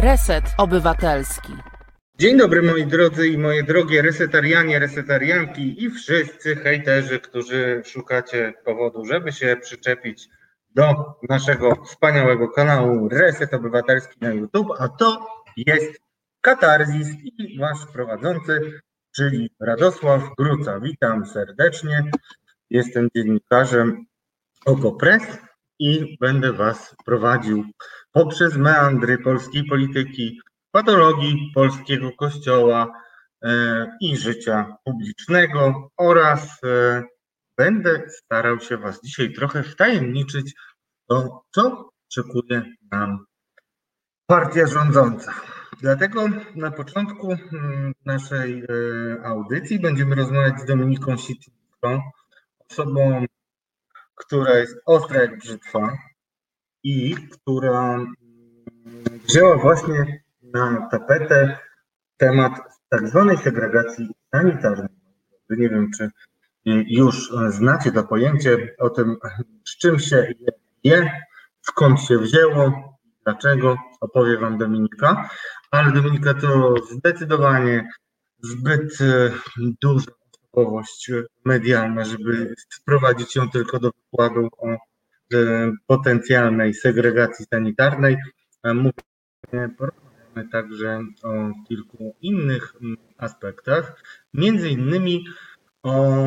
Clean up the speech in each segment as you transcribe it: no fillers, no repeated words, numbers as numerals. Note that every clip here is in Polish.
Reset Obywatelski. Dzień dobry moi drodzy i moje drogie resetarianie, resetarianki i wszyscy hejterzy, którzy szukacie powodu, żeby się przyczepić do naszego wspaniałego kanału Reset Obywatelski na YouTube, a to jest Katarzis i wasz prowadzący, czyli Radosław Gruca. Witam serdecznie, jestem dziennikarzem OKO.press i będę was prowadził poprzez meandry polskiej polityki, patologii polskiego kościoła i życia publicznego oraz będę starał się was dzisiaj trochę wtajemniczyć to, co szykuje nam partia rządząca. Dlatego na początku naszej audycji będziemy rozmawiać z Dominiką Sitnicką, osobą, która jest ostra jak brzytwa i która wzięła właśnie na tapetę temat tak zwanej segregacji sanitarnej. Nie wiem, czy już znacie to pojęcie o tym, z czym się je, skąd się wzięło, dlaczego, opowie wam Dominika, ale Dominika to zdecydowanie zbyt duża osobowość medialna, żeby sprowadzić ją tylko do wykładu o potencjalnej segregacji sanitarnej. Porozmawiamy także o kilku innych aspektach, między innymi o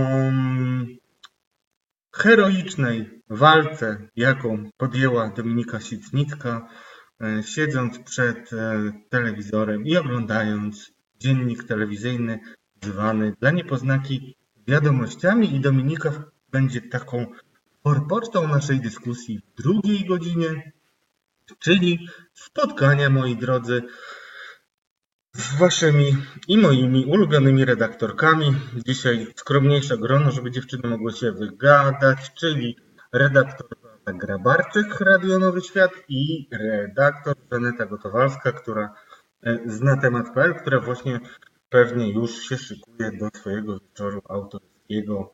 heroicznej walce, jaką podjęła Dominika Sitnicka, siedząc przed telewizorem i oglądając dziennik telewizyjny zwany dla niepoznaki wiadomościami, i Dominika będzie taką forpocztą naszej dyskusji w drugiej godzinie, czyli spotkania, moi drodzy, z waszymi i moimi ulubionymi redaktorkami. Dzisiaj skromniejsze grono, żeby dziewczyny mogły się wygadać, czyli redaktor Grabarczyk, Radio Nowy Świat, i redaktor Żaneta Gotowalska, która zna temat.pl, która właśnie pewnie już się szykuje do swojego wieczoru autorskiego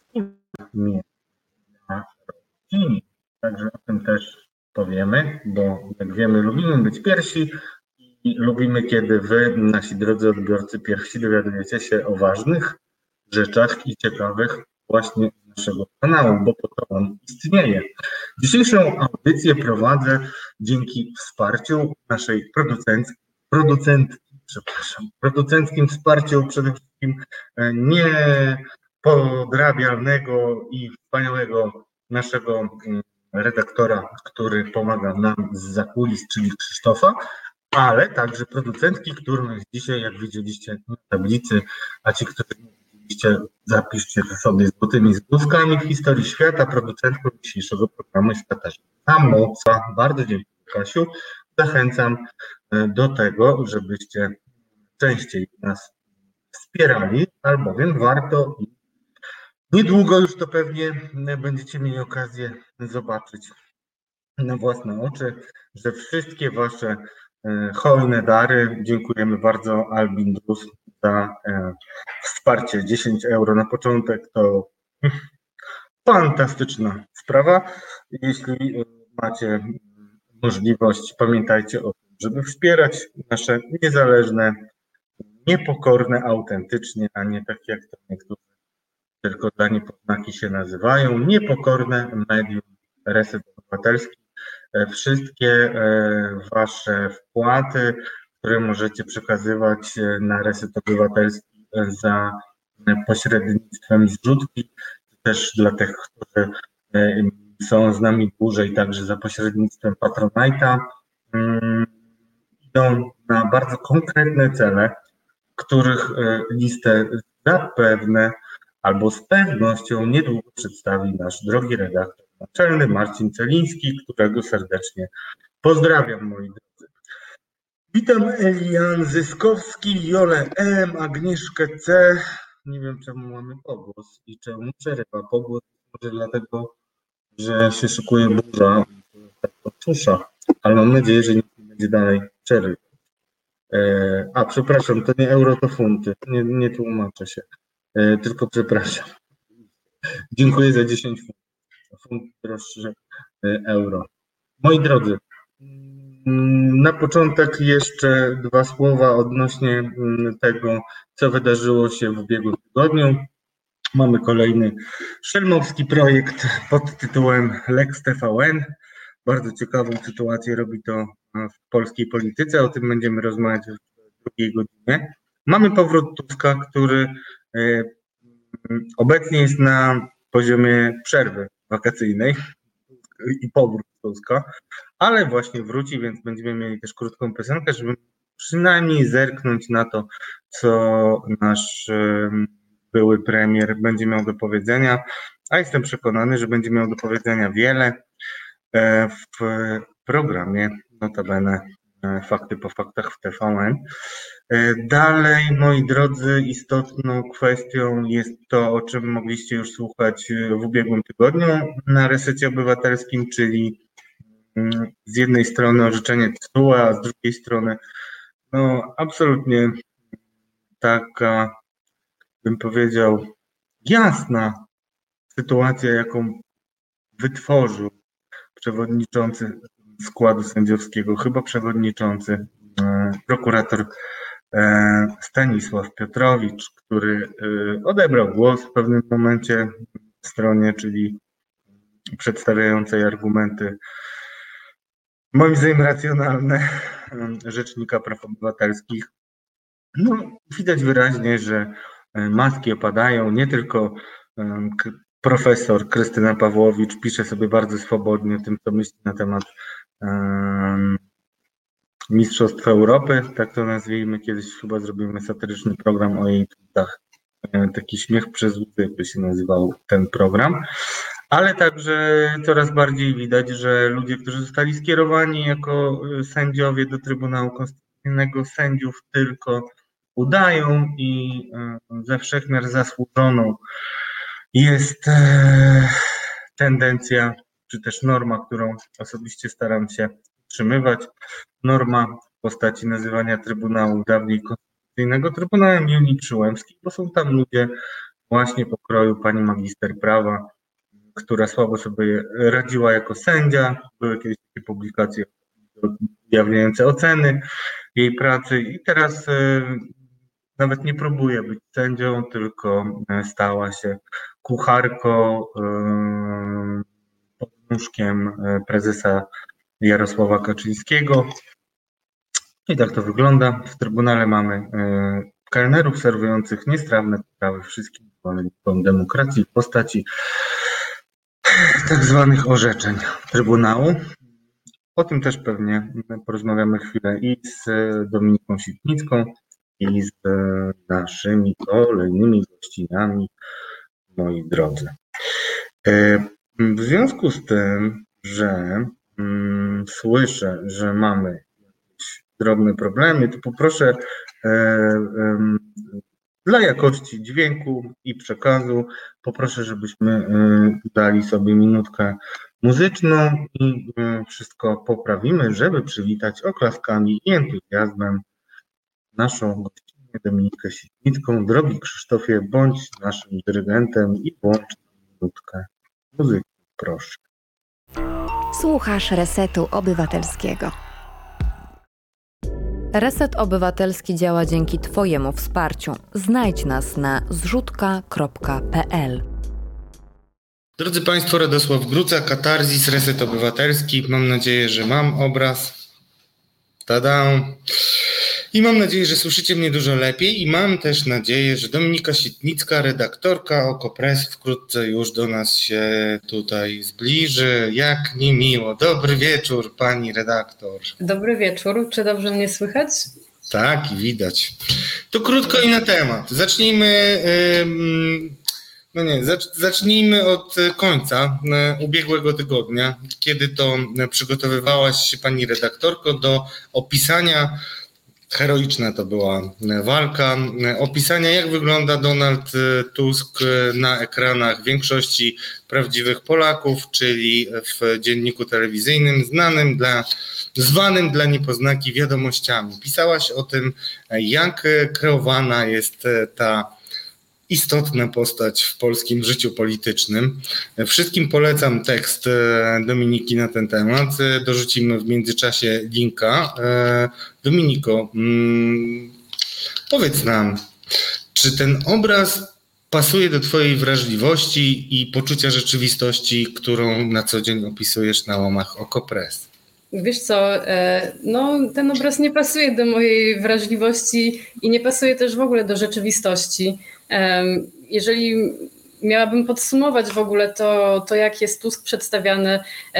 na rodzinie. Także o tym też powiemy, bo jak wiemy, lubimy być pierwsi i lubimy, kiedy wy, nasi drodzy odbiorcy, pierwsi dowiadujecie się o ważnych rzeczach i ciekawych właśnie naszego kanału, bo po to on istnieje. Dzisiejszą audycję prowadzę dzięki wsparciu naszej producenckim wsparciu, przede wszystkim niepodrabialnego i wspaniałego naszego redaktora, który pomaga nam z zakulis, czyli Krzysztofa, ale także producentki, którą jest dzisiaj, jak widzieliście na tablicy, a ci, którzy nie widzieliście, zapiszcie to sobie złotymi zgłoskami w historii świata. Producentką dzisiejszego programu jest Katarzyna Moca. Bardzo dziękuję, Kasiu. Zachęcam do tego, żebyście częściej nas wspierali, albowiem warto i niedługo już to pewnie będziecie mieli okazję zobaczyć na własne oczy, że wszystkie wasze hojne dary, dziękujemy bardzo Albin Drus za wsparcie, 10 euro na początek, to fantastyczna sprawa. Jeśli macie możliwość, pamiętajcie o tym, żeby wspierać nasze niezależne, niepokorne autentycznie, a nie tak jak to niektórzy tylko dla niepoznaki się nazywają, niepokorne medium Reset Obywatelski. Wszystkie wasze wpłaty, które możecie przekazywać na Reset Obywatelski za pośrednictwem zrzutki, też dla tych, którzy są z nami dłużej, także za pośrednictwem Patronite'a, idą na bardzo konkretne cele, których listę zapewne albo z pewnością niedługo przedstawi nasz drogi redaktor naczelny Marcin Celiński, którego serdecznie pozdrawiam, moi drodzy. Witam Elian Zyskowski, Jolę M, Agnieszkę C. Nie wiem, czemu mamy pogłos i czemu przerywa pogłos. Może dlatego, że się szykuje burza i tak to susza, ale mam nadzieję, że nikt nie będzie dalej przerywać. A przepraszam, to nie euro, to funty. Nie tłumaczę się. Tylko przepraszam. Dziękuję za 10 funtów. Funt droższy euro. Moi drodzy, Na początek jeszcze 2 słowa odnośnie tego, co wydarzyło się w ubiegłym tygodniu. Mamy kolejny szelmowski projekt pod tytułem Lex TVN. Bardzo ciekawą sytuację robi to w polskiej polityce. O tym będziemy rozmawiać w drugiej godzinie. Mamy powrót Tuska, który obecnie jest na poziomie przerwy wakacyjnej i powrót Tuska, ale właśnie wróci, więc będziemy mieli też krótką piosenkę, żeby przynajmniej zerknąć na to, co nasz były premier będzie miał do powiedzenia, a jestem przekonany, że będzie miał do powiedzenia wiele w programie notabene Fakty po faktach w TVN. Dalej, moi drodzy, istotną kwestią jest to, o czym mogliście już słuchać w ubiegłym tygodniu na Resecie Obywatelskim, czyli z jednej strony orzeczenie TSUE, a z drugiej strony absolutnie taka, bym powiedział, jasna sytuacja, jaką wytworzył przewodniczący składu sędziowskiego, chyba przewodniczący, prokurator Stanisław Piotrowicz, który odebrał głos w pewnym momencie w stronie, czyli przedstawiającej argumenty moim zdaniem racjonalne Rzecznika Praw Obywatelskich. Widać wyraźnie, że maski opadają, nie tylko profesor Krystyna Pawłowicz pisze sobie bardzo swobodnie o tym, co myśli na temat Mistrzostw Europy, tak to nazwijmy, kiedyś chyba zrobimy satyryczny program o jej tweetach, taki śmiech przez łzy by się nazywał ten program, ale także coraz bardziej widać, że ludzie, którzy zostali skierowani jako sędziowie do Trybunału Konstytucyjnego, sędziów tylko udają i ze wszechmiar zasłużoną jest tendencja, czy też norma, którą osobiście staram się utrzymywać, norma w postaci nazywania Trybunału dawniej Konstytucyjnego Trybunałem Julii Przyłębskiej, bo są tam ludzie właśnie pokroju pani magister prawa, która słabo sobie radziła jako sędzia. Były kiedyś takie publikacje ujawniające oceny jej pracy i teraz nawet nie próbuje być sędzią, tylko stała się kucharką pod nóżkiem prezesa Jarosława Kaczyńskiego. I tak to wygląda. W Trybunale mamy kelnerów serwujących niestrawne potrawy wszystkim zwolennikom demokracji w postaci tak zwanych orzeczeń Trybunału. O tym też pewnie porozmawiamy chwilę i z Dominiką Sitnicką, i z naszymi kolejnymi gościniami, moi drodzy. W związku z tym, że słyszę, że mamy jakieś drobne problemy, to poproszę dla jakości dźwięku i przekazu, poproszę, żebyśmy dali sobie minutkę muzyczną i wszystko poprawimy, żeby przywitać oklaskami i entuzjazmem naszą gościnę Dominikę Sitnicką. Drogi Krzysztofie, bądź naszym dyrygentem i włącz minutkę muzyki, proszę. Słuchasz Resetu Obywatelskiego. Reset Obywatelski działa dzięki Twojemu wsparciu. Znajdź nas na zrzutka.pl. Drodzy Państwo, Radosław Gruca, Katarzis, Reset Obywatelski. Mam nadzieję, że mam obraz. Tada! I mam nadzieję, że słyszycie mnie dużo lepiej i mam też nadzieję, że Dominika Sitnicka, redaktorka OKO.press wkrótce już do nas się tutaj zbliży. Jak niemiło. Dobry wieczór, pani redaktor. Dobry wieczór. Czy dobrze mnie słychać? Tak, widać. To krótko i na temat. Zacznijmy od końca ubiegłego tygodnia, kiedy to przygotowywałaś się pani redaktorko do opisania, heroiczna to była walka, opisania, jak wygląda Donald Tusk na ekranach większości prawdziwych Polaków, czyli w dzienniku telewizyjnym zwanym dla niepoznaki Wiadomościami. Pisałaś o tym, jak kreowana jest ta istotna postać w polskim życiu politycznym. Wszystkim polecam tekst Dominiki na ten temat. Dorzucimy w międzyczasie linka. Dominiko, powiedz nam, czy ten obraz pasuje do twojej wrażliwości i poczucia rzeczywistości, którą na co dzień opisujesz na łamach Okopres? Wiesz co, no ten obraz nie pasuje do mojej wrażliwości i nie pasuje też w ogóle do rzeczywistości. Jeżeli miałabym podsumować w ogóle to jak jest Tusk przedstawiany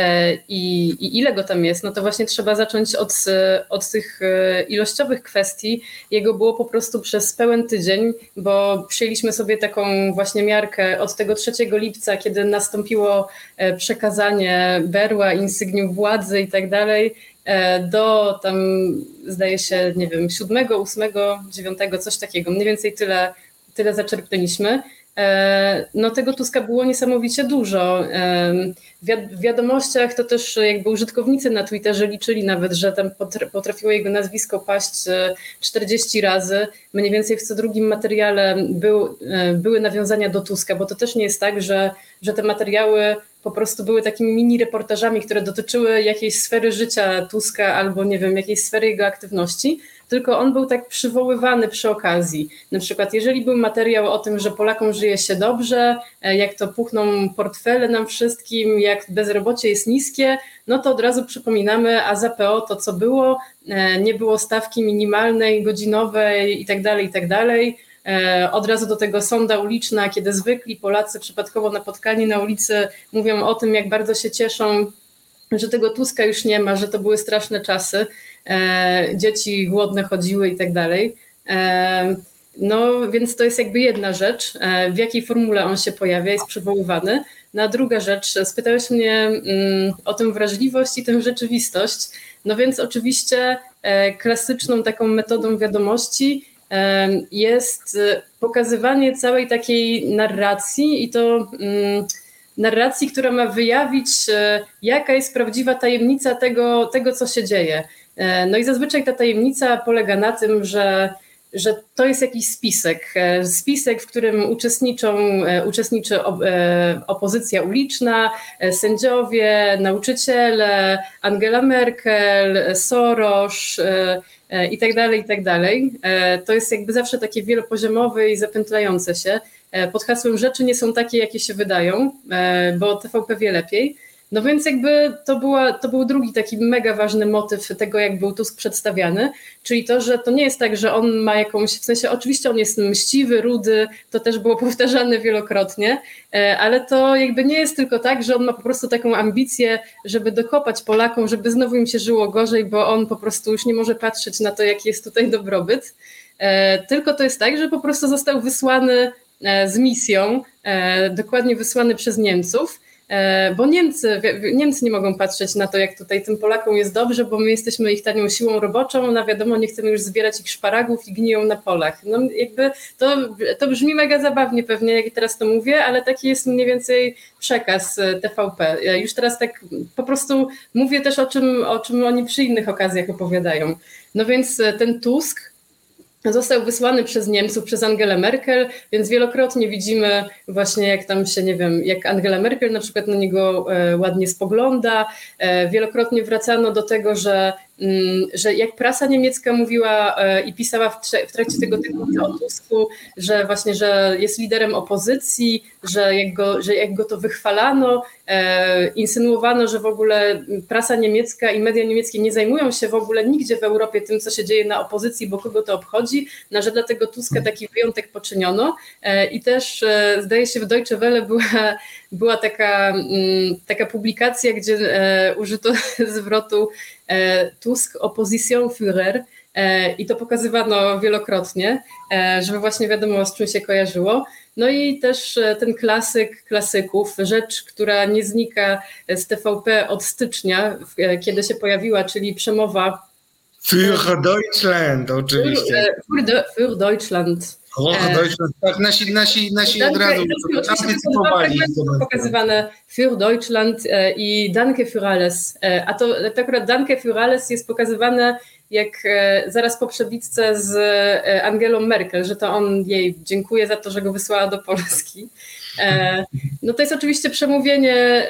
i ile go tam jest, no to właśnie trzeba zacząć od tych ilościowych kwestii. Jego było po prostu przez pełen tydzień, bo przyjęliśmy sobie taką właśnie miarkę od tego 3 lipca, kiedy nastąpiło przekazanie berła, insygniów władzy i tak dalej, do tam zdaje się, nie wiem, 7, 8, 9, coś takiego. Mniej więcej tyle zaczerpnęliśmy. No tego Tuska było niesamowicie dużo. W wiadomościach to też jakby użytkownicy na Twitterze liczyli nawet, że tam potrafiło jego nazwisko paść 40 razy. Mniej więcej w co drugim materiale były nawiązania do Tuska, bo to też nie jest tak, że te materiały po prostu były takimi mini reportażami, które dotyczyły jakiejś sfery życia Tuska albo nie wiem, jakiejś sfery jego aktywności, tylko on był tak przywoływany przy okazji. Na przykład jeżeli był materiał o tym, że Polakom żyje się dobrze, jak to puchną portfele nam wszystkim, jak bezrobocie jest niskie, no to od razu przypominamy, a za PO to co było, nie było stawki minimalnej, godzinowej i tak dalej. Od razu do tego sonda uliczna, kiedy zwykli Polacy przypadkowo napotkani na ulicy mówią o tym, jak bardzo się cieszą, że tego Tuska już nie ma, że to były straszne czasy, dzieci głodne chodziły i tak dalej. No więc to jest jakby jedna rzecz, w jakiej formule on się pojawia, jest przywoływany. No a druga rzecz, spytałeś mnie o tę wrażliwość i tę rzeczywistość, no więc oczywiście klasyczną taką metodą wiadomości jest pokazywanie całej takiej narracji i to narracji, która ma wyjawić, jaka jest prawdziwa tajemnica tego, co się dzieje. No i zazwyczaj ta tajemnica polega na tym, że to jest jakiś spisek, w którym uczestniczy opozycja uliczna, sędziowie, nauczyciele, Angela Merkel, Soros i tak dalej. To jest jakby zawsze takie wielopoziomowe i zapętlające się. Pod hasłem rzeczy nie są takie, jakie się wydają, bo TVP wie lepiej. No więc jakby to był drugi taki mega ważny motyw tego, jak był Tusk przedstawiany, czyli to, że to nie jest tak, że on ma jakąś, w sensie oczywiście on jest mściwy, rudy, to też było powtarzane wielokrotnie, ale to jakby nie jest tylko tak, że on ma po prostu taką ambicję, żeby dokopać Polakom, żeby znowu im się żyło gorzej, bo on po prostu już nie może patrzeć na to, jaki jest tutaj dobrobyt, tylko to jest tak, że po prostu został wysłany z misją, dokładnie wysłany przez Niemców, bo Niemcy nie mogą patrzeć na to, jak tutaj tym Polakom jest dobrze, bo my jesteśmy ich tanią siłą roboczą, no wiadomo, nie chcemy już zbierać ich szparagów i gniją na polach. No jakby to brzmi mega zabawnie pewnie, jak teraz to mówię, ale taki jest mniej więcej przekaz TVP. Ja już teraz tak po prostu mówię też o czym oni przy innych okazjach opowiadają. No więc ten Tusk został wysłany przez Niemców, przez Angelę Merkel, więc wielokrotnie widzimy właśnie jak tam się, nie wiem, jak Angela Merkel na przykład na niego ładnie spogląda. Wielokrotnie wracano do tego, że jak prasa niemiecka mówiła i pisała w trakcie tego tygodnia o Tusku, że właśnie, że jest liderem opozycji, że jak go to wychwalano, insynuowano, że w ogóle prasa niemiecka i media niemieckie nie zajmują się w ogóle nigdzie w Europie tym, co się dzieje na opozycji, bo kogo to obchodzi, no, że dla tego Tuska taki wyjątek poczyniono. I też zdaje się w Deutsche Welle była taka publikacja, gdzie użyto zwrotu Tusk Oppositionsführer i to pokazywano wielokrotnie, żeby właśnie wiadomo, z czym się kojarzyło. No i też ten klasyk klasyków, rzecz, która nie znika z TVP od stycznia, kiedy się pojawiła, czyli przemowa Für Deutschland, oczywiście. Für Deutschland. Deutschland, tak, nasi od razu antycypowali. Pokazywane für Deutschland i Danke für alles. A to akurat Danke für alles jest pokazywane jak zaraz po przebitce z Angelą Merkel, że to on jej dziękuję za to, że go wysłała do Polski. No to jest oczywiście przemówienie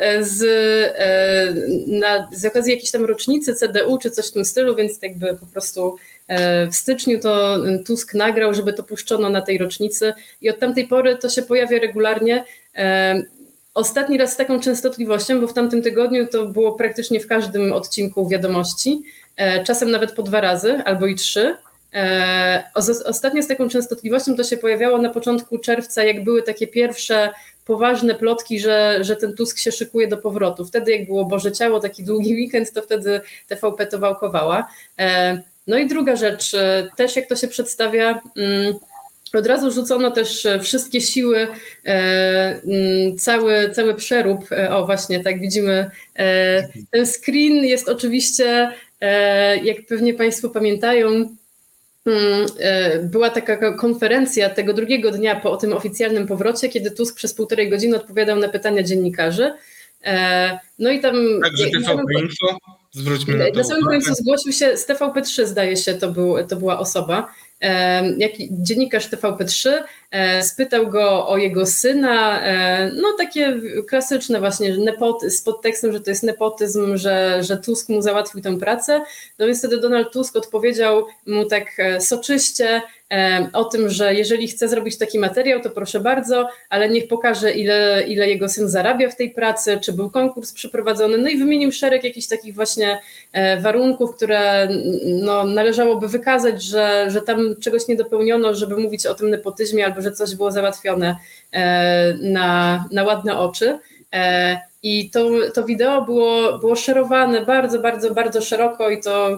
z okazji jakiejś tam rocznicy CDU czy coś w tym stylu, więc jakby po prostu w styczniu to Tusk nagrał, żeby to puszczono na tej rocznicy i od tamtej pory to się pojawia regularnie. Ostatni raz z taką częstotliwością, bo w tamtym tygodniu to było praktycznie w każdym odcinku Wiadomości, czasem nawet po 2 razy albo i 3. Ostatnio z taką częstotliwością to się pojawiało na początku czerwca, jak były takie pierwsze poważne plotki, że ten Tusk się szykuje do powrotu. Wtedy jak było Boże Ciało, taki długi weekend, to wtedy TVP to wałkowała. No i druga rzecz, też jak to się przedstawia, od razu rzucono też wszystkie siły, cały przerób. O właśnie, tak widzimy, ten screen jest oczywiście, jak pewnie Państwo pamiętają, była taka konferencja tego drugiego dnia po tym oficjalnym powrocie, kiedy Tusk przez 1,5 godziny odpowiadał na pytania dziennikarzy. No i tam... Także TVP Info, zwróćmy na to na samym końcu zgłosił się z TVP3, zdaje się, to była osoba. Dziennikarz TVP3 spytał go o jego syna, no takie klasyczne właśnie, z podtekstem, że to jest nepotyzm, że Tusk mu załatwił tę pracę. No więc wtedy Donald Tusk odpowiedział mu tak soczyście o tym, że jeżeli chce zrobić taki materiał, to proszę bardzo, ale niech pokaże, ile jego syn zarabia w tej pracy, czy był konkurs przeprowadzony, no i wymienił szereg jakichś takich właśnie warunków, które no, należałoby wykazać, że tam czegoś nie dopełniono, żeby mówić o tym nepotyzmie, albo że coś było załatwione na ładne oczy. I to wideo było szerowane bardzo, bardzo, bardzo szeroko i to,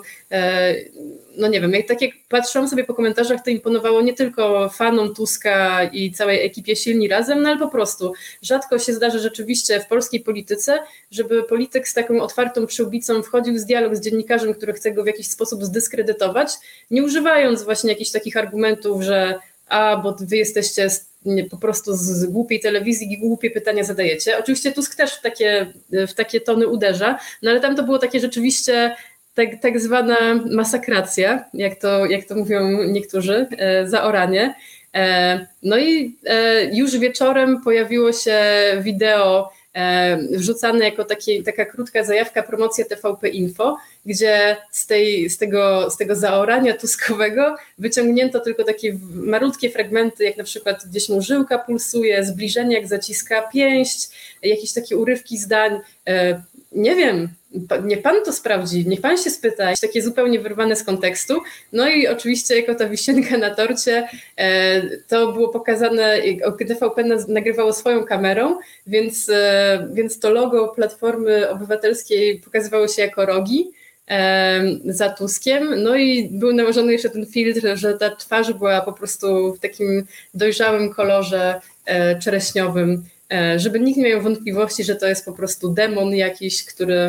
no nie wiem, tak jak patrzyłam sobie po komentarzach, to imponowało nie tylko fanom Tuska i całej ekipie Silni Razem, no ale po prostu rzadko się zdarzy rzeczywiście w polskiej polityce, żeby polityk z taką otwartą przyłbicą wchodził w dialog z dziennikarzem, który chce go w jakiś sposób zdyskredytować, nie używając właśnie jakichś takich argumentów, że bo wy jesteście po prostu z głupiej telewizji i głupie pytania zadajecie. Oczywiście Tusk też w takie tony uderza, no ale tam to było takie rzeczywiście tak zwana masakracja, jak to mówią niektórzy, zaoranie. No i już wieczorem pojawiło się wideo wrzucane jako taka krótka zajawka, promocja TVP Info, gdzie z tego zaorania tuskowego wyciągnięto tylko takie malutkie fragmenty, jak na przykład gdzieś mu żyłka pulsuje, zbliżenie jak zaciska pięść, jakieś takie urywki zdań. Nie wiem, niech pan to sprawdzi, niech pan się spyta, takie zupełnie wyrwane z kontekstu. No i oczywiście jako ta wisienka na torcie to było pokazane, TVP nagrywało swoją kamerą, więc to logo Platformy Obywatelskiej pokazywało się jako rogi za Tuskiem, no i był nałożony jeszcze ten filtr, że ta twarz była po prostu w takim dojrzałym kolorze czereśniowym, żeby nikt nie miał wątpliwości, że to jest po prostu demon jakiś,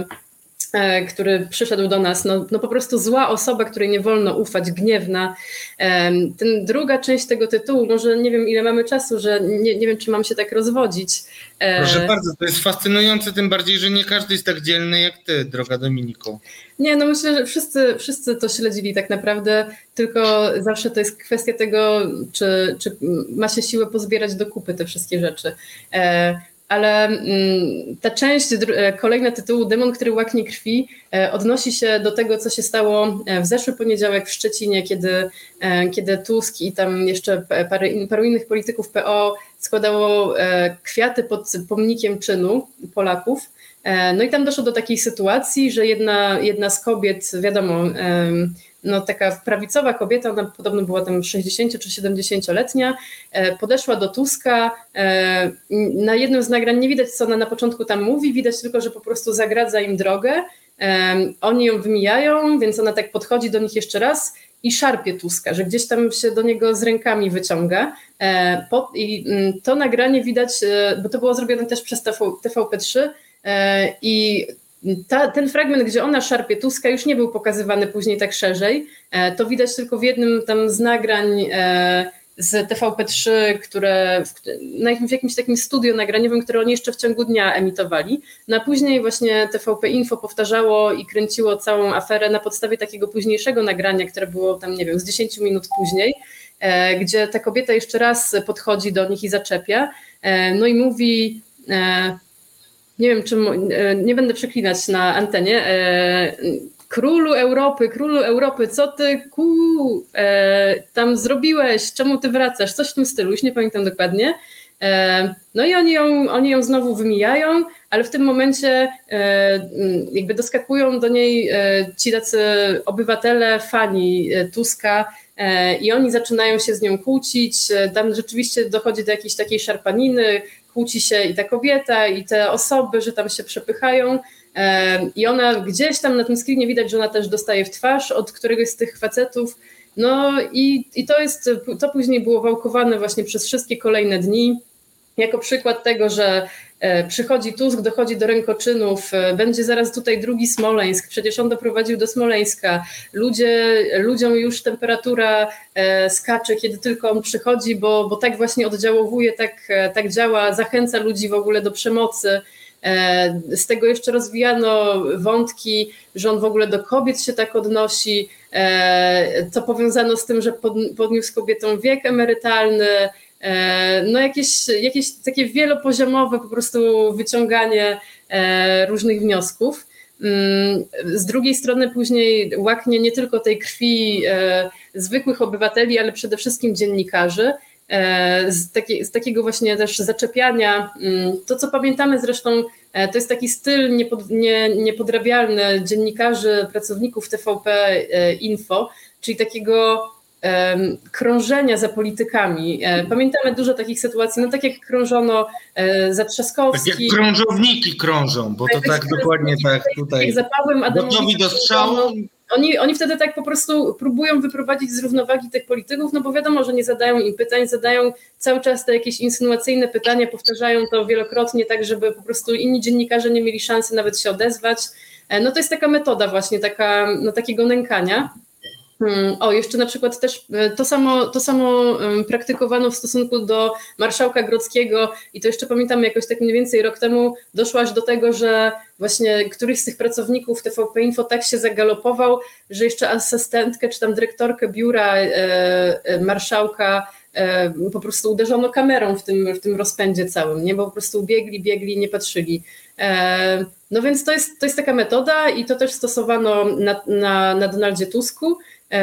który przyszedł do nas, no po prostu zła osoba, której nie wolno ufać, gniewna. Druga część tego tytułu, może nie wiem ile mamy czasu, że nie wiem czy mam się tak rozwodzić. Proszę bardzo, to jest fascynujące, tym bardziej, że nie każdy jest tak dzielny jak ty, droga Dominiko. Nie, no myślę, że wszyscy to śledzili tak naprawdę, tylko zawsze to jest kwestia tego, czy ma się siłę pozbierać do kupy te wszystkie rzeczy. Ale ta część, kolejna tytułu Demon, który łaknie krwi, odnosi się do tego, co się stało w zeszły poniedziałek w Szczecinie, kiedy Tusk i tam jeszcze paru innych polityków PO składało kwiaty pod pomnikiem czynu Polaków. No i tam doszło do takiej sytuacji, że jedna z kobiet, wiadomo, no taka prawicowa kobieta, ona podobno była tam 60 czy 70-letnia, podeszła do Tuska, na jednym z nagrań nie widać, co ona na początku tam mówi, widać tylko, że po prostu zagradza im drogę, oni ją wymijają, więc ona tak podchodzi do nich jeszcze raz i szarpie Tuska, że gdzieś tam się do niego z rękami wyciąga. I to nagranie widać, bo to było zrobione też przez TVP3 i ten fragment, gdzie ona szarpie Tuska, już nie był pokazywany później tak szerzej. To widać tylko w jednym tam z nagrań, z TVP3, które w jakimś takim studio nagraniowym, które oni jeszcze w ciągu dnia emitowali. No a później właśnie TVP Info powtarzało i kręciło całą aferę na podstawie takiego późniejszego nagrania, które było tam, nie wiem, z 10 minut później, gdzie ta kobieta jeszcze raz podchodzi do nich i zaczepia, no i mówi, nie wiem, nie będę przeklinać na antenie, Królu Europy, co ty tam zrobiłeś, czemu ty wracasz, coś w tym stylu, już nie pamiętam dokładnie. No i oni ją znowu wymijają, ale w tym momencie jakby doskakują do niej ci tacy obywatele, fani Tuska i oni zaczynają się z nią kłócić, tam rzeczywiście dochodzi do jakiejś takiej szarpaniny, kłóci się i ta kobieta, i te osoby, że tam się przepychają. I ona gdzieś tam na tym screenie widać, że ona też dostaje w twarz od któregoś z tych facetów. No i to później było wałkowane właśnie przez wszystkie kolejne dni jako przykład tego, że przychodzi Tusk, dochodzi do rękoczynów, będzie zaraz tutaj drugi Smoleńsk, przecież on doprowadził do Smoleńska. Ludziom już temperatura skacze, kiedy tylko on przychodzi, bo tak właśnie oddziałowuje, tak działa, zachęca ludzi w ogóle do przemocy. Z tego jeszcze rozwijano wątki, że on w ogóle do kobiet się tak odnosi, to powiązano z tym, że podniósł kobietom wiek emerytalny, no jakieś takie wielopoziomowe po prostu wyciąganie różnych wniosków. Z drugiej strony później łaknie nie tylko tej krwi zwykłych obywateli, ale przede wszystkim dziennikarzy, z takiego właśnie też zaczepiania. To, co pamiętamy zresztą, to jest taki styl niepodrabialny dziennikarzy, pracowników TVP Info, czyli takiego krążenia za politykami. Pamiętamy dużo takich sytuacji, no tak jak krążono za Trzaskowski. Tak jak krążowniki krążą, bo to tak dokładnie tak tutaj. Jak za Pawłem Adamowicz. Gotowi do strzału. Oni wtedy tak po prostu próbują wyprowadzić z równowagi tych polityków, no bo wiadomo, że nie zadają im pytań, zadają cały czas te jakieś insynuacyjne pytania, powtarzają to wielokrotnie tak, żeby po prostu inni dziennikarze nie mieli szansy nawet się odezwać. No to jest taka metoda właśnie, takiego nękania. Jeszcze na przykład też to samo praktykowano w stosunku do marszałka Grodzkiego i to jeszcze pamiętam jakoś tak mniej więcej rok temu doszło aż do tego, że właśnie któryś z tych pracowników TVP Info tak się zagalopował, że jeszcze asystentkę czy tam dyrektorkę biura marszałka po prostu uderzono kamerą w tym rozpędzie całym, nie? Bo po prostu biegli, nie patrzyli. No więc to jest taka metoda i to też stosowano na Donaldzie Tusku.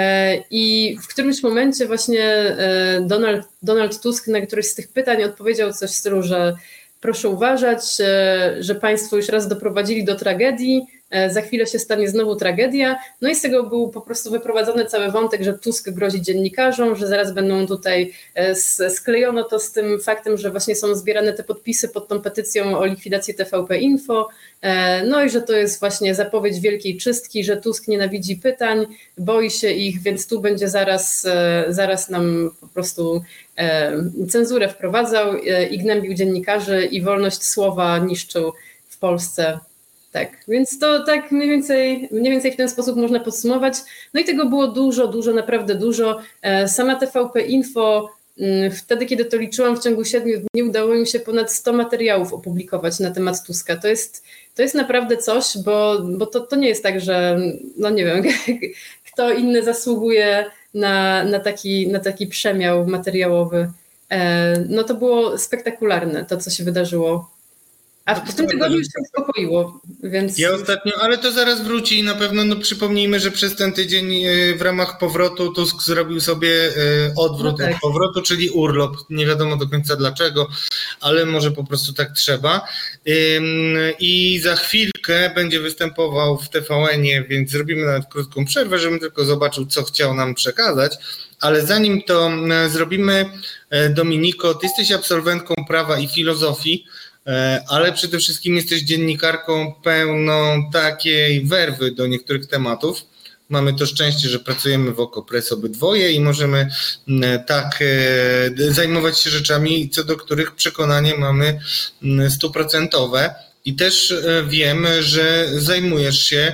I w którymś momencie właśnie Donald Tusk na któreś z tych pytań odpowiedział coś w stylu, że proszę uważać, że państwo już raz doprowadzili do tragedii, za chwilę się stanie znowu tragedia. No i z tego był po prostu wyprowadzony cały wątek, że Tusk grozi dziennikarzom, że zaraz będą tutaj, sklejono to z tym faktem, że właśnie są zbierane te podpisy pod tą petycją o likwidacji TVP Info, no i że to jest właśnie zapowiedź wielkiej czystki, że Tusk nienawidzi pytań, boi się ich, więc tu będzie zaraz nam po prostu cenzurę wprowadzał i gnębił dziennikarzy i wolność słowa niszczył w Polsce. Tak, więc to tak mniej więcej w ten sposób można podsumować. No i tego było dużo, naprawdę dużo. Sama TVP Info, wtedy kiedy to liczyłam, w ciągu 7 dni udało im się ponad 100 materiałów opublikować na temat Tuska. To jest naprawdę coś, bo to nie jest tak, że no nie wiem, kto inny zasługuje na taki przemiał materiałowy. No to było spektakularne to, co się wydarzyło. A w tym tygodniu już się uspokoiło, więc... Ja ostatnio, ale to zaraz wróci i na pewno przypomnijmy, że przez ten tydzień w ramach powrotu Tusk zrobił sobie odwrót od powrotu, czyli urlop. Nie wiadomo do końca dlaczego, ale może po prostu tak trzeba. I za chwilkę będzie występował w TVN-ie, więc zrobimy nawet krótką przerwę, żebym tylko zobaczył, co chciał nam przekazać. Ale zanim to zrobimy, Dominiko, ty jesteś absolwentką prawa i filozofii, ale przede wszystkim jesteś dziennikarką pełną takiej werwy do niektórych tematów. Mamy to szczęście, że pracujemy w Okopres obydwoje i możemy tak zajmować się rzeczami, co do których przekonanie mamy 100%. I też wiem, że zajmujesz się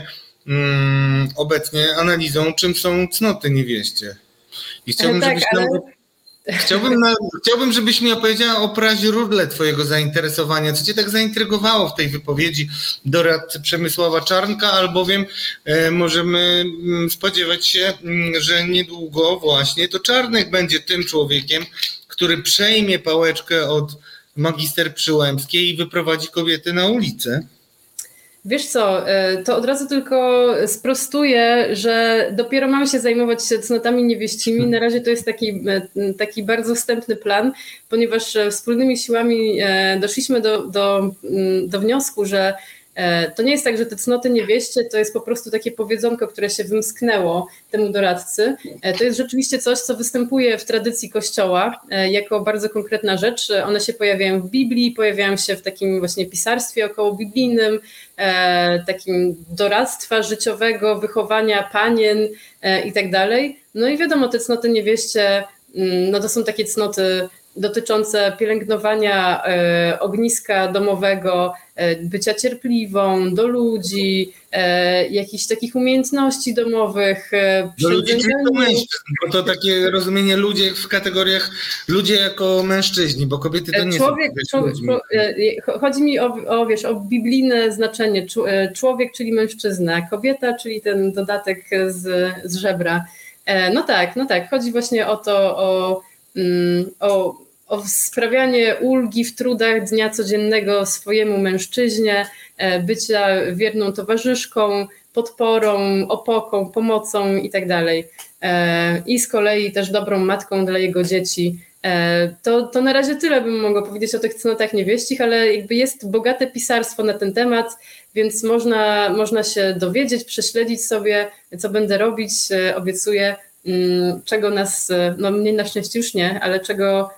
obecnie analizą, czym są cnoty niewieście. I chciałbym, żebyś nam... Chciałbym, żebyś mi opowiedziała o praźródle twojego zainteresowania. Co cię tak zaintrygowało w tej wypowiedzi doradcy Przemysława Czarnka, albowiem możemy spodziewać się, że niedługo właśnie to Czarnek będzie tym człowiekiem, który przejmie pałeczkę od magister Przyłębskiej i wyprowadzi kobiety na ulicę. Wiesz co, to od razu tylko sprostuję, że dopiero mamy się zajmować cnotami niewieścimi. Na razie to jest taki bardzo wstępny plan, ponieważ wspólnymi siłami doszliśmy do wniosku, że to nie jest tak, że te cnoty niewieście to jest po prostu takie powiedzonko, które się wymsknęło temu doradcy. To jest rzeczywiście coś, co występuje w tradycji Kościoła jako bardzo konkretna rzecz. One się pojawiają w Biblii, pojawiają się w takim właśnie pisarstwie okołobiblijnym, takim doradztwa życiowego, wychowania panien i tak dalej. No i wiadomo, te cnoty niewieście, no to są takie cnoty dotyczące pielęgnowania ogniska domowego, bycia cierpliwą do ludzi, jakichś takich umiejętności domowych. Do ludzi, czyli do mężczyzn, bo to takie rozumienie ludzie w kategoriach ludzie jako mężczyźni, bo kobiety to nie są ludźmi. Chodzi mi o biblijne znaczenie. Człowiek, czyli mężczyzna, kobieta, czyli ten dodatek z żebra. No tak, chodzi właśnie o to, o sprawianie ulgi w trudach dnia codziennego swojemu mężczyźnie, bycia wierną towarzyszką, podporą, opoką, pomocą i tak dalej. I z kolei też dobrą matką dla jego dzieci. To na razie tyle bym mogła powiedzieć o tych cnotach niewieścich, ale jakby jest bogate pisarstwo na ten temat, więc można się dowiedzieć, prześledzić sobie, co będę robić, obiecuję, czego nas, no mnie na szczęście już nie, ale czego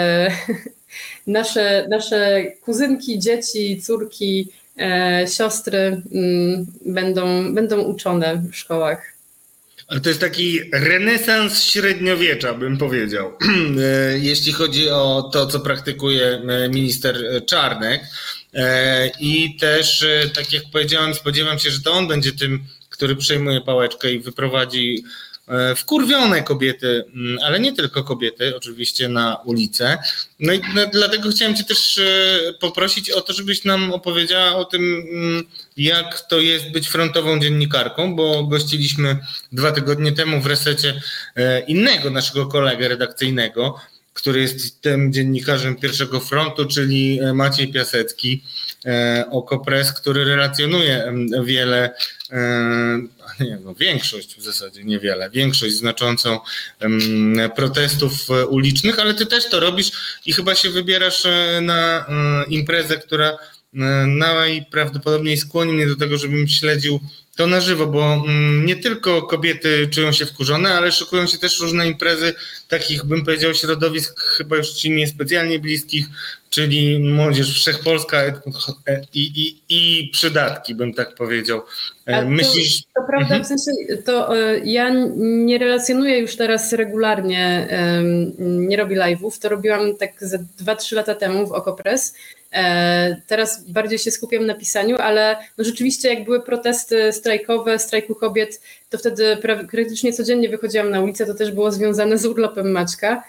nasze kuzynki, dzieci, córki, siostry będą uczone w szkołach. Ale to jest taki renesans średniowiecza, bym powiedział, jeśli chodzi o to, co praktykuje minister Czarnek. I też, tak jak powiedziałem, spodziewam się, że to on będzie tym, który przejmuje pałeczkę i wyprowadzi wkurwione kobiety, ale nie tylko kobiety, oczywiście na ulicę. No i dlatego chciałem cię też poprosić o to, żebyś nam opowiedziała o tym, jak to jest być frontową dziennikarką, bo gościliśmy 2 tygodnie temu w Resecie innego naszego kolegę redakcyjnego, który jest tym dziennikarzem pierwszego frontu, czyli Maciej Piasecki, Okopres, który relacjonuje wiele, większość w zasadzie, niewiele, większość znaczącą protestów ulicznych, ale ty też to robisz i chyba się wybierasz na imprezę, która najprawdopodobniej skłoni mnie do tego, żebym śledził to na żywo, bo nie tylko kobiety czują się wkurzone, ale szykują się też różne imprezy takich, bym powiedział, środowisk chyba już ci niespecjalnie bliskich, czyli Młodzież Wszechpolska i przydatki, bym tak powiedział. Myślisz... To prawda, w sensie to ja nie relacjonuję już teraz regularnie, nie robię live'ów, to robiłam tak ze 2-3 lata temu w Okopres. Teraz bardziej się skupiam na pisaniu, ale no rzeczywiście jak były protesty strajkowe, strajku kobiet, to wtedy praktycznie codziennie wychodziłam na ulicę, to też było związane z urlopem Maćka,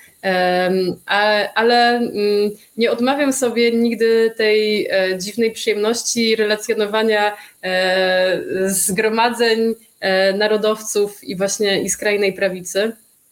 ale nie odmawiam sobie nigdy tej dziwnej przyjemności relacjonowania zgromadzeń narodowców i właśnie i skrajnej prawicy.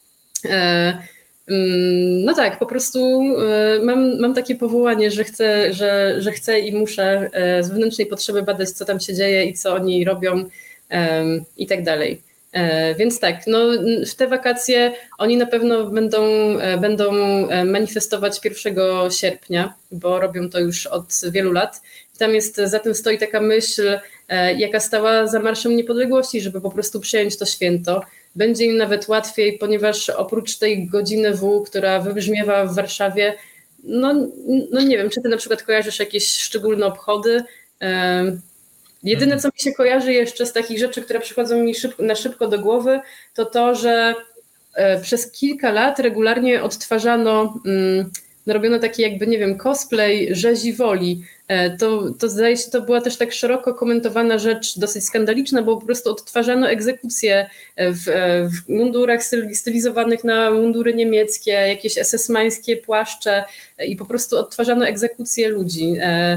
No tak, po prostu mam takie powołanie, że chcę i muszę z wewnętrznej potrzeby badać, co tam się dzieje i co oni robią i tak dalej. Więc tak, no w te wakacje oni na pewno będą manifestować 1 sierpnia, bo robią to już od wielu lat. I za tym stoi taka myśl, jaka stała za Marszem Niepodległości, żeby po prostu przyjąć to święto. Będzie im nawet łatwiej, ponieważ oprócz tej godziny W, która wybrzmiewa w Warszawie, no nie wiem, czy ty na przykład kojarzysz jakieś szczególne obchody. Jedyne, co mi się kojarzy jeszcze z takich rzeczy, które przychodzą mi na szybko do głowy, to, że przez kilka lat regularnie odtwarzano robiono taki jakby, nie wiem, cosplay rzezi woli. To zdaje się, to była też tak szeroko komentowana rzecz, dosyć skandaliczna, bo po prostu odtwarzano egzekucje w mundurach stylizowanych na mundury niemieckie, jakieś SS-mańskie płaszcze i po prostu odtwarzano egzekucje ludzi.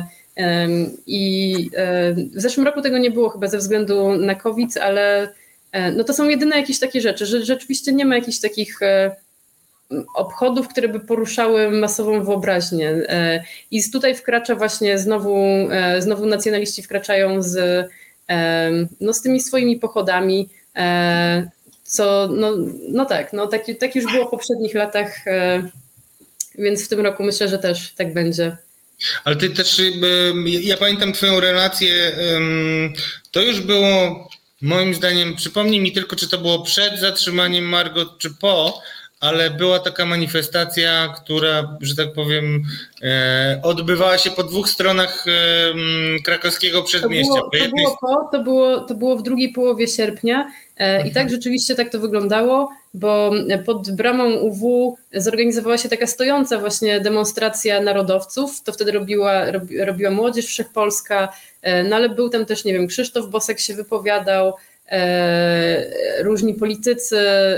I w zeszłym roku tego nie było chyba ze względu na COVID, ale no to są jedyne jakieś takie rzeczy, że rzeczywiście nie ma jakichś takich obchodów, które by poruszały masową wyobraźnię. I tutaj wkracza właśnie znowu nacjonaliści wkraczają z tymi swoimi pochodami, co tak już było w poprzednich latach, więc w tym roku myślę, że też tak będzie. Ale ty też, ja pamiętam twoją relację, to już było moim zdaniem, przypomnij mi tylko, czy to było przed zatrzymaniem Margot, czy po, ale była taka manifestacja, która, że tak powiem, odbywała się po dwóch stronach krakowskiego przedmieścia. To było w drugiej połowie sierpnia i tak rzeczywiście tak to wyglądało, bo pod bramą UW zorganizowała się taka stojąca właśnie demonstracja narodowców. To wtedy robiła Młodzież Wszechpolska, no ale był tam też, nie wiem, Krzysztof Bosek się wypowiadał, różni politycy,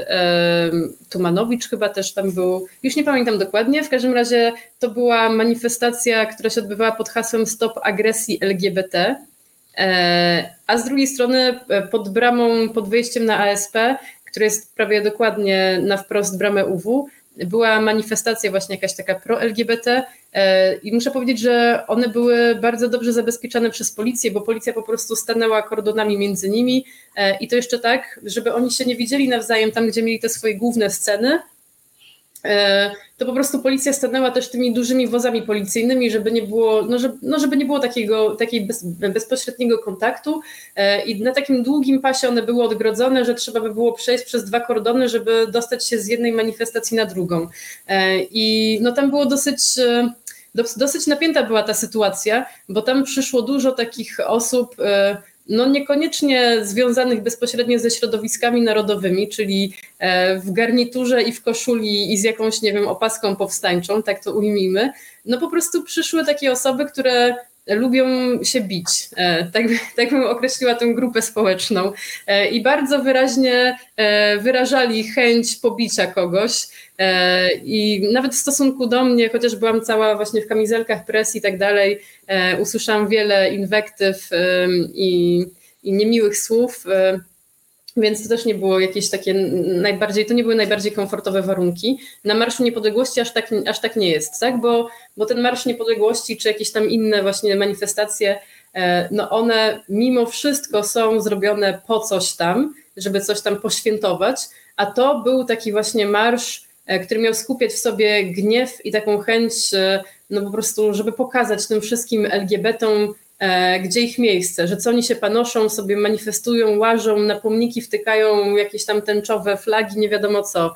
Tumanowicz chyba też tam był, już nie pamiętam dokładnie, w każdym razie to była manifestacja, która się odbywała pod hasłem Stop agresji LGBT, a z drugiej strony pod bramą, pod wyjściem na ASP, które jest prawie dokładnie na wprost bramę UW, była manifestacja właśnie jakaś taka pro-LGBT i muszę powiedzieć, że one były bardzo dobrze zabezpieczane przez policję, bo policja po prostu stanęła kordonami między nimi i to jeszcze tak, żeby oni się nie widzieli nawzajem tam, gdzie mieli te swoje główne sceny, to po prostu policja stanęła też tymi dużymi wozami policyjnymi, żeby nie było, żeby nie było takiej bezpośredniego kontaktu i na takim długim pasie one były odgrodzone, że trzeba by było przejść przez 2 kordony, żeby dostać się z jednej manifestacji na drugą. I no tam było dosyć napięta była ta sytuacja, bo tam przyszło dużo takich osób, no niekoniecznie związanych bezpośrednio ze środowiskami narodowymi, czyli w garniturze i w koszuli i z jakąś, nie wiem, opaską powstańczą, tak to ujmijmy. No po prostu przyszły takie osoby, które lubią się bić. Tak bym określiła tę grupę społeczną. I bardzo wyraźnie wyrażali chęć pobicia kogoś. I nawet w stosunku do mnie, chociaż byłam cała właśnie w kamizelkach press i tak dalej, usłyszałam wiele inwektyw i niemiłych słów, więc to też nie było jakieś takie to nie były najbardziej komfortowe warunki. Na Marszu Niepodległości aż tak nie jest, tak? Bo ten Marsz Niepodległości czy jakieś tam inne właśnie manifestacje, no one mimo wszystko są zrobione po coś tam, żeby coś tam poświętować, a to był taki właśnie marsz, który miał skupiać w sobie gniew i taką chęć, no po prostu, żeby pokazać tym wszystkim LGBT-om, gdzie ich miejsce, że co oni się panoszą, sobie manifestują, łażą, na pomniki wtykają jakieś tam tęczowe flagi, nie wiadomo co.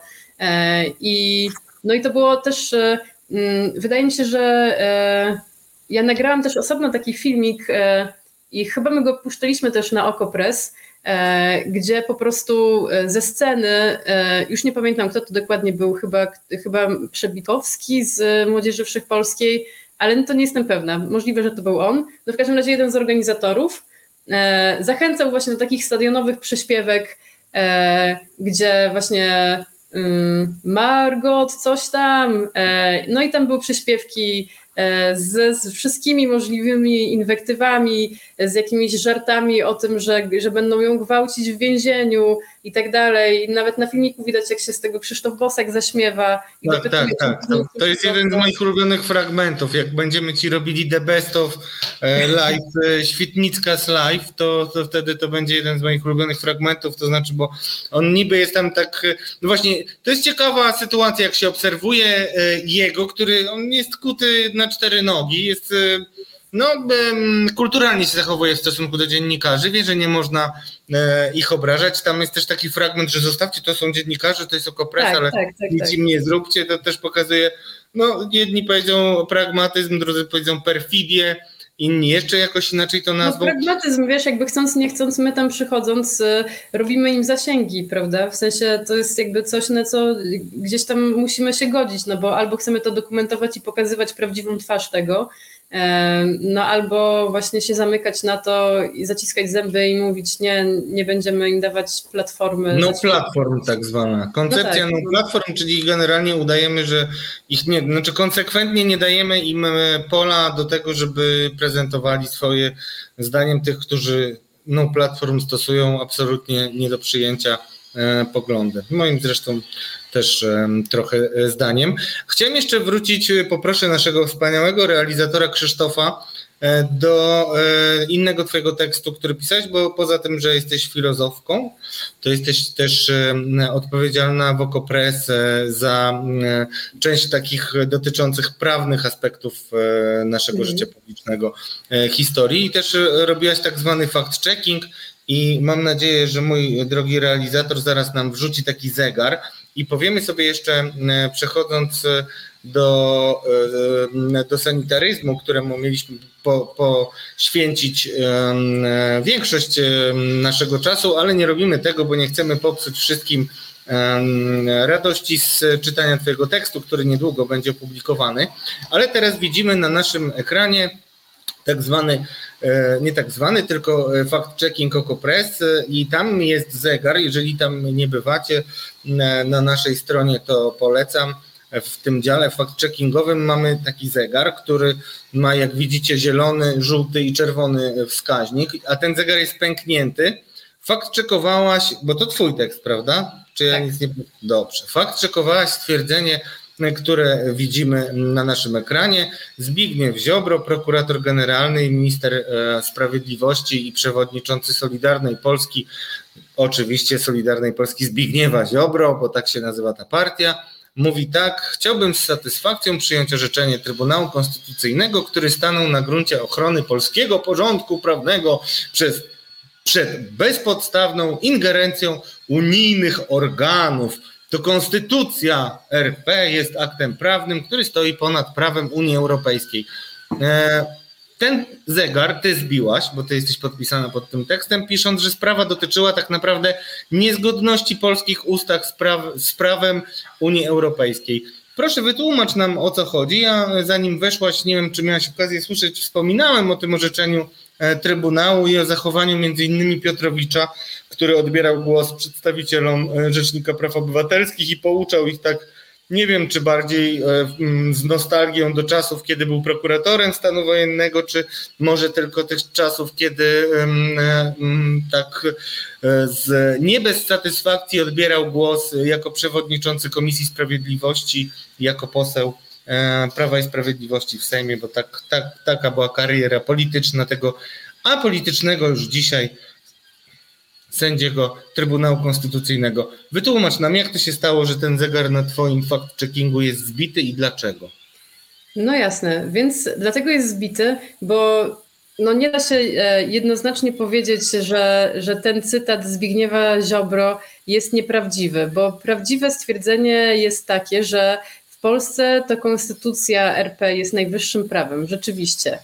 I to było też, wydaje mi się, że ja nagrałam też osobno taki filmik i chyba my go puszczaliśmy też na Okopress, gdzie po prostu ze sceny, już nie pamiętam kto to dokładnie był, chyba Przebitowski z Młodzieży Wszechpolskiej, ale to nie jestem pewna, możliwe, że to był on. No w każdym razie jeden z organizatorów zachęcał właśnie do takich stadionowych przyśpiewek, gdzie właśnie Margot, coś tam, no i tam były przyśpiewki z wszystkimi możliwymi inwektywami, z jakimiś żartami o tym, że będą ją gwałcić w więzieniu i tak dalej. Nawet na filmiku widać, jak się z tego Krzysztof Bosak zaśmiewa. I tak. To jest jeden z moich ulubionych fragmentów. Jak będziemy ci robili The Best of Live, Świetnicka's Live, to wtedy to będzie jeden z moich ulubionych fragmentów, to znaczy, bo on niby jest tam tak, no właśnie, to jest ciekawa sytuacja, jak się obserwuje jego, on jest kuty na 4 nogi, jest kulturalnie się zachowuje w stosunku do dziennikarzy, wie, że nie można ich obrażać. Tam jest też taki fragment, że zostawcie, to są dziennikarze, to jest Okopres, ale nic im nie zróbcie. To też pokazuje, jedni powiedzą pragmatyzm, drudzy powiedzą perfidię inni jeszcze jakoś inaczej to nazwą. No pragmatyzm, wiesz, jakby chcąc, nie chcąc, my tam przychodząc robimy im zasięgi, prawda? W sensie to jest jakby coś, na co gdzieś tam musimy się godzić, no bo albo chcemy to dokumentować i pokazywać prawdziwą twarz tego, no albo właśnie się zamykać na to i zaciskać zęby i mówić nie będziemy im dawać platformy. No platform tak zwana. Koncepcja no platform, czyli generalnie udajemy, że ich nie, znaczy konsekwentnie nie dajemy im pola do tego, żeby prezentowali swoje zdaniem tych, którzy no platform stosują absolutnie nie do przyjęcia poglądy. Moim zresztą też trochę zdaniem. Chciałem jeszcze wrócić, poproszę naszego wspaniałego realizatora Krzysztofa do innego twojego tekstu, który pisałeś, bo poza tym, że jesteś filozofką, to jesteś też odpowiedzialna w Okopress za część takich dotyczących prawnych aspektów naszego życia publicznego, historii i też robiłaś tak zwany fact-checking i mam nadzieję, że mój drogi realizator zaraz nam wrzuci taki zegar i powiemy sobie jeszcze, przechodząc do sanitaryzmu, któremu mieliśmy poświęcić większość naszego czasu, ale nie robimy tego, bo nie chcemy popsuć wszystkim radości z czytania twojego tekstu, który niedługo będzie opublikowany, ale teraz widzimy na naszym ekranie tak zwany, nie tak zwany, tylko fact-checking Okopress i tam jest zegar, jeżeli tam nie bywacie na naszej stronie, to polecam. W tym dziale fact-checkingowym mamy taki zegar, który ma, jak widzicie, zielony, żółty i czerwony wskaźnik, a ten zegar jest pęknięty. Fact-checkowałaś, bo to twój tekst, prawda? Czy ja nic nie... Dobrze. Fact-checkowałaś stwierdzenie, które widzimy na naszym ekranie. Zbigniew Ziobro, prokurator generalny i minister sprawiedliwości i przewodniczący Solidarnej Polski, oczywiście Solidarnej Polski Zbigniewa Ziobro, bo tak się nazywa ta partia, mówi tak: chciałbym z satysfakcją przyjąć orzeczenie Trybunału Konstytucyjnego, który stanął na gruncie ochrony polskiego porządku prawnego przed bezpodstawną ingerencją unijnych organów. To Konstytucja RP jest aktem prawnym, który stoi ponad prawem Unii Europejskiej. Ten zegar ty zbiłaś, bo ty jesteś podpisana pod tym tekstem, pisząc, że sprawa dotyczyła tak naprawdę niezgodności polskich ustaw z prawem Unii Europejskiej. Proszę, wytłumacz nam, o co chodzi. Ja zanim weszłaś, nie wiem, czy miałaś okazję słyszeć, wspominałem o tym orzeczeniu Trybunału i o zachowaniu między innymi Piotrowicza, który odbierał głos przedstawicielom Rzecznika Praw Obywatelskich i pouczał ich tak, nie wiem, czy bardziej z nostalgią do czasów, kiedy był prokuratorem stanu wojennego, czy może tylko tych czasów, kiedy tak nie bez satysfakcji odbierał głos jako przewodniczący Komisji Sprawiedliwości, jako poseł Prawa i Sprawiedliwości w Sejmie, bo taka była kariera polityczna tego apolitycznego już dzisiaj sędziego Trybunału Konstytucyjnego. Wytłumacz nam, jak to się stało, że ten zegar na twoim fact-checkingu jest zbity i dlaczego? No jasne, więc dlatego jest zbity, bo no nie da się jednoznacznie powiedzieć, że ten cytat Zbigniewa Ziobro jest nieprawdziwy, bo prawdziwe stwierdzenie jest takie, że w Polsce to konstytucja RP jest najwyższym prawem, rzeczywiście.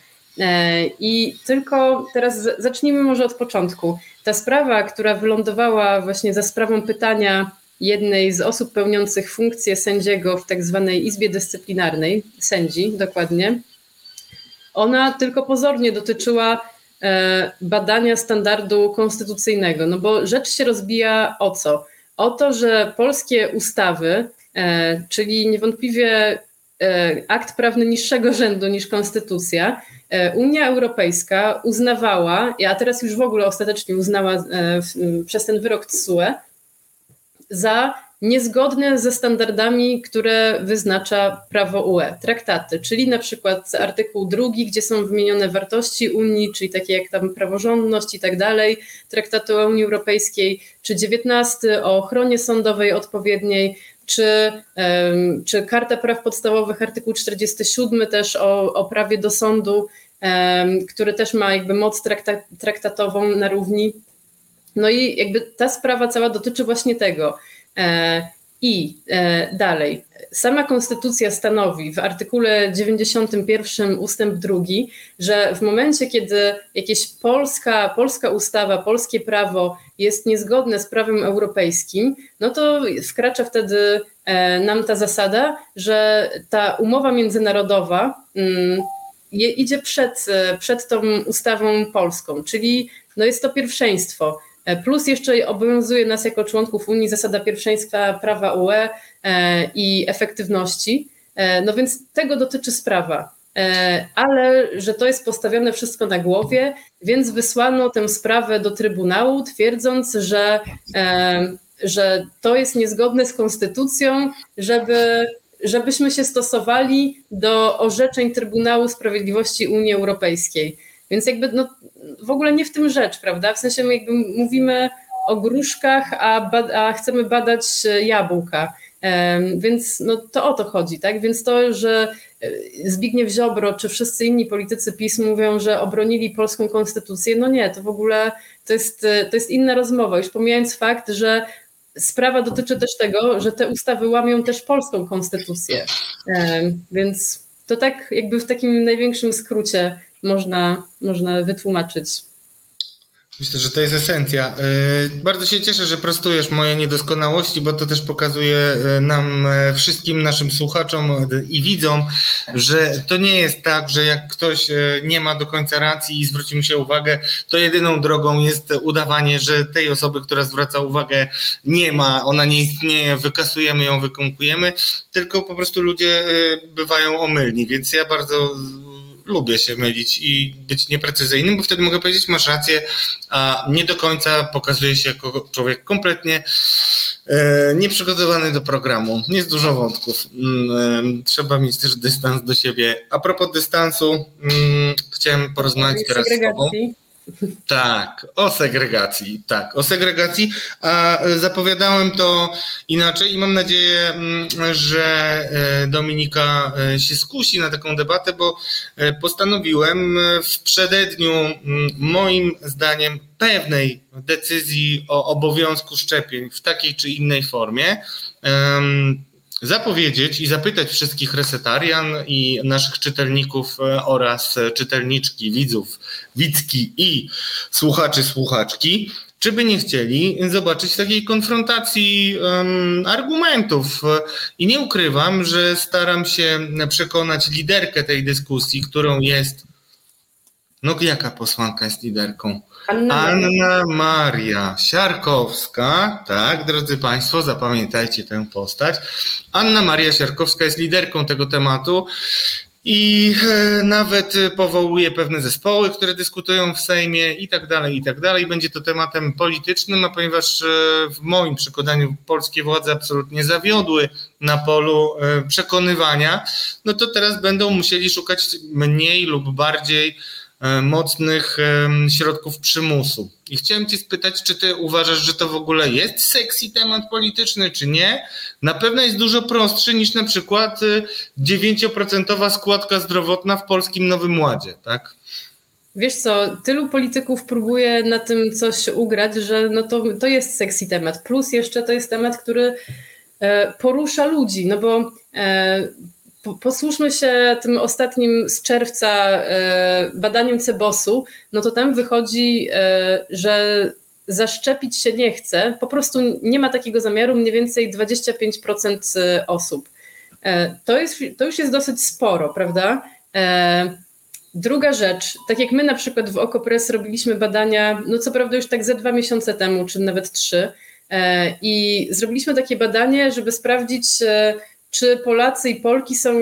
I tylko teraz zacznijmy może od początku. Ta sprawa, która wylądowała właśnie za sprawą pytania jednej z osób pełniących funkcję sędziego w tak zwanej Izbie Dyscyplinarnej, sędzi dokładnie, ona tylko pozornie dotyczyła badania standardu konstytucyjnego, no bo rzecz się rozbija o co? O to, że polskie ustawy, czyli niewątpliwie akt prawny niższego rzędu niż konstytucja, Unia Europejska uznawała, a teraz już w ogóle ostatecznie uznała przez ten wyrok TSUE, za niezgodne ze standardami, które wyznacza prawo UE, traktaty, czyli na przykład artykuł 2, gdzie są wymienione wartości Unii, czyli takie jak tam praworządność i tak dalej, traktatu o Unii Europejskiej, czy 19 o ochronie sądowej odpowiedniej, czy Karta Praw Podstawowych, artykuł 47 też o prawie do sądu, który też ma jakby moc traktatową na równi. No i jakby ta sprawa cała dotyczy właśnie tego. I dalej, sama konstytucja stanowi w artykule 91 ustęp 2, że w momencie, kiedy jakieś polska ustawa, polskie prawo jest niezgodne z prawem europejskim, no to wkracza wtedy nam ta zasada, że ta umowa międzynarodowa idzie przed tą ustawą polską, czyli no jest to pierwszeństwo. Plus jeszcze obowiązuje nas jako członków Unii zasada pierwszeństwa prawa UE i efektywności. No więc tego dotyczy sprawa. Ale że to jest postawione wszystko na głowie, więc wysłano tę sprawę do Trybunału, twierdząc, że to jest niezgodne z konstytucją, żebyśmy się stosowali do orzeczeń Trybunału Sprawiedliwości Unii Europejskiej. Więc jakby no, w ogóle nie w tym rzecz, prawda? W sensie my jakby mówimy o gruszkach, a chcemy badać jabłka. Więc no, to o to chodzi, tak? Więc to, że Zbigniew Ziobro czy wszyscy inni politycy PiS mówią, że obronili polską konstytucję, no nie, to w ogóle to jest inna rozmowa. Już pomijając fakt, że sprawa dotyczy też tego, że te ustawy łamią też polską konstytucję. Więc to tak jakby w takim największym skrócie można wytłumaczyć. Myślę, że to jest esencja. Bardzo się cieszę, że prostujesz moje niedoskonałości, bo to też pokazuje nam, wszystkim naszym słuchaczom i widzom, że to nie jest tak, że jak ktoś nie ma do końca racji i zwróci mu się uwagę, to jedyną drogą jest udawanie, że tej osoby, która zwraca uwagę, nie ma, ona nie istnieje, wykasujemy ją, wykąkujemy, tylko po prostu ludzie bywają omylni, więc ja bardzo lubię się mylić i być nieprecyzyjnym, bo wtedy mogę powiedzieć, masz rację, a nie do końca pokazuje się jako człowiek kompletnie nieprzygotowany do programu. Jest dużo wątków. Trzeba mieć też dystans do siebie. A propos dystansu, chciałem porozmawiać teraz z tobą. Tak, o segregacji, a zapowiadałem to inaczej i mam nadzieję, że Dominika się skusi na taką debatę, bo postanowiłem w przededniu moim zdaniem pewnej decyzji o obowiązku szczepień w takiej czy innej formie zapowiedzieć i zapytać wszystkich resetarian i naszych czytelników oraz czytelniczki, widzów, widzki i słuchaczy, słuchaczki, czy by nie chcieli zobaczyć takiej konfrontacji argumentów. I nie ukrywam, że staram się przekonać liderkę tej dyskusji, którą jest, no jaka posłanka jest liderką? Anna Maria Siarkowska, tak, drodzy Państwo, zapamiętajcie tę postać. Anna Maria Siarkowska jest liderką tego tematu i nawet powołuje pewne zespoły, które dyskutują w Sejmie i tak dalej. Będzie to tematem politycznym, a ponieważ w moim przekonaniu polskie władze absolutnie zawiodły na polu przekonywania, no to teraz będą musieli szukać mniej lub bardziej mocnych środków przymusu. I chciałem cię spytać, czy ty uważasz, że to w ogóle jest sexy temat polityczny, czy nie? Na pewno jest dużo prostszy niż na przykład 9% składka zdrowotna w Polskim Nowym Ładzie, tak? Wiesz co, tylu polityków próbuje na tym coś ugrać, że no to jest sexy temat. Plus jeszcze to jest temat, który porusza ludzi, no bo posłuszmy się tym ostatnim z czerwca badaniem CBOS-u, no to tam wychodzi, że zaszczepić się nie chce, po prostu nie ma takiego zamiaru mniej więcej 25% osób. To już jest dosyć sporo, prawda? Druga rzecz, tak jak my na przykład w OKO.press robiliśmy badania, no co prawda już tak ze 2 miesiące temu, czy nawet 3, i zrobiliśmy takie badanie, żeby sprawdzić, czy Polacy i Polki są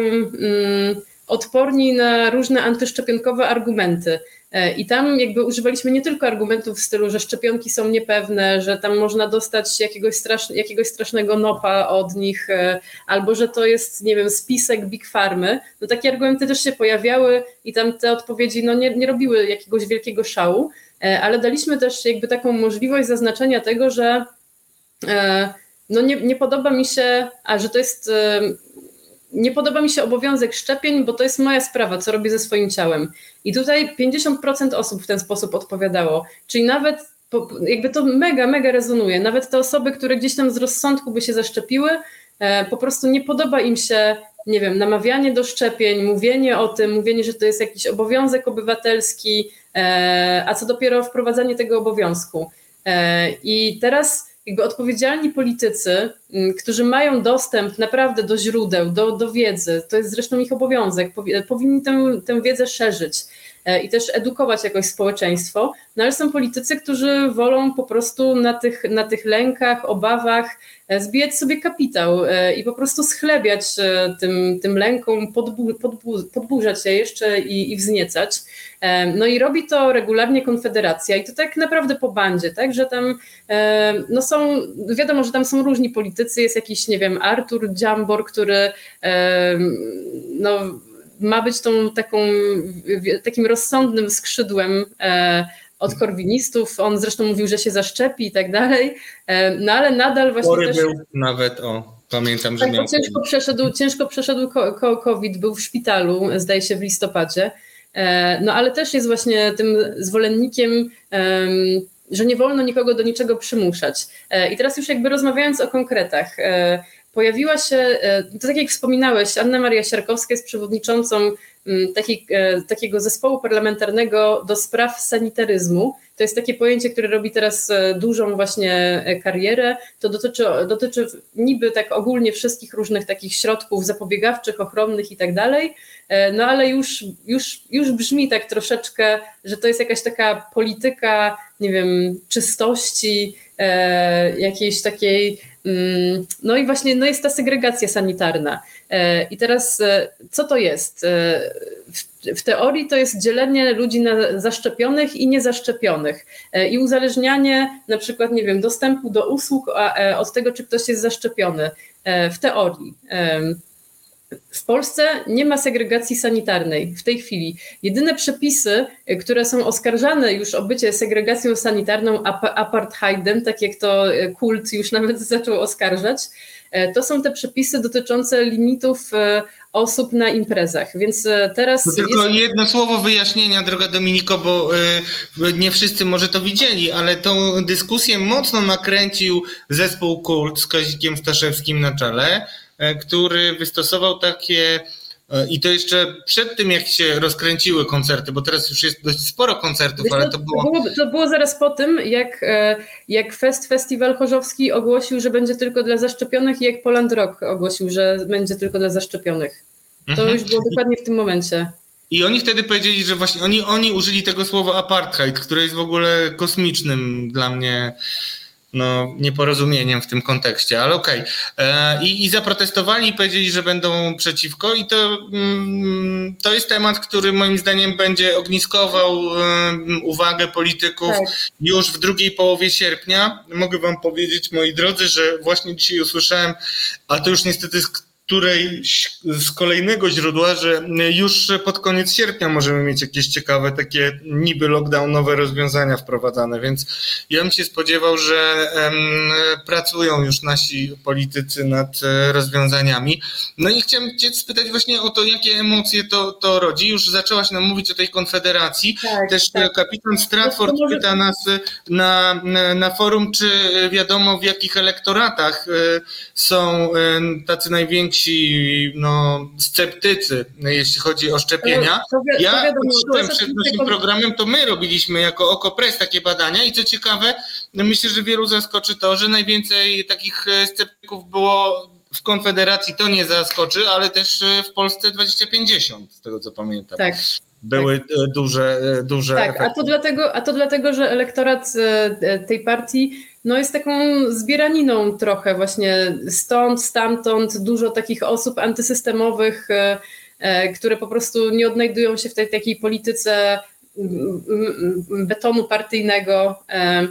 odporni na różne antyszczepionkowe argumenty. I tam jakby używaliśmy nie tylko argumentów w stylu, że szczepionki są niepewne, że tam można dostać jakiegoś strasznego nopa od nich, albo że to jest, nie wiem, spisek Big Pharmy. No takie argumenty też się pojawiały i tam te odpowiedzi no nie robiły jakiegoś wielkiego szału, ale daliśmy też jakby taką możliwość zaznaczenia tego, że no nie podoba mi się, że to jest, nie podoba mi się obowiązek szczepień, bo to jest moja sprawa, co robię ze swoim ciałem. I tutaj 50% osób w ten sposób odpowiadało, czyli nawet jakby to mega rezonuje. Nawet te osoby, które gdzieś tam z rozsądku by się zaszczepiły, po prostu nie podoba im się, nie wiem, namawianie do szczepień, mówienie o tym, mówienie, że to jest jakiś obowiązek obywatelski, a co dopiero wprowadzanie tego obowiązku. I teraz jakby odpowiedzialni politycy, którzy mają dostęp naprawdę do źródeł, do wiedzy, to jest zresztą ich obowiązek, powinni tę wiedzę szerzyć i też edukować jakoś społeczeństwo, no ale są politycy, którzy wolą po prostu na tych lękach, obawach zbijać sobie kapitał i po prostu schlebiać tym lękom, podburzać je jeszcze i wzniecać. No i robi to regularnie Konfederacja i to tak naprawdę po bandzie, tak, że tam no są, wiadomo, że tam są różni politycy, jest jakiś, nie wiem, Artur Dziambor, który no ma być takim rozsądnym skrzydłem od korwinistów. On zresztą mówił, że się zaszczepi i tak dalej, no ale nadal właśnie Chory też... był nawet, pamiętam, że tak, miał... Ciężko przeszedł COVID, był w szpitalu, zdaje się w listopadzie, no ale też jest właśnie tym zwolennikiem, że nie wolno nikogo do niczego przymuszać. I teraz już jakby rozmawiając o konkretach, pojawiła się, to tak jak wspominałeś, Anna Maria Siarkowska jest przewodniczącą takiego zespołu parlamentarnego do spraw sanitaryzmu. To jest takie pojęcie, które robi teraz dużą właśnie karierę. To dotyczy niby tak ogólnie wszystkich różnych takich środków zapobiegawczych, ochronnych i tak dalej, no ale już brzmi tak troszeczkę, że to jest jakaś taka polityka, nie wiem, czystości, jakiejś takiej, no i właśnie no jest ta segregacja sanitarna. I teraz co to jest? W teorii to jest dzielenie ludzi na zaszczepionych i niezaszczepionych i uzależnianie na przykład, nie wiem, dostępu do usług od tego, czy ktoś jest zaszczepiony. W teorii. W Polsce nie ma segregacji sanitarnej w tej chwili. Jedyne przepisy, które są oskarżane już o bycie segregacją sanitarną, apartheidem, tak jak to kult już nawet zaczął oskarżać, to są te przepisy dotyczące limitów osób na imprezach, więc teraz... To tylko jedno słowo wyjaśnienia, droga Dominiko, bo nie wszyscy może to widzieli, ale tą dyskusję mocno nakręcił zespół Kult z Kazikiem Staszewskim na czele, który wystosował takie, i to jeszcze przed tym, jak się rozkręciły koncerty, bo teraz już jest dość sporo koncertów, ale to było zaraz po tym, jak Festiwal Chorzowski ogłosił, że będzie tylko dla zaszczepionych i jak Poland Rock ogłosił, że będzie tylko dla zaszczepionych. To już było dokładnie w tym momencie. I oni wtedy powiedzieli, że właśnie oni użyli tego słowa apartheid, które jest w ogóle kosmicznym dla mnie nieporozumieniem w tym kontekście, ale okej. I zaprotestowali i powiedzieli, że będą przeciwko i to jest temat, który moim zdaniem będzie ogniskował uwagę polityków już w drugiej połowie sierpnia. Mogę wam powiedzieć, moi drodzy, że właśnie dzisiaj usłyszałem, a to już niestety z kolejnego źródła, że już pod koniec sierpnia możemy mieć jakieś ciekawe takie niby lockdownowe rozwiązania wprowadzane, więc ja bym się spodziewał, że pracują już nasi politycy nad rozwiązaniami. No i chciałem cię spytać właśnie o to, jakie emocje to rodzi. Już zaczęłaś nam mówić o tej konfederacji. Też kapitan Stratford pyta nas na forum, czy wiadomo, w jakich elektoratach są tacy najwięksi sceptycy, jeśli chodzi o szczepienia. Ja patrzyłem przed naszym programem, to my robiliśmy jako OKO.press takie badania i co ciekawe, myślę, że wielu zaskoczy to, że najwięcej takich sceptyków było w Konfederacji, to nie zaskoczy, ale też w Polsce 2050, z tego co pamiętam. Tak. Były duże tak, efekty. A to dlatego, że elektorat tej partii jest taką zbieraniną trochę właśnie stąd, stamtąd, dużo takich osób antysystemowych, które po prostu nie odnajdują się w tej takiej polityce betonu partyjnego.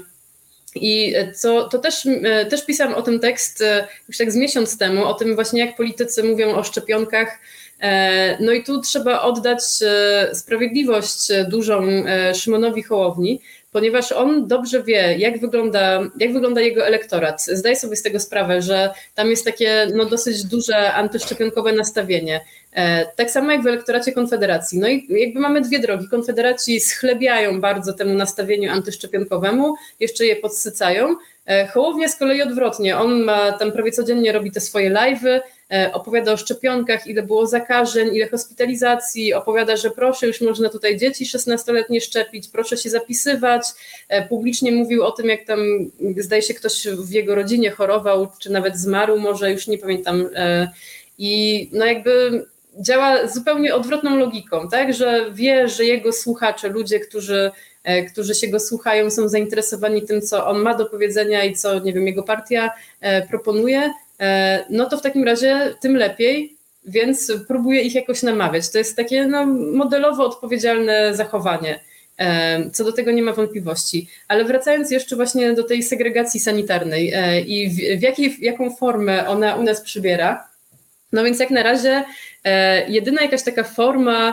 I to też pisałam o tym tekst już tak z miesiąc temu, o tym właśnie jak politycy mówią o szczepionkach. No i tu trzeba oddać sprawiedliwość dużą Szymonowi Hołowni, ponieważ on dobrze wie, jak wygląda jego elektorat. Zdaje sobie z tego sprawę, że tam jest takie dosyć duże antyszczepionkowe nastawienie. Tak samo jak w elektoracie Konfederacji. No i jakby mamy dwie drogi. Konfederaci schlebiają bardzo temu nastawieniu antyszczepionkowemu, jeszcze je podsycają. Hołownia z kolei odwrotnie. On tam prawie codziennie robi te swoje live'y, opowiada o szczepionkach, ile było zakażeń, ile hospitalizacji, opowiada, że proszę, już można tutaj dzieci 16-letnie szczepić, proszę się zapisywać. Publicznie mówił o tym, jak tam, zdaje się, ktoś w jego rodzinie chorował, czy nawet zmarł, może już nie pamiętam. I jakby działa zupełnie odwrotną logiką, tak, że wie, że jego słuchacze, ludzie, którzy się go słuchają, są zainteresowani tym, co on ma do powiedzenia i co, nie wiem, jego partia proponuje, no to w takim razie tym lepiej, więc próbuje ich jakoś namawiać. To jest takie modelowo odpowiedzialne zachowanie. Co do tego nie ma wątpliwości. Ale wracając jeszcze właśnie do tej segregacji sanitarnej i jaką formę ona u nas przybiera, no więc jak na razie jedyna jakaś taka forma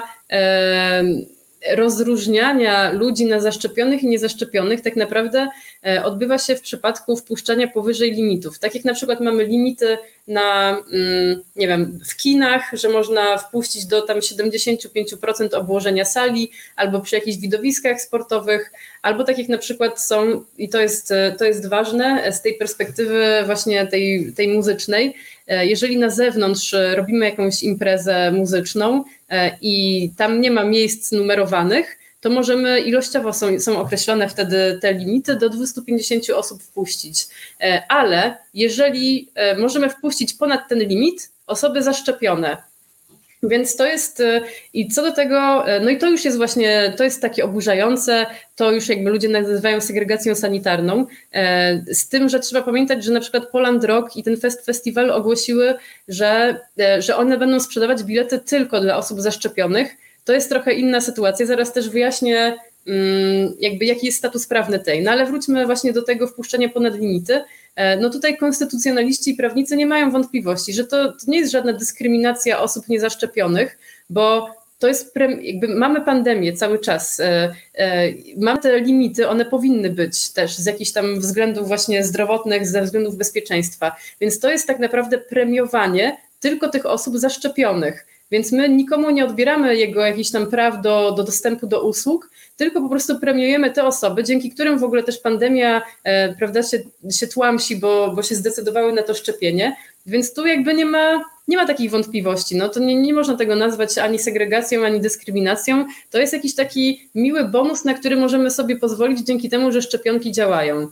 rozróżniania ludzi na zaszczepionych i niezaszczepionych tak naprawdę odbywa się w przypadku wpuszczania powyżej limitów. Tak jak na przykład mamy limity na, nie wiem, w kinach, że można wpuścić do tam 75% obłożenia sali, albo przy jakichś widowiskach sportowych, albo tak jak na przykład są, i to jest ważne z tej perspektywy właśnie tej muzycznej, jeżeli na zewnątrz robimy jakąś imprezę muzyczną i tam nie ma miejsc numerowanych, to możemy ilościowo są określone wtedy te limity do 250 osób wpuścić. Ale jeżeli możemy wpuścić ponad ten limit osoby zaszczepione, więc to jest, i co do tego, no i to już jest właśnie, to jest takie oburzające, to już jakby ludzie nazywają segregacją sanitarną, z tym, że trzeba pamiętać, że na przykład Poland Rock i ten festiwal ogłosiły, że one będą sprzedawać bilety tylko dla osób zaszczepionych. To jest trochę inna sytuacja, zaraz też wyjaśnię jakby jaki jest status prawny tej. No ale wróćmy właśnie do tego wpuszczenia ponad limity. No tutaj konstytucjonaliści i prawnicy nie mają wątpliwości, że to nie jest żadna dyskryminacja osób niezaszczepionych, bo to jest, jakby mamy pandemię cały czas, mamy te limity, one powinny być też z jakichś tam względów właśnie zdrowotnych, ze względów bezpieczeństwa, więc to jest tak naprawdę premiowanie tylko tych osób zaszczepionych. Więc my nikomu nie odbieramy jego jakichś tam praw do dostępu do usług, tylko po prostu premiujemy te osoby, dzięki którym w ogóle też pandemia prawda, się tłamsi, bo się zdecydowały na to szczepienie. Więc tu jakby nie ma takich wątpliwości. No to nie można tego nazwać ani segregacją, ani dyskryminacją. To jest jakiś taki miły bonus, na który możemy sobie pozwolić dzięki temu, że szczepionki działają.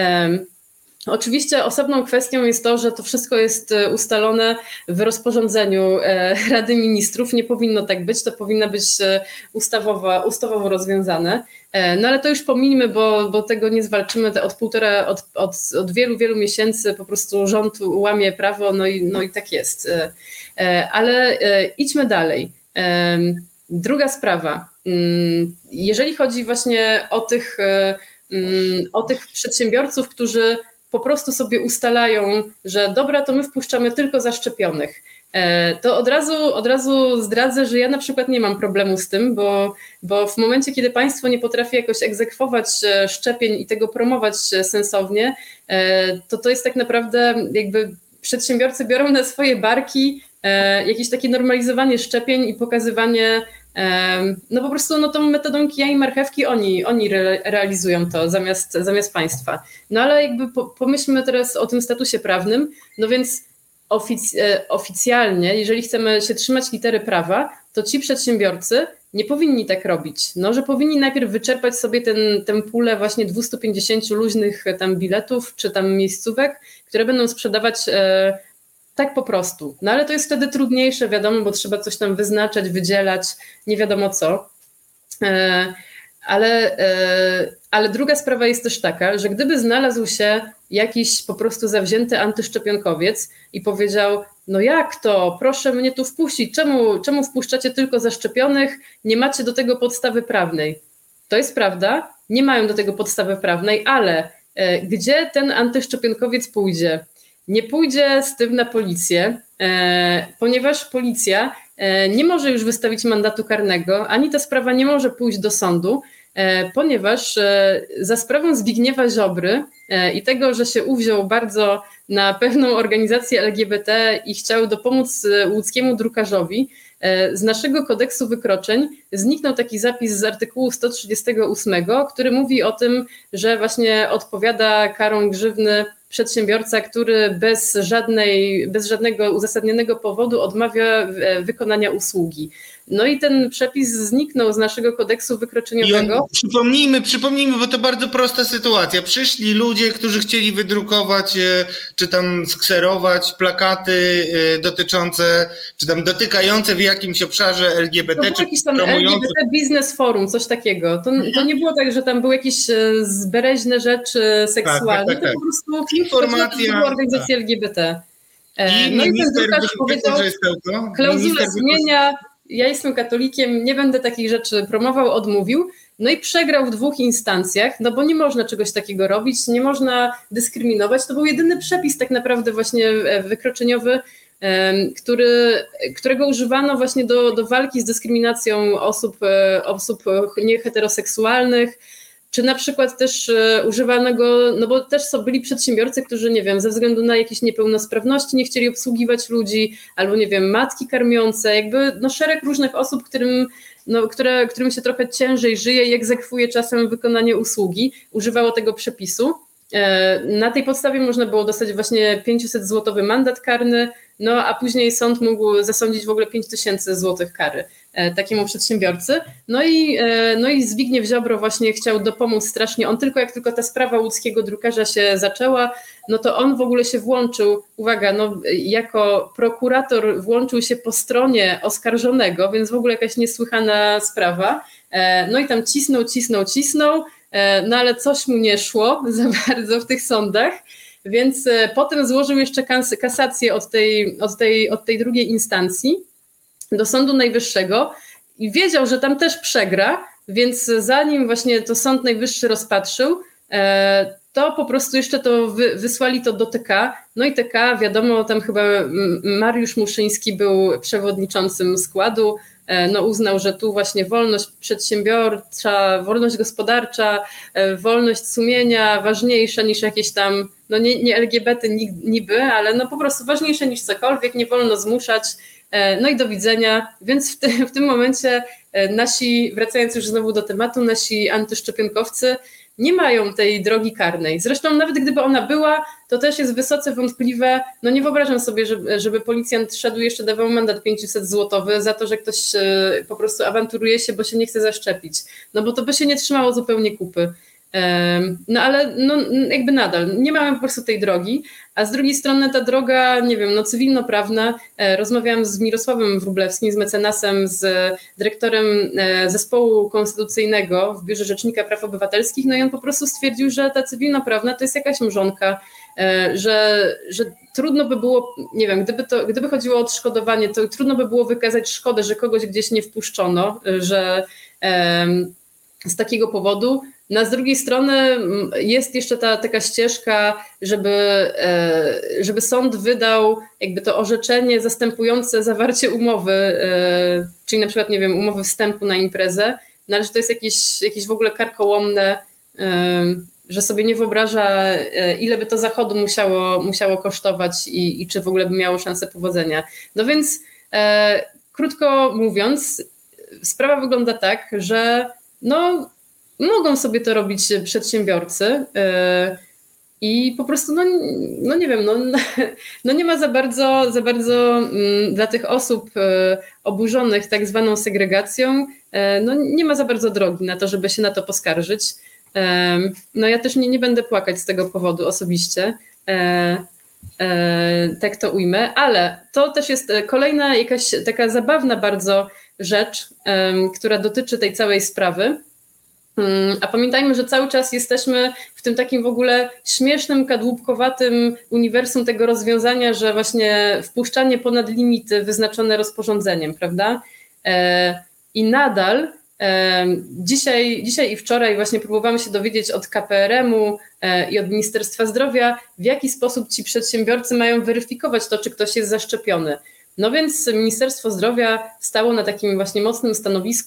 Oczywiście osobną kwestią jest to, że to wszystko jest ustalone w rozporządzeniu Rady Ministrów. Nie powinno tak być, to powinno być ustawowo rozwiązane. No ale to już pomińmy, bo tego nie zwalczymy. Od wielu miesięcy po prostu rząd łamie prawo, no i tak jest. Ale idźmy dalej. Druga sprawa. Jeżeli chodzi właśnie o tych przedsiębiorców, którzy po prostu sobie ustalają, że dobra, to my wpuszczamy tylko zaszczepionych. To od razu zdradzę, że ja na przykład nie mam problemu z tym, bo w momencie, kiedy państwo nie potrafi jakoś egzekwować szczepień i tego promować sensownie, to jest tak naprawdę jakby przedsiębiorcy biorą na swoje barki jakieś takie normalizowanie szczepień i pokazywanie, no po prostu tą metodą kija i marchewki oni realizują to zamiast państwa. No ale jakby pomyślmy teraz o tym statusie prawnym, no więc oficjalnie, jeżeli chcemy się trzymać litery prawa, to ci przedsiębiorcy nie powinni tak robić, no, że powinni najpierw wyczerpać sobie tę pulę właśnie 250 luźnych tam biletów czy tam miejscówek, które będą sprzedawać tak po prostu. No ale to jest wtedy trudniejsze, wiadomo, bo trzeba coś tam wyznaczać, wydzielać, nie wiadomo co. Ale druga sprawa jest też taka, że gdyby znalazł się jakiś po prostu zawzięty antyszczepionkowiec i powiedział, no jak to, proszę mnie tu wpuścić, czemu wpuszczacie tylko zaszczepionych, nie macie do tego podstawy prawnej. To jest prawda, nie mają do tego podstawy prawnej, ale gdzie ten antyszczepionkowiec pójdzie? Nie pójdzie z tym na policję, ponieważ policja nie może już wystawić mandatu karnego, ani ta sprawa nie może pójść do sądu, ponieważ za sprawą Zbigniewa Ziobry i tego, że się uwziął bardzo na pewną organizację LGBT i chciał dopomóc łódzkiemu drukarzowi, z naszego kodeksu wykroczeń zniknął taki zapis z artykułu 138, który mówi o tym, że właśnie odpowiada karą grzywny przedsiębiorca, który bez żadnego uzasadnionego powodu odmawia wykonania usługi. No i ten przepis zniknął z naszego kodeksu wykroczeniowego. Przypomnijmy, bo to bardzo prosta sytuacja. Przyszli ludzie, którzy chcieli wydrukować, czy tam skserować plakaty dotyczące, czy tam dotykające w jakimś obszarze LGBT. To był jakiś tam LGBT Business Forum, coś takiego. To nie było tak, że tam były jakieś zbereźne rzeczy seksualne, tak. To po prostu informacja, była organizacja LGBT. No i ten drukarz powiedział, klauzulę sumienia, ja jestem katolikiem, nie będę takich rzeczy promował, odmówił. No i przegrał w 2 instancjach, no bo nie można czegoś takiego robić, nie można dyskryminować. To był jedyny przepis tak naprawdę właśnie wykroczeniowy, którego używano właśnie do walki z dyskryminacją osób nieheteroseksualnych, czy na przykład też używano go, no bo też byli przedsiębiorcy, którzy, nie wiem, ze względu na jakieś niepełnosprawności nie chcieli obsługiwać ludzi, albo nie wiem, matki karmiące, jakby no szereg różnych osób, którym się trochę ciężej żyje i egzekwuje czasem wykonanie usługi, używało tego przepisu. Na tej podstawie można było dostać właśnie 500-złotowy mandat karny, no a później sąd mógł zasądzić w ogóle 5000 złotych kary takiemu przedsiębiorcy. No i Zbigniew Ziobro właśnie chciał dopomóc strasznie. On jak tylko ta sprawa łódzkiego drukarza się zaczęła, no to on w ogóle się włączył, uwaga, no jako prokurator włączył się po stronie oskarżonego, więc w ogóle jakaś niesłychana sprawa. No i tam cisnął, no ale coś mu nie szło za bardzo w tych sądach, więc potem złożył jeszcze kasację od tej drugiej instancji do Sądu Najwyższego i wiedział, że tam też przegra, więc zanim właśnie to Sąd Najwyższy rozpatrzył, to po prostu jeszcze to wysłali to do TK, no i TK, wiadomo, tam chyba Mariusz Muszyński był przewodniczącym składu, no uznał, że tu właśnie wolność przedsiębiorcza, wolność gospodarcza, wolność sumienia ważniejsza niż jakieś tam, no nie LGBT niby, ale no po prostu ważniejsze niż cokolwiek, nie wolno zmuszać, no i do widzenia, więc w tym momencie nasi, wracając już znowu do tematu, nasi antyszczepionkowcy nie mają tej drogi karnej. Zresztą nawet gdyby ona była, to też jest wysoce wątpliwe. No nie wyobrażam sobie, żeby policjant szedł i jeszcze dawał mandat 500 złotowy za to, że ktoś po prostu awanturuje się, bo się nie chce zaszczepić. No bo to by się nie trzymało zupełnie kupy. No ale no, jakby nadal nie mamy po prostu tej drogi, a z drugiej strony ta droga, nie wiem, no cywilnoprawna, rozmawiałam z Mirosławem Wróblewskim, z mecenasem, z dyrektorem zespołu konstytucyjnego w Biurze Rzecznika Praw Obywatelskich, no i on po prostu stwierdził, że ta cywilnoprawna to jest jakaś mrzonka, że trudno by było, nie wiem, gdyby chodziło o odszkodowanie, to trudno by było wykazać szkodę, że kogoś gdzieś nie wpuszczono, że z takiego powodu. No a z drugiej strony jest jeszcze ta taka ścieżka, żeby sąd wydał jakby to orzeczenie zastępujące zawarcie umowy, czyli na przykład, nie wiem, umowy wstępu na imprezę, no ale że to jest jakieś w ogóle karkołomne, że sobie nie wyobraża, ile by to zachodu musiało kosztować i czy w ogóle by miało szansę powodzenia. No więc krótko mówiąc, sprawa wygląda tak, że no mogą sobie to robić przedsiębiorcy i po prostu, no nie wiem, no nie ma za bardzo dla tych osób oburzonych tak zwaną segregacją, no nie ma za bardzo drogi na to, żeby się na to poskarżyć. No ja też nie będę płakać z tego powodu osobiście, tak to ujmę, ale to też jest kolejna jakaś taka zabawna bardzo rzecz, która dotyczy tej całej sprawy. A pamiętajmy, że cały czas jesteśmy w tym takim w ogóle śmiesznym, kadłubkowatym uniwersum tego rozwiązania, że właśnie wpuszczanie ponad limity wyznaczone rozporządzeniem, prawda? I nadal dzisiaj i wczoraj właśnie próbowałam się dowiedzieć od KPRM-u i od Ministerstwa Zdrowia, w jaki sposób ci przedsiębiorcy mają weryfikować to, czy ktoś jest zaszczepiony. No więc Ministerstwo Zdrowia stało na takim właśnie mocnym stanowisku,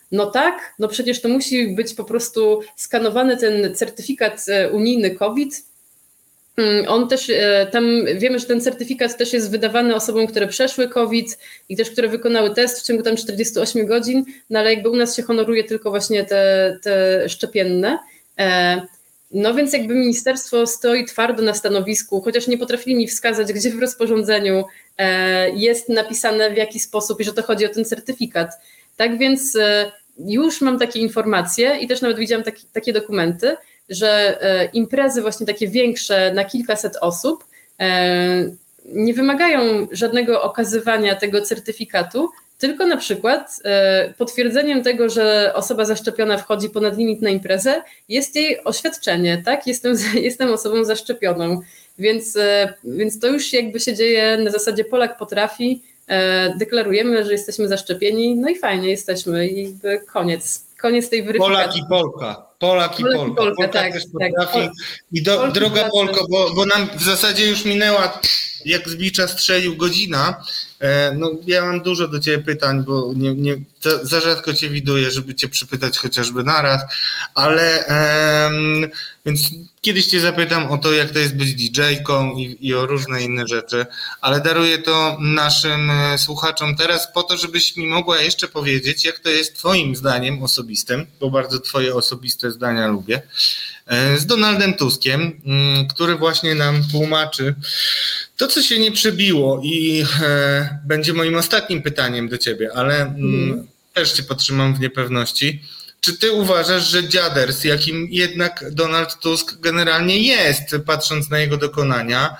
no tak, no przecież to musi być po prostu skanowany ten certyfikat unijny COVID. On też, tam wiemy, że ten certyfikat też jest wydawany osobom, które przeszły COVID i też, które wykonały test w ciągu tam 48 godzin, no ale jakby u nas się honoruje tylko właśnie te szczepienne. No więc jakby ministerstwo stoi twardo na stanowisku, chociaż nie potrafili mi wskazać, gdzie w rozporządzeniu jest napisane w jaki sposób i że to chodzi o ten certyfikat. Tak więc już mam takie informacje i też nawet widziałam takie dokumenty, że imprezy właśnie takie większe na kilkaset osób nie wymagają żadnego okazywania tego certyfikatu, tylko na przykład potwierdzeniem tego, że osoba zaszczepiona wchodzi ponad limit na imprezę, jest jej oświadczenie, tak? Jestem osobą zaszczepioną, więc to już jakby się dzieje na zasadzie Polak potrafi, deklarujemy, że jesteśmy zaszczepieni, no i fajnie jesteśmy i jakby koniec tej weryfikacji. Polak i Polka. Polak i Polka. Polka tak, też potrafi. tak. I droga Polko, bo nam w zasadzie już minęła, jak z bicza strzelił, godzina. No, ja mam dużo do ciebie pytań, bo za rzadko cię widuję, żeby cię przypytać chociażby naraz, ale więc kiedyś cię zapytam o to, jak to jest być DJ-ką i o różne inne rzeczy, ale daruję to naszym słuchaczom teraz po to, żebyś mi mogła jeszcze powiedzieć, jak to jest twoim zdaniem osobistym, bo bardzo twoje osobiste zdania lubię, z Donaldem Tuskiem, który właśnie nam tłumaczy to, co się nie przebiło i będzie moim ostatnim pytaniem do ciebie, ale też cię podtrzymam w niepewności. Czy ty uważasz, że dziaders, jakim jednak Donald Tusk generalnie jest, patrząc na jego dokonania,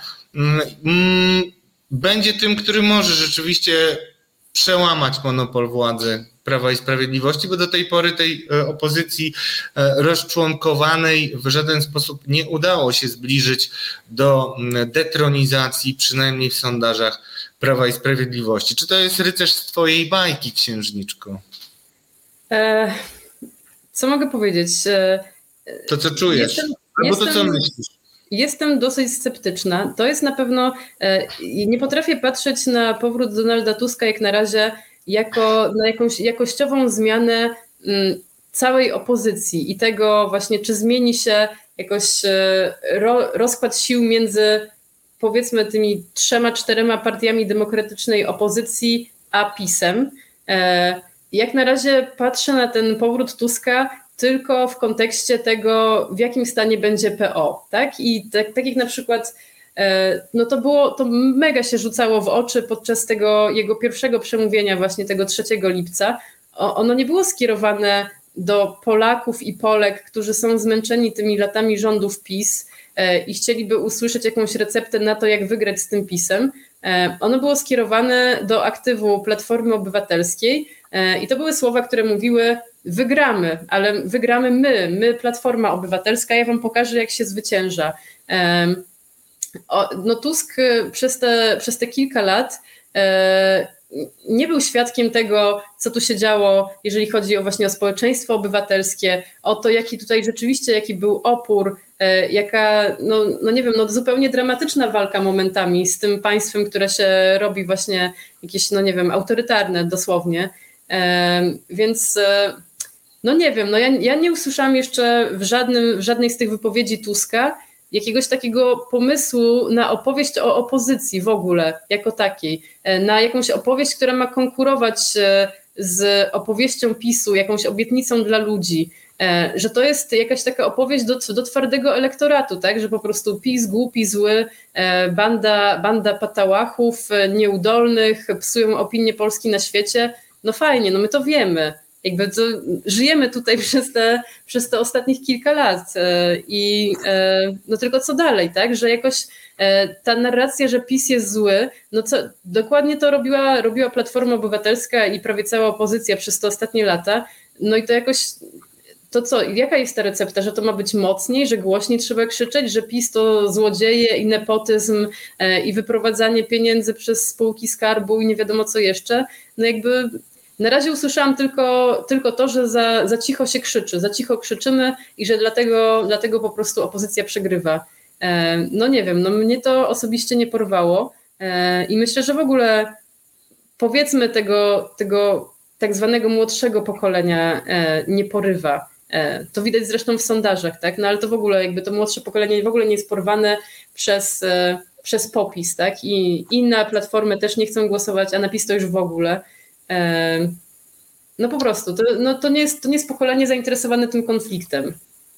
będzie tym, który może rzeczywiście przełamać monopol władzy Prawa i Sprawiedliwości, bo do tej pory tej opozycji rozczłonkowanej w żaden sposób nie udało się zbliżyć do detronizacji, przynajmniej w sondażach Prawa i Sprawiedliwości. Czy to jest rycerz z twojej bajki, księżniczko? Co mogę powiedzieć? To, co czujesz, albo to, co myślisz. Jestem dosyć sceptyczna. To jest na pewno, nie potrafię patrzeć na powrót Donalda Tuska jak na razie jako na jakąś jakościową zmianę całej opozycji i tego właśnie, czy zmieni się jakoś rozkład sił między powiedzmy tymi 3-4 partiami demokratycznej opozycji a PiS-em. Jak na razie patrzę na ten powrót Tuska tylko w kontekście tego, w jakim stanie będzie PO, tak? I tak jak na przykład no to mega się rzucało w oczy podczas tego jego pierwszego przemówienia właśnie tego 3 lipca. Ono nie było skierowane do Polaków i Polek, którzy są zmęczeni tymi latami rządów PiS i chcieliby usłyszeć jakąś receptę na to, jak wygrać z tym PiS-em. Ono było skierowane do aktywu Platformy Obywatelskiej i to były słowa, które mówiły: wygramy, ale wygramy my Platforma Obywatelska, ja wam pokażę, jak się zwycięża. No Tusk przez te kilka lat nie był świadkiem tego, co tu się działo, jeżeli chodzi o społeczeństwo obywatelskie, o to, jaki był opór, jaka, no nie wiem, zupełnie dramatyczna walka momentami z tym państwem, które się robi właśnie jakieś, no nie wiem, autorytarne dosłownie. Więc no nie wiem, ja nie usłyszałam jeszcze w żadnej z tych wypowiedzi Tuska jakiegoś takiego pomysłu na opowieść o opozycji w ogóle, jako takiej, na jakąś opowieść, która ma konkurować z opowieścią PiS-u, jakąś obietnicą dla ludzi, że to jest jakaś taka opowieść do twardego elektoratu, tak, że po prostu PiS głupi, zły, banda patałachów, nieudolnych, psują opinię Polski na świecie. No fajnie, no my to wiemy. Jakby to żyjemy tutaj przez te ostatnich kilka lat i no tylko co dalej, tak, że jakoś ta narracja, że PiS jest zły, no co dokładnie to robiła Platforma Obywatelska i prawie cała opozycja przez te ostatnie lata, no i to jakoś, to co, jaka jest ta recepta, że to ma być mocniej, że głośniej trzeba krzyczeć, że PiS to złodzieje i nepotyzm i wyprowadzanie pieniędzy przez spółki skarbu i nie wiadomo co jeszcze, no jakby na razie usłyszałam tylko to, że za cicho się krzyczy, za cicho krzyczymy i że dlatego po prostu opozycja przegrywa. No nie wiem, no mnie to osobiście nie porwało i myślę, że w ogóle powiedzmy tego tak zwanego młodszego pokolenia nie porywa. To widać zresztą w sondażach, tak? No ale to w ogóle jakby to młodsze pokolenie w ogóle nie jest porwane przez PO-PiS, tak? I inne platformy też nie chcą głosować, a na PiS to już w ogóle. No po prostu, to nie jest pokolenie zainteresowane tym konfliktem.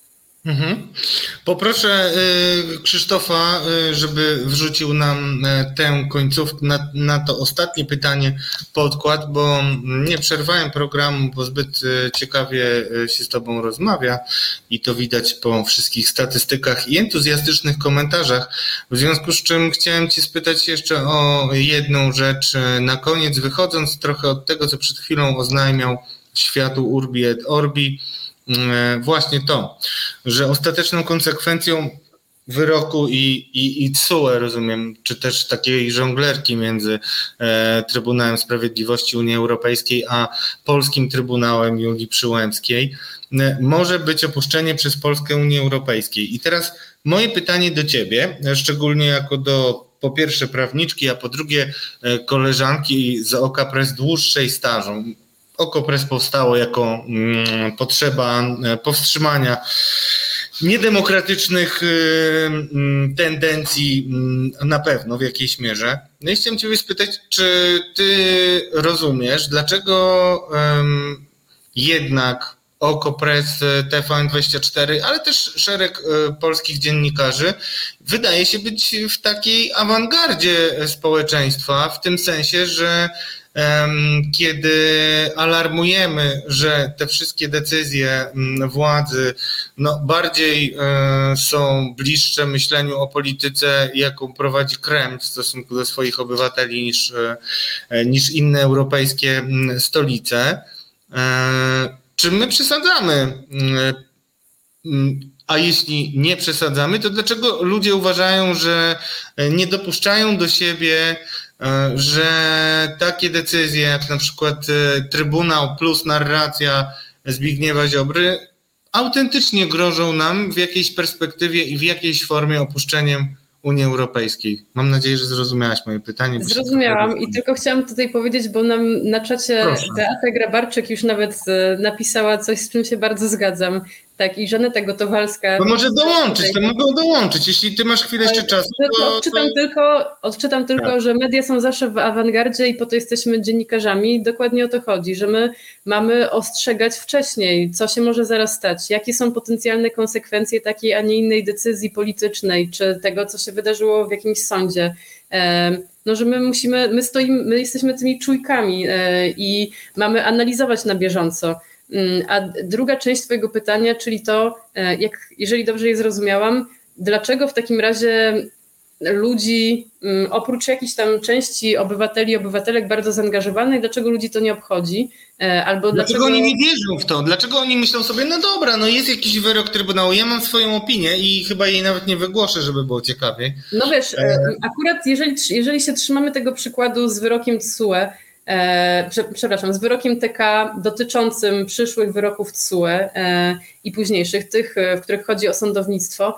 Poproszę Krzysztofa, żeby wrzucił nam tę końcówkę na to ostatnie pytanie podkład, bo nie przerwałem programu, bo zbyt ciekawie się z tobą rozmawia i to widać po wszystkich statystykach i entuzjastycznych komentarzach. W związku z czym chciałem cię spytać jeszcze o jedną rzecz na koniec, wychodząc trochę od tego, co przed chwilą oznajmiał światu Urbi et Orbi. Właśnie to, że ostateczną konsekwencją wyroku i TSUE, rozumiem, czy też takiej żonglerki między Trybunałem Sprawiedliwości Unii Europejskiej a Polskim Trybunałem Julii Przyłębskiej może być opuszczenie przez Polskę Unii Europejskiej. I teraz moje pytanie do ciebie, szczególnie jako do po pierwsze prawniczki, a po drugie koleżanki z OKO.press dłuższej stażu. OKO.press powstało jako potrzeba powstrzymania niedemokratycznych tendencji na pewno w jakiejś mierze. No i chciałem ciebie spytać, czy ty rozumiesz, dlaczego jednak OKO.press, TVN24, ale też szereg polskich dziennikarzy wydaje się być w takiej awangardzie społeczeństwa, w tym sensie, że kiedy alarmujemy, że te wszystkie decyzje władzy bardziej są bliższe myśleniu o polityce, jaką prowadzi Kreml w stosunku do swoich obywateli niż inne europejskie stolice, czy my przesadzamy? A jeśli nie przesadzamy, to dlaczego ludzie uważają, że nie dopuszczają do siebie, że takie decyzje jak na przykład Trybunał plus narracja Zbigniewa Ziobry autentycznie grożą nam w jakiejś perspektywie i w jakiejś formie opuszczeniem Unii Europejskiej? Mam nadzieję, że zrozumiałaś moje pytanie. Zrozumiałam i tylko chciałam tutaj powiedzieć, bo nam na czacie Beata Grabarczyk już nawet napisała coś, z czym się bardzo zgadzam. Tak, i Żaneta Gotowalska. To może dołączyć, to mogą dołączyć, jeśli ty masz chwilę jeszcze czasu. Odczytam tylko, że media są zawsze w awangardzie i po to jesteśmy dziennikarzami. Dokładnie o to chodzi, że my mamy ostrzegać wcześniej, co się może zaraz stać, jakie są potencjalne konsekwencje takiej, a nie innej decyzji politycznej, czy tego, co się wydarzyło w jakimś sądzie. Że my jesteśmy tymi czujkami i mamy analizować na bieżąco. A druga część twojego pytania, czyli to, jeżeli dobrze je zrozumiałam, dlaczego w takim razie ludzi, oprócz jakiejś tam części obywateli, obywatelek bardzo zaangażowanych, dlaczego ludzi to nie obchodzi? Albo dlaczego oni nie wierzą w to? Dlaczego oni myślą sobie, no dobra, jest jakiś wyrok Trybunału, ja mam swoją opinię i chyba jej nawet nie wygłoszę, żeby było ciekawiej. No wiesz, akurat jeżeli się trzymamy tego przykładu z wyrokiem TSUE, z wyrokiem TK dotyczącym przyszłych wyroków TSUE i późniejszych, tych, w których chodzi o sądownictwo,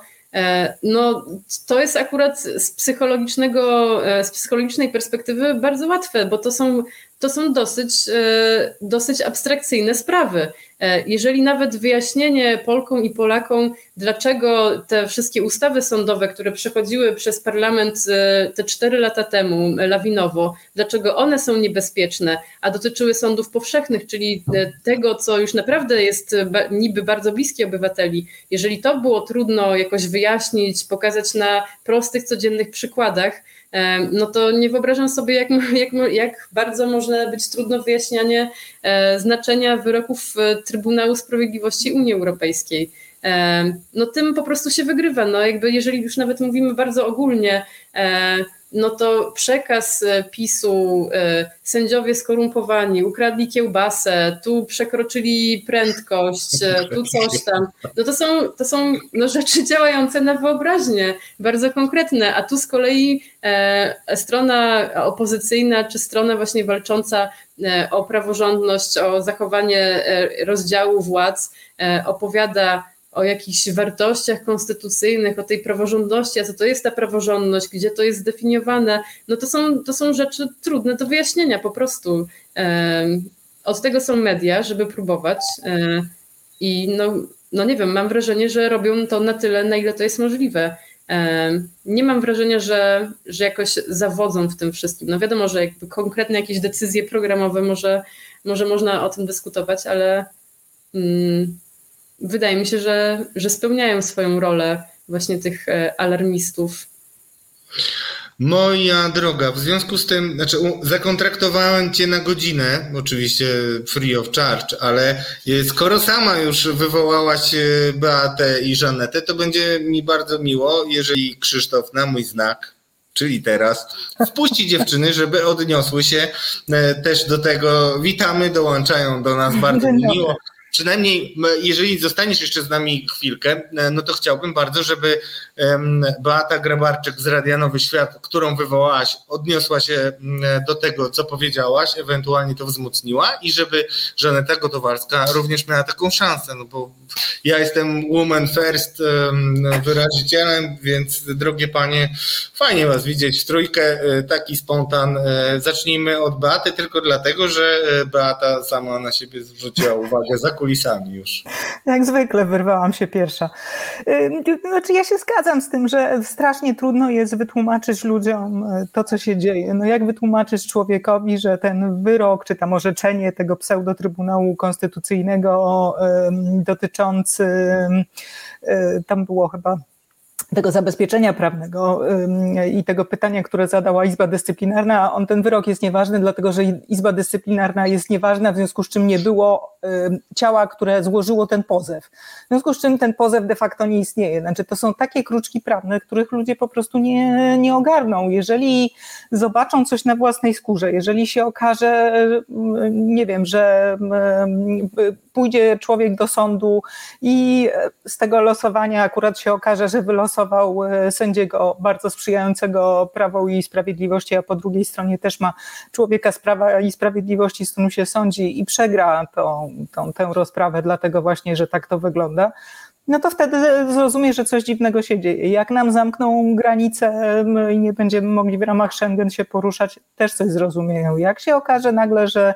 to jest akurat z psychologicznej perspektywy bardzo łatwe, bo to są dosyć abstrakcyjne sprawy. Jeżeli nawet wyjaśnienie Polkom i Polakom, dlaczego te wszystkie ustawy sądowe, które przechodziły przez parlament te 4 lata temu lawinowo, dlaczego one są niebezpieczne, a dotyczyły sądów powszechnych, czyli tego, co już naprawdę jest niby bardzo bliskie obywateli. Jeżeli to było trudno jakoś wyjaśnić, pokazać na prostych, codziennych przykładach, to nie wyobrażam sobie, jak bardzo może być trudno wyjaśnianie znaczenia wyroków Trybunału Sprawiedliwości Unii Europejskiej. Tym po prostu się wygrywa. Jeżeli już nawet mówimy bardzo ogólnie, to przekaz PiS-u, sędziowie skorumpowani, ukradli kiełbasę, tu przekroczyli prędkość, tu coś tam. To są rzeczy działające na wyobraźnię, bardzo konkretne, a tu z kolei strona opozycyjna, czy strona właśnie walcząca o praworządność, o zachowanie rozdziału władz, opowiada o jakichś wartościach konstytucyjnych, o tej praworządności, a co to jest ta praworządność, gdzie to jest zdefiniowane, to są rzeczy trudne do wyjaśnienia po prostu. od tego są media, żeby próbować i no nie wiem, mam wrażenie, że robią to na tyle, na ile to jest możliwe. Nie mam wrażenia, że jakoś zawodzą w tym wszystkim. No wiadomo, że jakby konkretne jakieś decyzje programowe może można o tym dyskutować, ale wydaje mi się, że spełniają swoją rolę właśnie tych alarmistów. Moja droga, w związku z tym, zakontraktowałem cię na godzinę, oczywiście free of charge, ale skoro sama już wywołałaś Beatę i Żanetę, to będzie mi bardzo miło, jeżeli Krzysztof na mój znak, czyli teraz, wpuści dziewczyny, żeby odniosły się też do tego. Witamy, dołączają do nas, bardzo mi miło. Przynajmniej jeżeli zostaniesz jeszcze z nami chwilkę, no to chciałbym bardzo, żeby Beata Grabarczyk z Radia Nowy Świat, którą wywołałaś, odniosła się do tego, co powiedziałaś, ewentualnie to wzmocniła i żeby Żaneta Gotowarska również miała taką szansę, no bo ja jestem woman first wyrazicielem, więc drogie panie, fajnie was widzieć w trójkę, taki spontan. Zacznijmy od Beaty tylko dlatego, że Beata sama na siebie zwróciła uwagę za kulisami już. Jak zwykle wyrwałam się pierwsza. Znaczy ja się zgadzam z tym, że strasznie trudno jest wytłumaczyć ludziom to, co się dzieje. No jak wytłumaczyć człowiekowi, że ten wyrok, czy tam orzeczenie tego pseudo-Trybunału Konstytucyjnego dotyczący, tam było chyba tego zabezpieczenia prawnego i tego pytania, które zadała Izba Dyscyplinarna, a ten wyrok jest nieważny, dlatego że Izba Dyscyplinarna jest nieważna, w związku z czym nie było ciała, które złożyło ten pozew. W związku z czym ten pozew de facto nie istnieje. Znaczy to są takie kruczki prawne, których ludzie po prostu nie ogarną. Jeżeli zobaczą coś na własnej skórze, jeżeli się okaże, nie wiem, że pójdzie człowiek do sądu i z tego losowania akurat się okaże, że wylosował sędziego bardzo sprzyjającego Prawu i Sprawiedliwości, a po drugiej stronie też ma człowieka z Prawa i Sprawiedliwości, z którym się sądzi i przegra tę rozprawę, dlatego właśnie, że tak to wygląda, no to wtedy zrozumie, że coś dziwnego się dzieje. Jak nam zamkną granice i nie będziemy mogli w ramach Schengen się poruszać, też coś zrozumieją. Jak się okaże nagle, że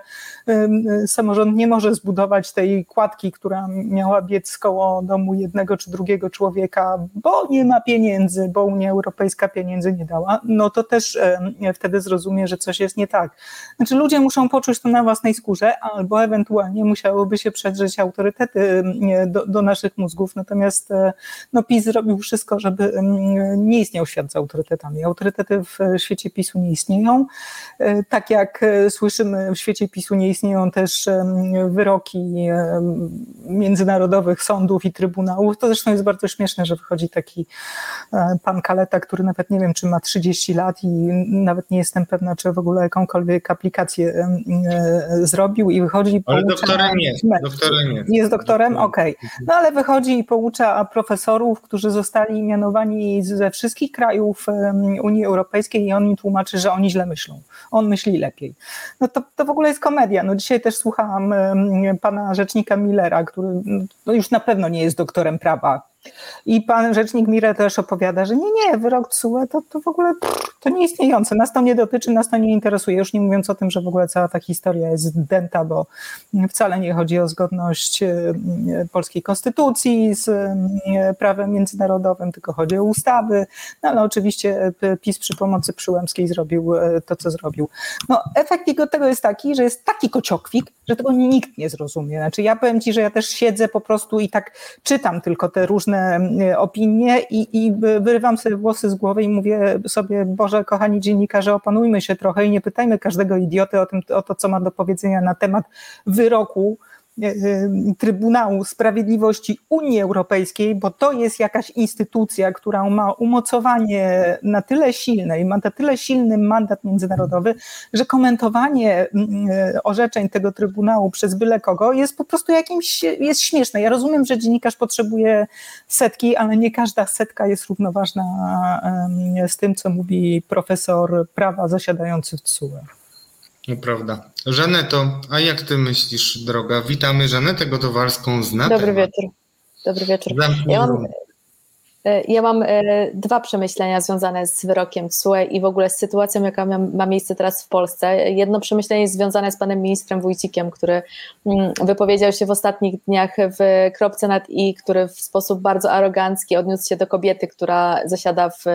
samorząd nie może zbudować tej kładki, która miała biec koło domu jednego czy drugiego człowieka, bo nie ma pieniędzy, bo Unia Europejska pieniędzy nie dała, no to też wtedy zrozumie, że coś jest nie tak. Znaczy ludzie muszą poczuć to na własnej skórze, albo ewentualnie musiałyby się przedrzeć autorytety do naszych mózgów. Natomiast no, PiS zrobił wszystko, żeby nie istniał świat z autorytetami. Autorytety w świecie PiS-u nie istnieją. Tak jak słyszymy, w świecie PiS-u nie istnieją też wyroki międzynarodowych sądów i trybunałów. To zresztą jest bardzo śmieszne, że wychodzi taki pan Kaleta, który nawet nie wiem, czy ma 30 lat i nawet nie jestem pewna, czy w ogóle jakąkolwiek aplikację zrobił i wychodzi i ale poucza... doktorem jest. Jest doktorem? Okej. No ale wychodzi i poucza profesorów, którzy zostali mianowani ze wszystkich krajów Unii Europejskiej i on im tłumaczy, że oni źle myślą. On myśli lepiej. No to w ogóle jest komedia. No dzisiaj też słuchałam pana rzecznika Millera, który no już na pewno nie jest doktorem prawa. I pan rzecznik Miller też opowiada, że nie, wyrok TSUE to w ogóle to nieistniejące, nas to nie dotyczy, nas to nie interesuje, już nie mówiąc o tym, że w ogóle cała ta historia jest dęta, bo wcale nie chodzi o zgodność polskiej konstytucji z prawem międzynarodowym, tylko chodzi o ustawy, no ale oczywiście PiS przy pomocy Przyłębskiej zrobił to, co zrobił. No efekt tego jest taki, że jest taki kociokwik, że tego nikt nie zrozumie. Znaczy ja powiem ci, że ja też siedzę po prostu i tak czytam tylko te różne opinie i wyrywam sobie włosy z głowy i mówię sobie, Boże, kochani dziennikarze, opanujmy się trochę i nie pytajmy każdego idioty o to, co ma do powiedzenia na temat wyroku Trybunału Sprawiedliwości Unii Europejskiej, bo to jest jakaś instytucja, która ma umocowanie na tyle silne i ma na tyle silny mandat międzynarodowy, że komentowanie orzeczeń tego Trybunału przez byle kogo jest po prostu jest śmieszne. Ja rozumiem, że dziennikarz potrzebuje setki, ale nie każda setka jest równoważna z tym, co mówi profesor prawa zasiadający w TSUE. No prawda. Żaneto, a jak ty myślisz, droga? Witamy Żanetę Gotowarską z Na Dobry temat. wieczór. Dobry wieczór. Ja mam dwa przemyślenia związane z wyrokiem TSUE i w ogóle z sytuacją, jaka ma miejsce teraz w Polsce. Jedno przemyślenie jest związane z panem ministrem Wójcikiem, który wypowiedział się w ostatnich dniach w kropce nad i, który w sposób bardzo arogancki odniósł się do kobiety, która zasiada w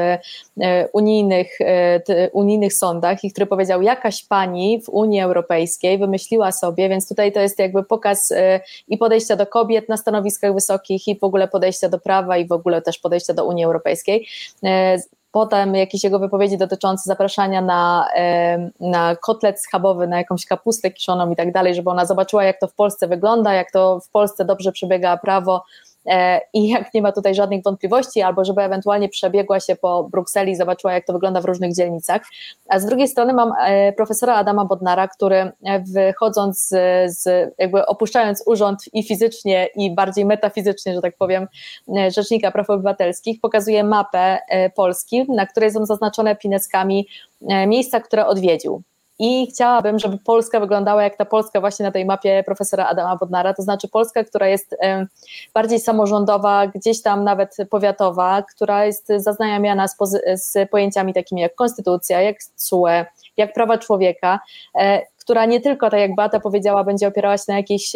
unijnych sądach i który powiedział, jakaś pani w Unii Europejskiej wymyśliła sobie, więc tutaj to jest jakby pokaz i podejścia do kobiet na stanowiskach wysokich i w ogóle podejścia do prawa i w ogóle też podejścia do Unii Europejskiej. Potem jakieś jego wypowiedzi dotyczące zapraszania na kotlet schabowy, na jakąś kapustę kiszoną i tak dalej, żeby ona zobaczyła, jak to w Polsce wygląda, jak to w Polsce dobrze przebiega prawo i jak nie ma tutaj żadnych wątpliwości, albo żeby ewentualnie przebiegła się po Brukseli i zobaczyła, jak to wygląda w różnych dzielnicach. A z drugiej strony mam profesora Adama Bodnara, który wychodząc jakby opuszczając urząd i fizycznie i bardziej metafizycznie, że tak powiem, Rzecznika Praw Obywatelskich, pokazuje mapę Polski, na której są zaznaczone pineskami miejsca, które odwiedził. I chciałabym, żeby Polska wyglądała jak ta Polska właśnie na tej mapie profesora Adama Bodnara, to znaczy Polska, która jest bardziej samorządowa, gdzieś tam nawet powiatowa, która jest zaznajamiana z pojęciami takimi jak konstytucja, jak TSUE, jak prawa człowieka, która nie tylko, tak jak Beata powiedziała, będzie opierała się na jakiejś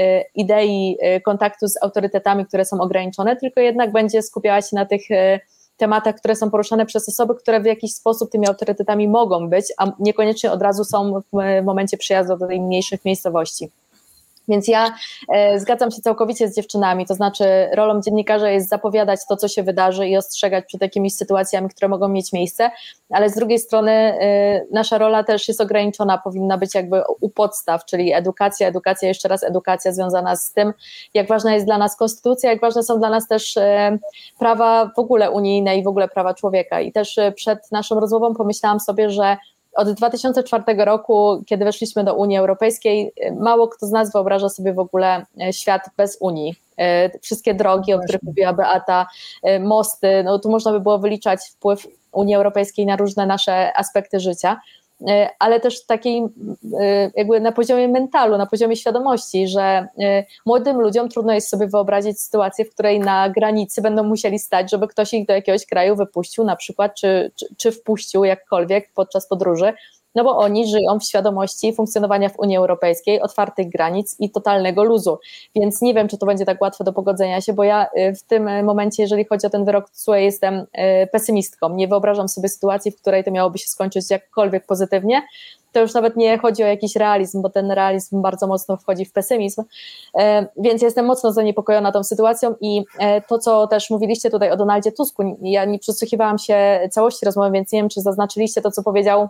idei kontaktu z autorytetami, które są ograniczone, tylko jednak będzie skupiała się na tych tematach, które są poruszane przez osoby, które w jakiś sposób tymi autorytetami mogą być, a niekoniecznie od razu są w momencie przyjazdu do tej mniejszych miejscowości. Więc ja zgadzam się całkowicie z dziewczynami, to znaczy rolą dziennikarza jest zapowiadać to, co się wydarzy i ostrzegać przed jakimiś sytuacjami, które mogą mieć miejsce, ale z drugiej strony nasza rola też jest ograniczona, powinna być jakby u podstaw, czyli edukacja, jeszcze raz edukacja związana z tym, jak ważna jest dla nas konstytucja, jak ważne są dla nas też prawa w ogóle unijne i w ogóle prawa człowieka. I też przed naszą rozmową pomyślałam sobie, że od 2004 roku, kiedy weszliśmy do Unii Europejskiej, mało kto z nas wyobraża sobie w ogóle świat bez Unii. Wszystkie drogi, o których mówiła Beata, mosty, no tu można by było wyliczać wpływ Unii Europejskiej na różne nasze aspekty życia, ale też takiej jakby na poziomie mentalu, na poziomie świadomości, że młodym ludziom trudno jest sobie wyobrazić sytuację, w której na granicy będą musieli stać, żeby ktoś ich do jakiegoś kraju wypuścił na przykład, czy wpuścił jakkolwiek podczas podróży, no bo oni żyją w świadomości funkcjonowania w Unii Europejskiej, otwartych granic i totalnego luzu, więc nie wiem, czy to będzie tak łatwe do pogodzenia się, bo ja w tym momencie, jeżeli chodzi o ten wyrok TSUE, jestem pesymistką, nie wyobrażam sobie sytuacji, w której to miałoby się skończyć jakkolwiek pozytywnie. To już nawet nie chodzi o jakiś realizm, bo ten realizm bardzo mocno wchodzi w pesymizm, więc jestem mocno zaniepokojona tą sytuacją i to, co też mówiliście tutaj o Donaldzie Tusku, ja nie przysłuchiwałam się całości rozmowy, więc nie wiem, czy zaznaczyliście to, co powiedział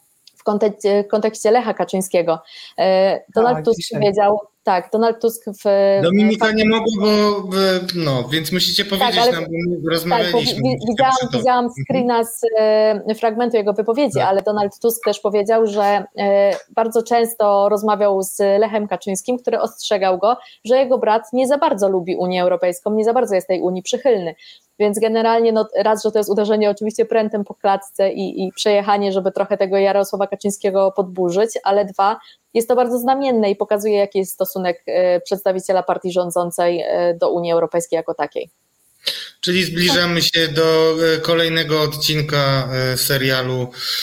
w kontekście Lecha Kaczyńskiego. Donald Tusk powiedział, tak, Donald Tusk Dominika nie mogła, więc musicie powiedzieć tak, nam, bo rozmawialiśmy. Widziałam screena z fragmentu jego wypowiedzi, ale Donald Tusk też powiedział, że bardzo często rozmawiał z Lechem Kaczyńskim, który ostrzegał go, że jego brat nie za bardzo lubi Unię Europejską, nie za bardzo jest tej Unii przychylny. Więc generalnie raz, że to jest uderzenie oczywiście prętem po klatce i przejechanie, żeby trochę tego Jarosława Kaczyńskiego podburzyć, ale dwa, jest to bardzo znamienne i pokazuje, jaki jest stosunek przedstawiciela partii rządzącej do Unii Europejskiej jako takiej. Czyli zbliżamy się do kolejnego odcinka serialu,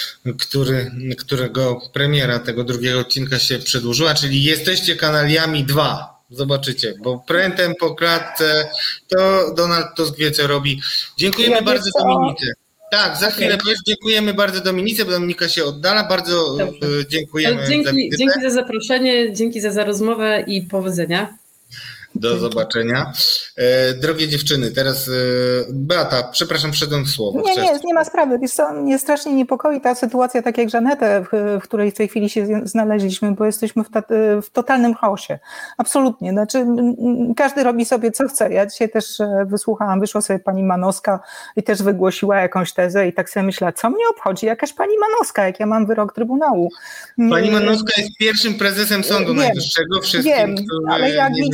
którego premiera tego drugiego odcinka się przedłużyła, czyli Jesteście kanaliami 2. Zobaczycie, bo prętem po klatce to Donald Tusk wie, co robi. Dziękujemy bardzo Dominice. Tak, za chwilę też dziękujemy bardzo Dominice, bo Dominika się oddala. Bardzo dziękujemy za wizytę. Dzięki za zaproszenie, dzięki za rozmowę i powodzenia. Do zobaczenia. Drogie dziewczyny, teraz Beata, przepraszam, wszedłem w słowo. Nie ma sprawy. Wiesz co, mnie strasznie niepokoi ta sytuacja, tak jak Żanetę, w której w tej chwili się znaleźliśmy, bo jesteśmy w totalnym chaosie. Absolutnie. Znaczy, każdy robi sobie co chce. Ja dzisiaj też wysłuchałam, wyszła sobie pani Manowska i też wygłosiła jakąś tezę i tak sobie myślę, co mnie obchodzi jakaś pani Manowska, jak ja mam wyrok Trybunału. Pani Manowska jest pierwszym prezesem Sądu Najwyższego. Wszystkim, ale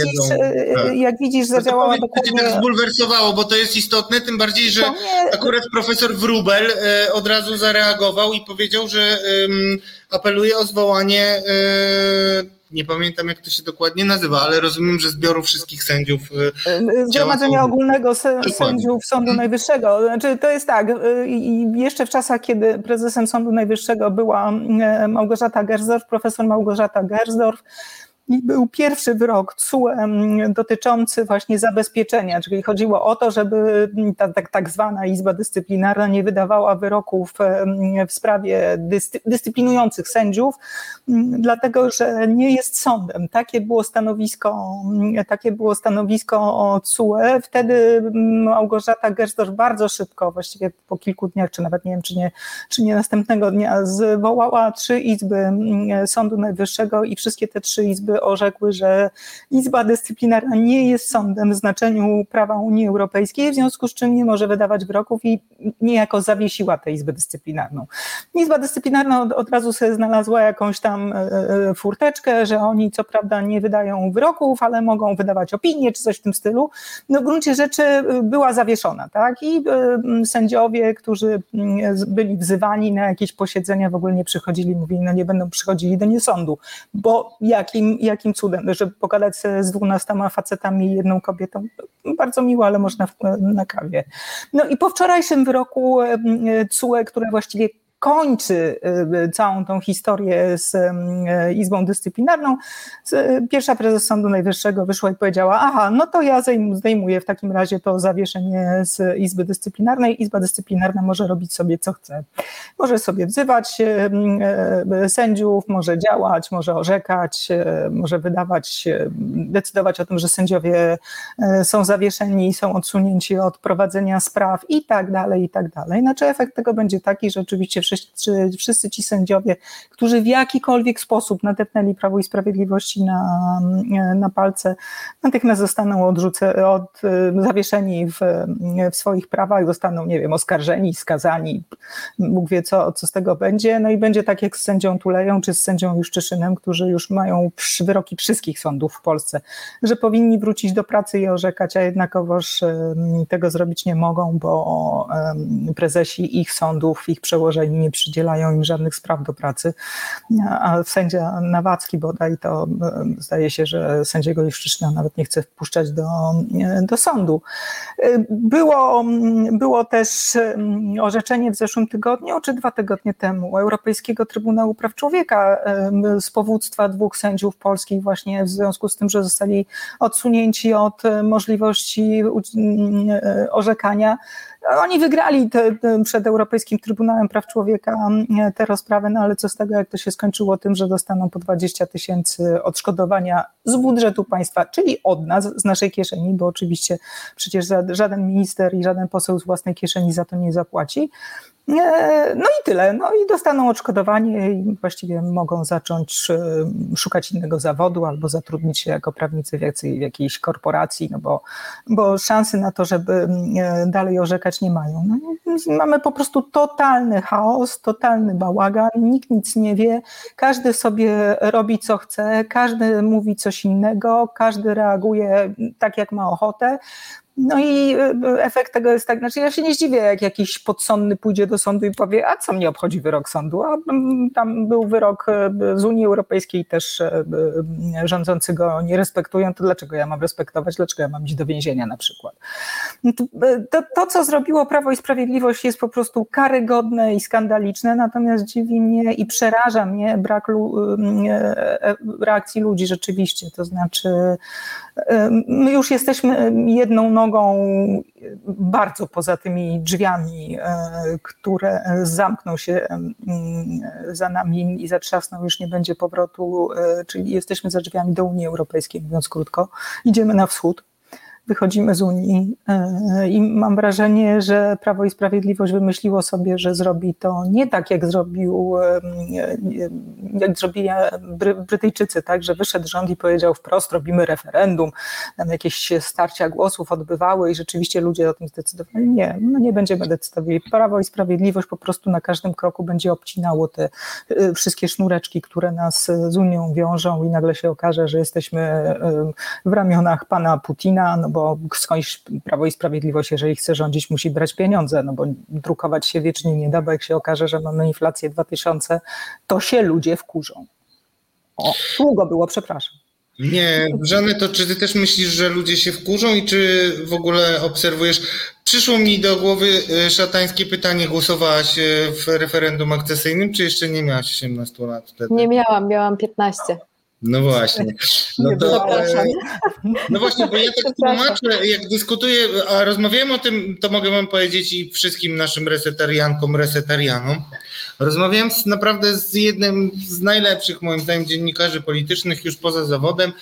jak widzisz, zadziałała dokładnie... Cię tak zbulwersowało, bo to jest istotne, tym bardziej, że akurat profesor Wróbel od razu zareagował i powiedział, że apeluje o zwołanie nie pamiętam jak to się dokładnie nazywa, ale rozumiem, że zbioru wszystkich sędziów Zgromadzenia Ogólnego Sędziów Sądu Najwyższego. Znaczy, to jest tak, i jeszcze w czasach, kiedy prezesem Sądu Najwyższego była Małgorzata Gersdorf, profesor Małgorzata Gersdorf, i był pierwszy wyrok TSUE dotyczący właśnie zabezpieczenia, czyli chodziło o to, żeby tak zwana Izba Dyscyplinarna nie wydawała wyroków w sprawie dyscyplinujących sędziów, dlatego że nie jest sądem. Takie było stanowisko TSUE. Wtedy Małgorzata Gersdorf bardzo szybko, właściwie po kilku dniach, czy nawet nie wiem, czy nie następnego dnia, zwołała 3 izby Sądu Najwyższego i wszystkie te 3 izby orzekły, że Izba Dyscyplinarna nie jest sądem w znaczeniu prawa Unii Europejskiej, w związku z czym nie może wydawać wyroków i niejako zawiesiła tę Izbę Dyscyplinarną. Izba Dyscyplinarna od razu sobie znalazła jakąś tam furteczkę, że oni co prawda nie wydają wyroków, ale mogą wydawać opinie czy coś w tym stylu. No w gruncie rzeczy była zawieszona, tak? I sędziowie, którzy byli wzywani na jakieś posiedzenia, w ogóle nie przychodzili, mówili, no nie będą przychodzili do sądu, bo jakim cudem, żeby pogadać z 12 facetami i 1 kobietą, bardzo miło, ale można na kawie. No i po wczorajszym wyroku TSUE, które właściwie kończy całą tą historię z Izbą Dyscyplinarną, pierwsza prezes Sądu Najwyższego wyszła i powiedziała, aha, no to ja zdejmuję w takim razie to zawieszenie z Izby Dyscyplinarnej. Izba Dyscyplinarna może robić sobie co chce. Może sobie wzywać sędziów, może działać, może orzekać, może decydować o tym, że sędziowie są zawieszeni, są odsunięci od prowadzenia spraw i tak dalej, i tak dalej. Znaczy efekt tego będzie taki, że oczywiście wszyscy ci sędziowie, którzy w jakikolwiek sposób nadepnęli Prawo i Sprawiedliwości na palce, natychmiast zostaną zawieszeni w swoich prawach, zostaną, nie wiem, oskarżeni, skazani, Bóg wie co z tego będzie, no i będzie tak jak z sędzią Tuleją czy z sędzią Juszczyszynem, którzy już mają wyroki wszystkich sądów w Polsce, że powinni wrócić do pracy i orzekać, a jednakowoż tego zrobić nie mogą, bo prezesi ich sądów, ich przełożeni nie przydzielają im żadnych spraw do pracy, a sędzia Nawacki bodaj to zdaje się, że sędziego Juszczyszyna nawet nie chce wpuszczać do sądu. Było też orzeczenie w zeszłym tygodniu, czy 2 tygodnie temu, Europejskiego Trybunału Praw Człowieka z powództwa 2 sędziów polskich właśnie w związku z tym, że zostali odsunięci od możliwości orzekania. Oni wygrali przed Europejskim Trybunałem Praw Człowieka tę rozprawę, no ale co z tego, jak to się skończyło tym, że dostaną po 20 000 odszkodowania z budżetu państwa, czyli od nas, z naszej kieszeni, bo oczywiście przecież żaden minister i żaden poseł z własnej kieszeni za to nie zapłaci. No i tyle. No i dostaną odszkodowanie i właściwie mogą zacząć szukać innego zawodu albo zatrudnić się jako prawnicy w jakiejś korporacji, no bo szansy na to, żeby dalej orzekać nie mają. No, mamy po prostu totalny chaos, totalny bałagan, nikt nic nie wie, każdy sobie robi co chce, każdy mówi coś innego, każdy reaguje tak jak ma ochotę. No i efekt tego jest tak, znaczy ja się nie zdziwię, jak jakiś podsądny pójdzie do sądu i powie, a co mnie obchodzi wyrok sądu, a tam był wyrok z Unii Europejskiej też rządzący go nie respektują, to dlaczego ja mam respektować, dlaczego ja mam iść do więzienia na przykład. To, co zrobiło Prawo i Sprawiedliwość jest po prostu karygodne i skandaliczne, natomiast dziwi mnie i przeraża mnie brak reakcji ludzi rzeczywiście, to znaczy my już jesteśmy jedną nogą bardzo poza tymi drzwiami, które zamkną się za nami i zatrzasną, już nie będzie powrotu, czyli jesteśmy za drzwiami do Unii Europejskiej, mówiąc krótko, idziemy na wschód. Wychodzimy z Unii i mam wrażenie, że Prawo i Sprawiedliwość wymyśliło sobie, że zrobi to nie tak, jak zrobili Brytyjczycy, tak, że wyszedł rząd i powiedział wprost, robimy referendum, tam jakieś starcia głosów odbywały i rzeczywiście ludzie o tym zdecydowali. Nie, no nie będziemy decydowali. Prawo i Sprawiedliwość po prostu na każdym kroku będzie obcinało te wszystkie sznureczki, które nas z Unią wiążą i nagle się okaże, że jesteśmy w ramionach pana Putina, no bo skądś Prawo i Sprawiedliwość, jeżeli chce rządzić, musi brać pieniądze, no bo drukować się wiecznie nie da, bo jak się okaże, że mamy inflację 2000, to się ludzie wkurzą. O, długo było, przepraszam. Nie, Żaneto, czy ty też myślisz, że ludzie się wkurzą i czy w ogóle obserwujesz? Przyszło mi do głowy szatańskie pytanie, głosowałaś w referendum akcesyjnym, czy jeszcze nie miałaś 18 lat wtedy? Nie miałam 15. No właśnie. No właśnie, bo ja tak tłumaczę, jak dyskutuję, a rozmawiałem o tym, to mogę wam powiedzieć i wszystkim naszym resetarianom. Rozmawiałem naprawdę z jednym z najlepszych, moim zdaniem, dziennikarzy politycznych już poza zawodem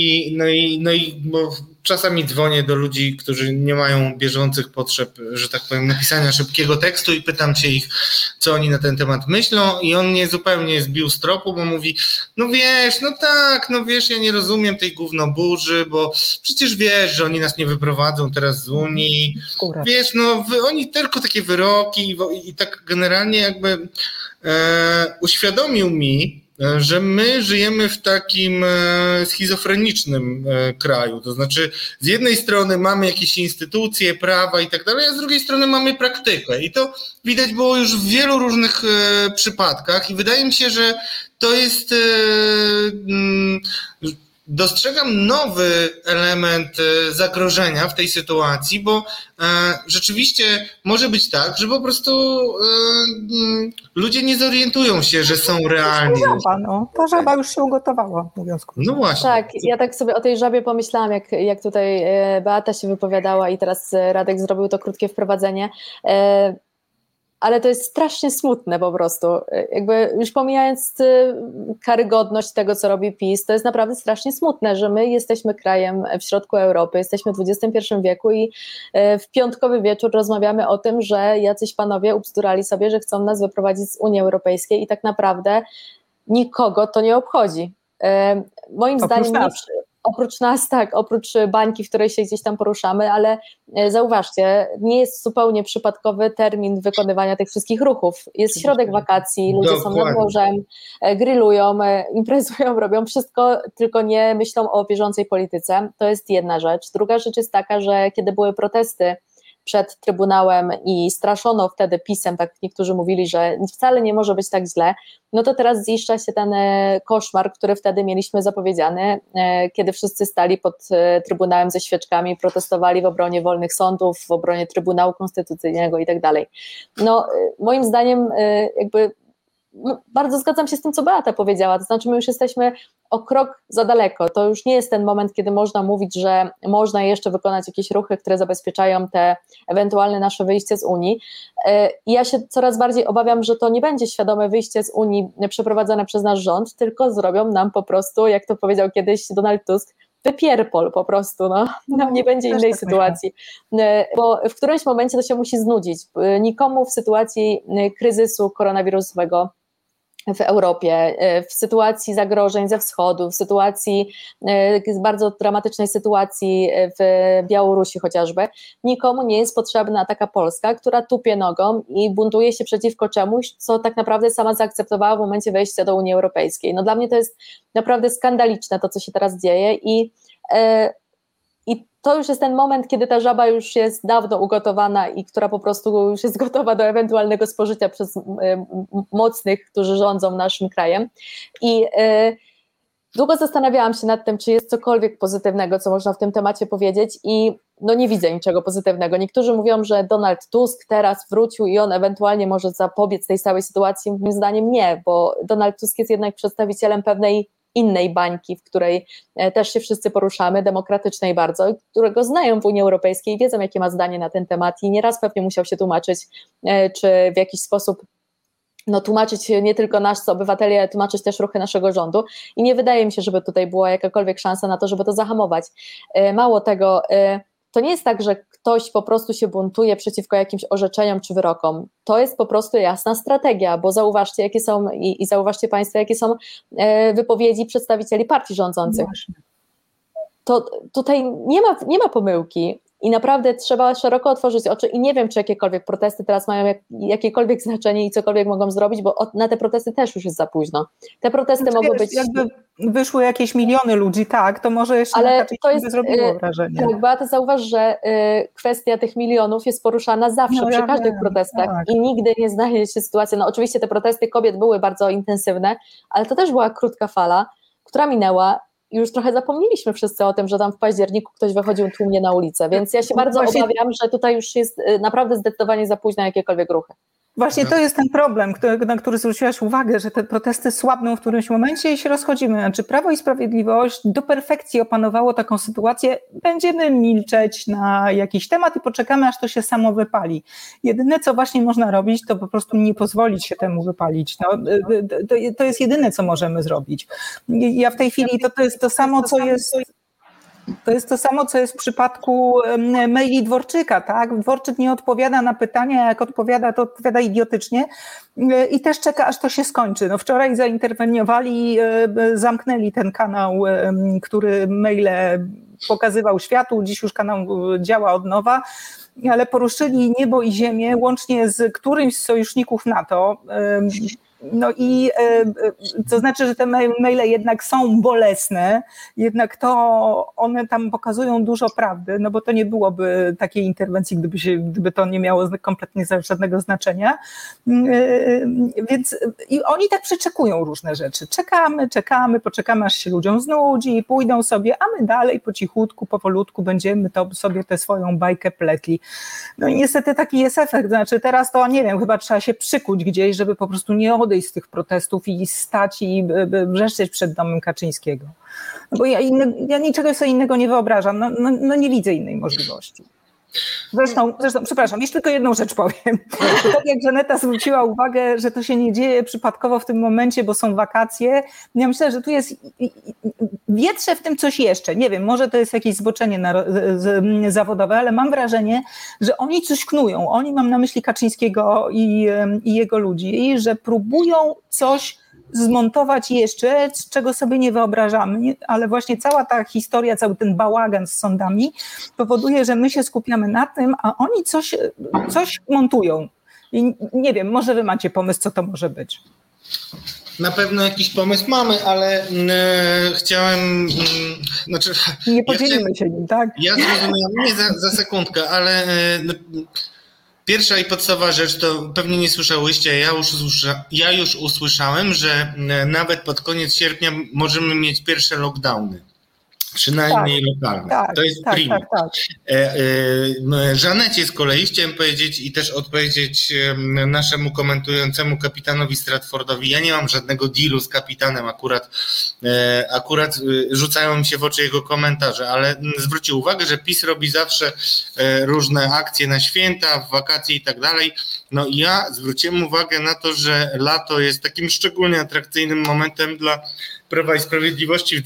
bo czasami dzwonię do ludzi, którzy nie mają bieżących potrzeb, że tak powiem, napisania szybkiego tekstu i pytam się ich, co oni na ten temat myślą i on mnie zupełnie zbił z tropu, bo mówi, ja nie rozumiem tej gównoburzy, bo przecież wiesz, że oni nas nie wyprowadzą teraz z Unii, wiesz, oni tylko takie wyroki i tak generalnie jakby uświadomił mi, że my żyjemy w takim schizofrenicznym kraju, to znaczy z jednej strony mamy jakieś instytucje, prawa i tak dalej, a z drugiej strony mamy praktykę i to widać było już w wielu różnych przypadkach i wydaje mi się, że to jest... Dostrzegam nowy element zagrożenia w tej sytuacji, bo rzeczywiście może być tak, że po prostu ludzie nie zorientują się, że są realni. Ta żaba już się ugotowała, mówiąc krótko. No właśnie. Tak, ja tak sobie o tej żabie pomyślałam, jak tutaj Beata się wypowiadała i teraz Radek zrobił to krótkie wprowadzenie. Ale to jest strasznie smutne po prostu, jakby już pomijając karygodność tego, co robi PiS, to jest naprawdę strasznie smutne, że my jesteśmy krajem w środku Europy, jesteśmy w XXI wieku i w piątkowy wieczór rozmawiamy o tym, że jacyś panowie ubzdurali sobie, że chcą nas wyprowadzić z Unii Europejskiej i tak naprawdę nikogo to nie obchodzi. Moim zdaniem oprócz nas, tak, oprócz bańki, w której się gdzieś tam poruszamy, ale zauważcie, nie jest zupełnie przypadkowy termin wykonywania tych wszystkich ruchów. Jest środek wakacji, ludzie są nad morzem, grillują, imprezują, robią wszystko, tylko nie myślą o bieżącej polityce. To jest jedna rzecz. Druga rzecz jest taka, że kiedy były protesty przed Trybunałem i straszono wtedy PiS-em, tak niektórzy mówili, że wcale nie może być tak źle, no to teraz ziszcza się ten koszmar, który wtedy mieliśmy zapowiedziany, kiedy wszyscy stali pod Trybunałem ze świeczkami, protestowali w obronie wolnych sądów, w obronie Trybunału Konstytucyjnego i tak dalej. No moim zdaniem jakby bardzo zgadzam się z tym, co Beata powiedziała, to znaczy my już jesteśmy o krok za daleko, to już nie jest ten moment, kiedy można mówić, że można jeszcze wykonać jakieś ruchy, które zabezpieczają te ewentualne nasze wyjście z Unii i ja się coraz bardziej obawiam, że to nie będzie świadome wyjście z Unii przeprowadzone przez nasz rząd, tylko zrobią nam po prostu, jak to powiedział kiedyś Donald Tusk, wypierpol po prostu, no nie będzie innej sytuacji, bo w którymś momencie to się musi znudzić, nikomu w sytuacji kryzysu koronawirusowego w Europie, w sytuacji zagrożeń ze wschodu, w sytuacji bardzo dramatycznej sytuacji w Białorusi chociażby, nikomu nie jest potrzebna taka Polska, która tupie nogą i buntuje się przeciwko czemuś, co tak naprawdę sama zaakceptowała w momencie wejścia do Unii Europejskiej. No dla mnie to jest naprawdę skandaliczne to, co się teraz dzieje i to już jest ten moment, kiedy ta żaba już jest dawno ugotowana i która po prostu już jest gotowa do ewentualnego spożycia przez mocnych, którzy rządzą naszym krajem. I długo zastanawiałam się nad tym, czy jest cokolwiek pozytywnego, co można w tym temacie powiedzieć i no nie widzę niczego pozytywnego. Niektórzy mówią, że Donald Tusk teraz wrócił i on ewentualnie może zapobiec tej całej sytuacji. Moim zdaniem nie, bo Donald Tusk jest jednak przedstawicielem pewnej innej bańki, w której też się wszyscy poruszamy, demokratycznej bardzo, którego znają w Unii Europejskiej i wiedzą, jakie ma zdanie na ten temat i nieraz pewnie musiał się tłumaczyć, czy w jakiś sposób tłumaczyć nie tylko nas, obywateli, ale tłumaczyć też ruchy naszego rządu i nie wydaje mi się, żeby tutaj była jakakolwiek szansa na to, żeby to zahamować. Mało tego, to nie jest tak, że ktoś po prostu się buntuje przeciwko jakimś orzeczeniom czy wyrokom. To jest po prostu jasna strategia, bo zauważcie, jakie są i zauważcie Państwo, jakie są wypowiedzi przedstawicieli partii rządzących. To tutaj nie ma pomyłki i naprawdę trzeba szeroko otworzyć oczy i nie wiem, czy jakiekolwiek protesty teraz mają jakiekolwiek znaczenie i cokolwiek mogą zrobić, bo na te protesty też już jest za późno. Te protesty mogą być... Jakby wyszły jakieś miliony ludzi, tak, to może jeszcze ale to jest, zrobiło wrażenie. Tak, Beata, zauważ, że kwestia tych milionów jest poruszana zawsze, przy każdych protestach tak. I nigdy nie znajdzie się sytuacja, oczywiście te protesty kobiet były bardzo intensywne, ale to też była krótka fala, która minęła. Już trochę zapomnieliśmy wszyscy o tym, że tam w październiku ktoś wychodził tłumnie na ulicę, więc ja się bardzo obawiam, że tutaj już jest naprawdę zdecydowanie za późno na jakiekolwiek ruchy. Właśnie to jest ten problem, na który zwróciłaś uwagę, że te protesty słabną w którymś momencie i się rozchodzimy. Znaczy Prawo i Sprawiedliwość do perfekcji opanowało taką sytuację, będziemy milczeć na jakiś temat i poczekamy, aż to się samo wypali. Jedyne, co właśnie można robić, to po prostu nie pozwolić się temu wypalić. No, to jest jedyne, co możemy zrobić. Ja w tej chwili, to jest to samo, co jest... To jest to samo, co jest w przypadku maili Dworczyka, tak? Dworczyk nie odpowiada na pytania, jak odpowiada, to odpowiada idiotycznie i też czeka, aż to się skończy. No wczoraj zainterweniowali, zamknęli ten kanał, który maile pokazywał światu, dziś już kanał działa od nowa, ale poruszyli niebo i ziemię, łącznie z którymś z sojuszników NATO. No i to znaczy, że te maile jednak są bolesne, jednak to one tam pokazują dużo prawdy, no bo to nie byłoby takiej interwencji, gdyby to nie miało kompletnie żadnego znaczenia. Więc i oni tak przeczekują różne rzeczy. Czekamy, poczekamy, aż się ludziom znudzi, pójdą sobie, a my dalej po cichutku, powolutku będziemy to sobie tę swoją bajkę pletli. No i niestety taki jest efekt. Znaczy teraz to, nie wiem, chyba trzeba się przykuć gdzieś, żeby po prostu nie odejść z tych protestów i stać i wrzeszczeć przed domem Kaczyńskiego. No bo ja niczego sobie innego nie wyobrażam. No nie widzę innej możliwości. Zresztą, przepraszam, jeszcze tylko jedną rzecz powiem. Tak jak Żaneta zwróciła uwagę, że to się nie dzieje przypadkowo w tym momencie, bo są wakacje. Ja myślę, że tu jest wietrze w tym coś jeszcze. Nie wiem, może to jest jakieś zboczenie zawodowe, ale mam wrażenie, że oni coś knują. Oni, mam na myśli Kaczyńskiego i jego ludzi, i że próbują coś zmontować jeszcze, czego sobie nie wyobrażamy, ale właśnie cała ta historia, cały ten bałagan z sądami powoduje, że my się skupiamy na tym, a oni coś montują. I nie wiem, może wy macie pomysł, co to może być. Na pewno jakiś pomysł mamy, ale chciałem... Nie podzielimy się nim, tak? Ja zrozumiałem, nie za sekundkę, ale... Pierwsza i podstawowa rzecz, to pewnie nie słyszałyście, ja już usłyszałem, że nawet pod koniec sierpnia możemy mieć pierwsze lockdowny. Przynajmniej lokalne. Tak, to jest prima. Żanecie z kolei chciałem powiedzieć i też odpowiedzieć naszemu komentującemu kapitanowi Stratfordowi. Ja nie mam żadnego dealu z kapitanem, akurat rzucają mi się w oczy jego komentarze, ale zwrócił uwagę, że PiS robi zawsze różne akcje na święta, w wakacje i tak dalej. No i ja zwróciłem uwagę na to, że lato jest takim szczególnie atrakcyjnym momentem dla Prawa i Sprawiedliwości w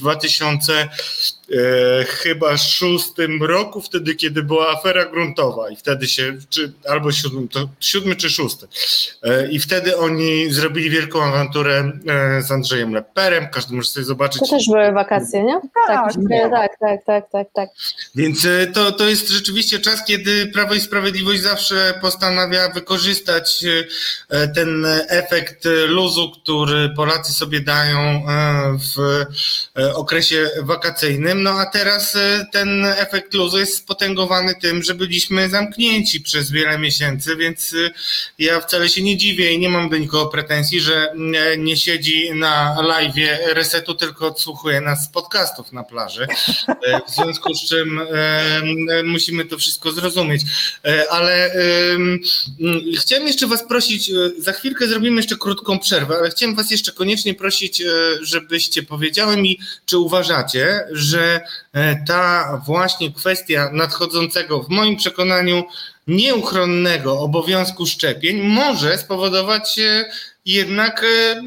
2006 roku, wtedy kiedy była afera gruntowa i wtedy albo 7 czy 6. I wtedy oni zrobili wielką awanturę z Andrzejem Lepperem, każdy może sobie zobaczyć. To też były wakacje, nie? Tak. Więc to jest rzeczywiście czas, kiedy Prawo i Sprawiedliwość zawsze postanawia wykorzystać ten efekt luzu, który Polacy sobie dają w okresie wakacyjnym, no a teraz ten efekt luzu jest spotęgowany tym, że byliśmy zamknięci przez wiele miesięcy, więc ja wcale się nie dziwię i nie mam do nikogo pretensji, że nie siedzi na live'ie Resetu, tylko odsłuchuje nas z podcastów na plaży, w związku z czym musimy to wszystko zrozumieć, ale chciałem jeszcze was prosić, za chwilkę zrobimy jeszcze krótką przerwę, ale chciałem was jeszcze koniecznie prosić, żebyście powiedziały mi, czy uważacie, że ta właśnie kwestia nadchodzącego, w moim przekonaniu nieuchronnego obowiązku szczepień może spowodować jednak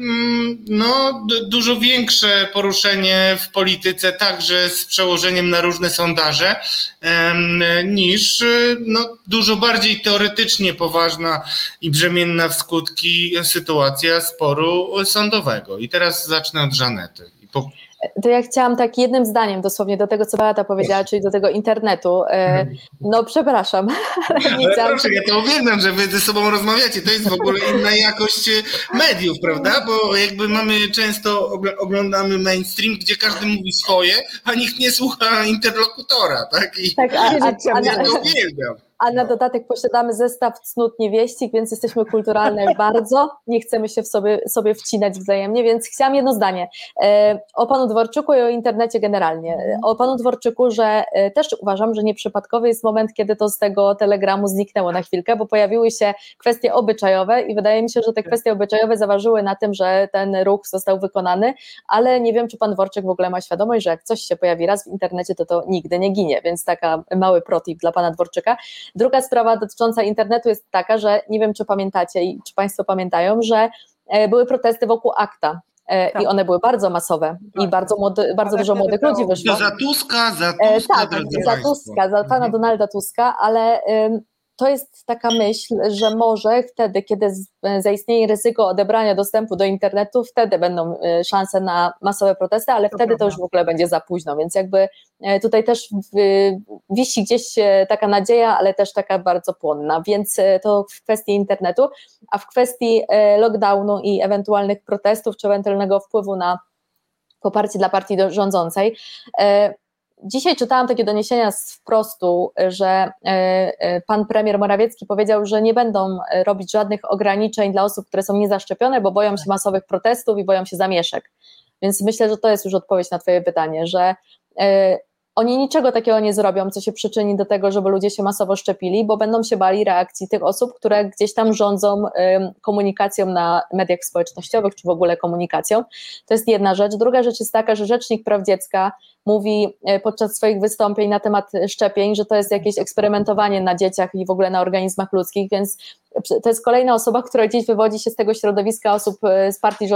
dużo większe poruszenie w polityce, także z przełożeniem na różne sondaże, niż dużo bardziej teoretycznie poważna i brzemienna w skutki sytuacja sporu sądowego. I teraz zacznę od Żanety. To ja chciałam tak jednym zdaniem dosłownie do tego, co Beata powiedziała, czyli do tego internetu. No przepraszam. Proszę, ja to uwielbiam, że wy ze sobą rozmawiacie. To jest w ogóle inna jakość mediów, prawda? Bo jakby często oglądamy mainstream, gdzie każdy mówi swoje, a nikt nie słucha interlokutora, tak? I tak, ja to uwielbiam. A na dodatek posiadamy zestaw cnót niewieścich, więc jesteśmy kulturalne bardzo, nie chcemy się w sobie wcinać wzajemnie, więc chciałam jedno zdanie o panu Dworczyku i o internecie generalnie. O panu Dworczyku, że też uważam, że nieprzypadkowy jest moment, kiedy to z tego Telegramu zniknęło na chwilkę, bo pojawiły się kwestie obyczajowe i wydaje mi się, że te kwestie obyczajowe zaważyły na tym, że ten ruch został wykonany, ale nie wiem, czy pan Dworczyk w ogóle ma świadomość, że jak coś się pojawi raz w internecie, to nigdy nie ginie, więc taka mały protip dla pana Dworczyka. Druga sprawa dotycząca internetu jest taka, że nie wiem, czy pamiętacie i czy państwo pamiętają, że były protesty wokół ACTA. Tak. I one były bardzo masowe i bardzo dużo młodych ludzi wyszło. To za Tuska, tak, za Tuska, za pana Donalda Tuska, ale to jest taka myśl, że może wtedy, kiedy zaistnieje ryzyko odebrania dostępu do internetu, wtedy będą szanse na masowe protesty, ale wtedy to już w ogóle będzie za późno, więc jakby tutaj też wisi gdzieś taka nadzieja, ale też taka bardzo płonna, więc to w kwestii internetu, a w kwestii lockdownu i ewentualnych protestów, czy ewentualnego wpływu na poparcie dla partii rządzącej. Dzisiaj czytałam takie doniesienia z Wprostu, że pan premier Morawiecki powiedział, że nie będą robić żadnych ograniczeń dla osób, które są niezaszczepione, bo boją się masowych protestów i boją się zamieszek. Więc myślę, że to jest już odpowiedź na twoje pytanie, że oni niczego takiego nie zrobią, co się przyczyni do tego, żeby ludzie się masowo szczepili, bo będą się bali reakcji tych osób, które gdzieś tam rządzą komunikacją na mediach społecznościowych, czy w ogóle komunikacją. To jest jedna rzecz. Druga rzecz jest taka, że Rzecznik Praw Dziecka mówi podczas swoich wystąpień na temat szczepień, że to jest jakieś eksperymentowanie na dzieciach i w ogóle na organizmach ludzkich, więc to jest kolejna osoba, która gdzieś wywodzi się z tego środowiska osób z partii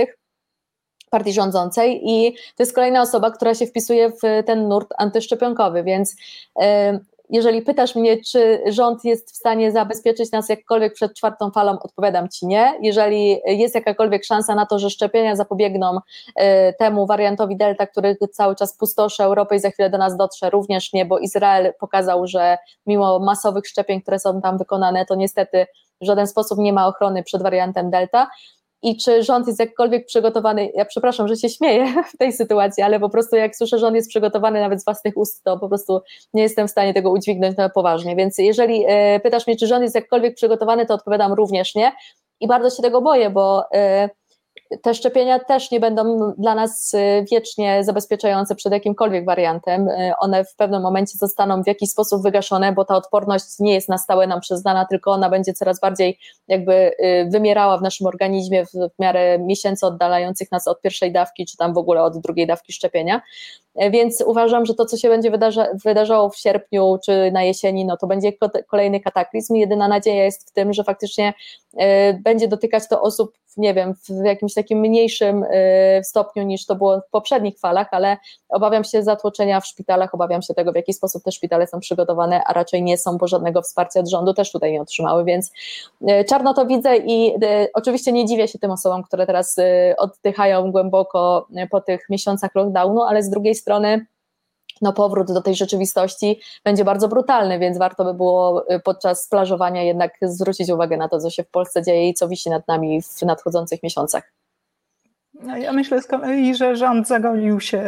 rządzącej i to jest kolejna osoba, która się wpisuje w ten nurt antyszczepionkowy, więc jeżeli pytasz mnie, czy rząd jest w stanie zabezpieczyć nas jakkolwiek przed czwartą falą, odpowiadam ci nie. Jeżeli jest jakakolwiek szansa na to, że szczepienia zapobiegną temu wariantowi Delta, który cały czas pustoszy Europę i za chwilę do nas dotrze, również nie, bo Izrael pokazał, że mimo masowych szczepień, które są tam wykonane, to niestety w żaden sposób nie ma ochrony przed wariantem Delta. I czy rząd jest jakkolwiek przygotowany, ja przepraszam, że się śmieję w tej sytuacji, ale po prostu jak słyszę, że rząd jest przygotowany nawet z własnych ust, to po prostu nie jestem w stanie tego udźwignąć na poważnie, więc jeżeli pytasz mnie, czy rząd jest jakkolwiek przygotowany, to odpowiadam również nie i bardzo się tego boję, bo te szczepienia też nie będą dla nas wiecznie zabezpieczające przed jakimkolwiek wariantem, one w pewnym momencie zostaną w jakiś sposób wygaszone, bo ta odporność nie jest na stałe nam przyznana, tylko ona będzie coraz bardziej jakby wymierała w naszym organizmie w miarę miesięcy oddalających nas od pierwszej dawki, czy tam w ogóle od drugiej dawki szczepienia, więc uważam, że to, co się będzie wydarzało w sierpniu, czy na jesieni, no to będzie kolejny kataklizm i jedyna nadzieja jest w tym, że faktycznie będzie dotykać to osób, nie wiem, w jakimś takim mniejszym stopniu niż to było w poprzednich falach, ale obawiam się zatłoczenia w szpitalach, obawiam się tego, w jaki sposób te szpitale są przygotowane, a raczej nie są, bo żadnego wsparcia od rządu też tutaj nie otrzymały, więc czarno to widzę i oczywiście nie dziwię się tym osobom, które teraz oddychają głęboko po tych miesiącach lockdownu, ale z drugiej strony no powrót do tej rzeczywistości będzie bardzo brutalny, więc warto by było podczas plażowania jednak zwrócić uwagę na to, co się w Polsce dzieje i co wisi nad nami w nadchodzących miesiącach. Ja myślę z kolei, że rząd zagolił się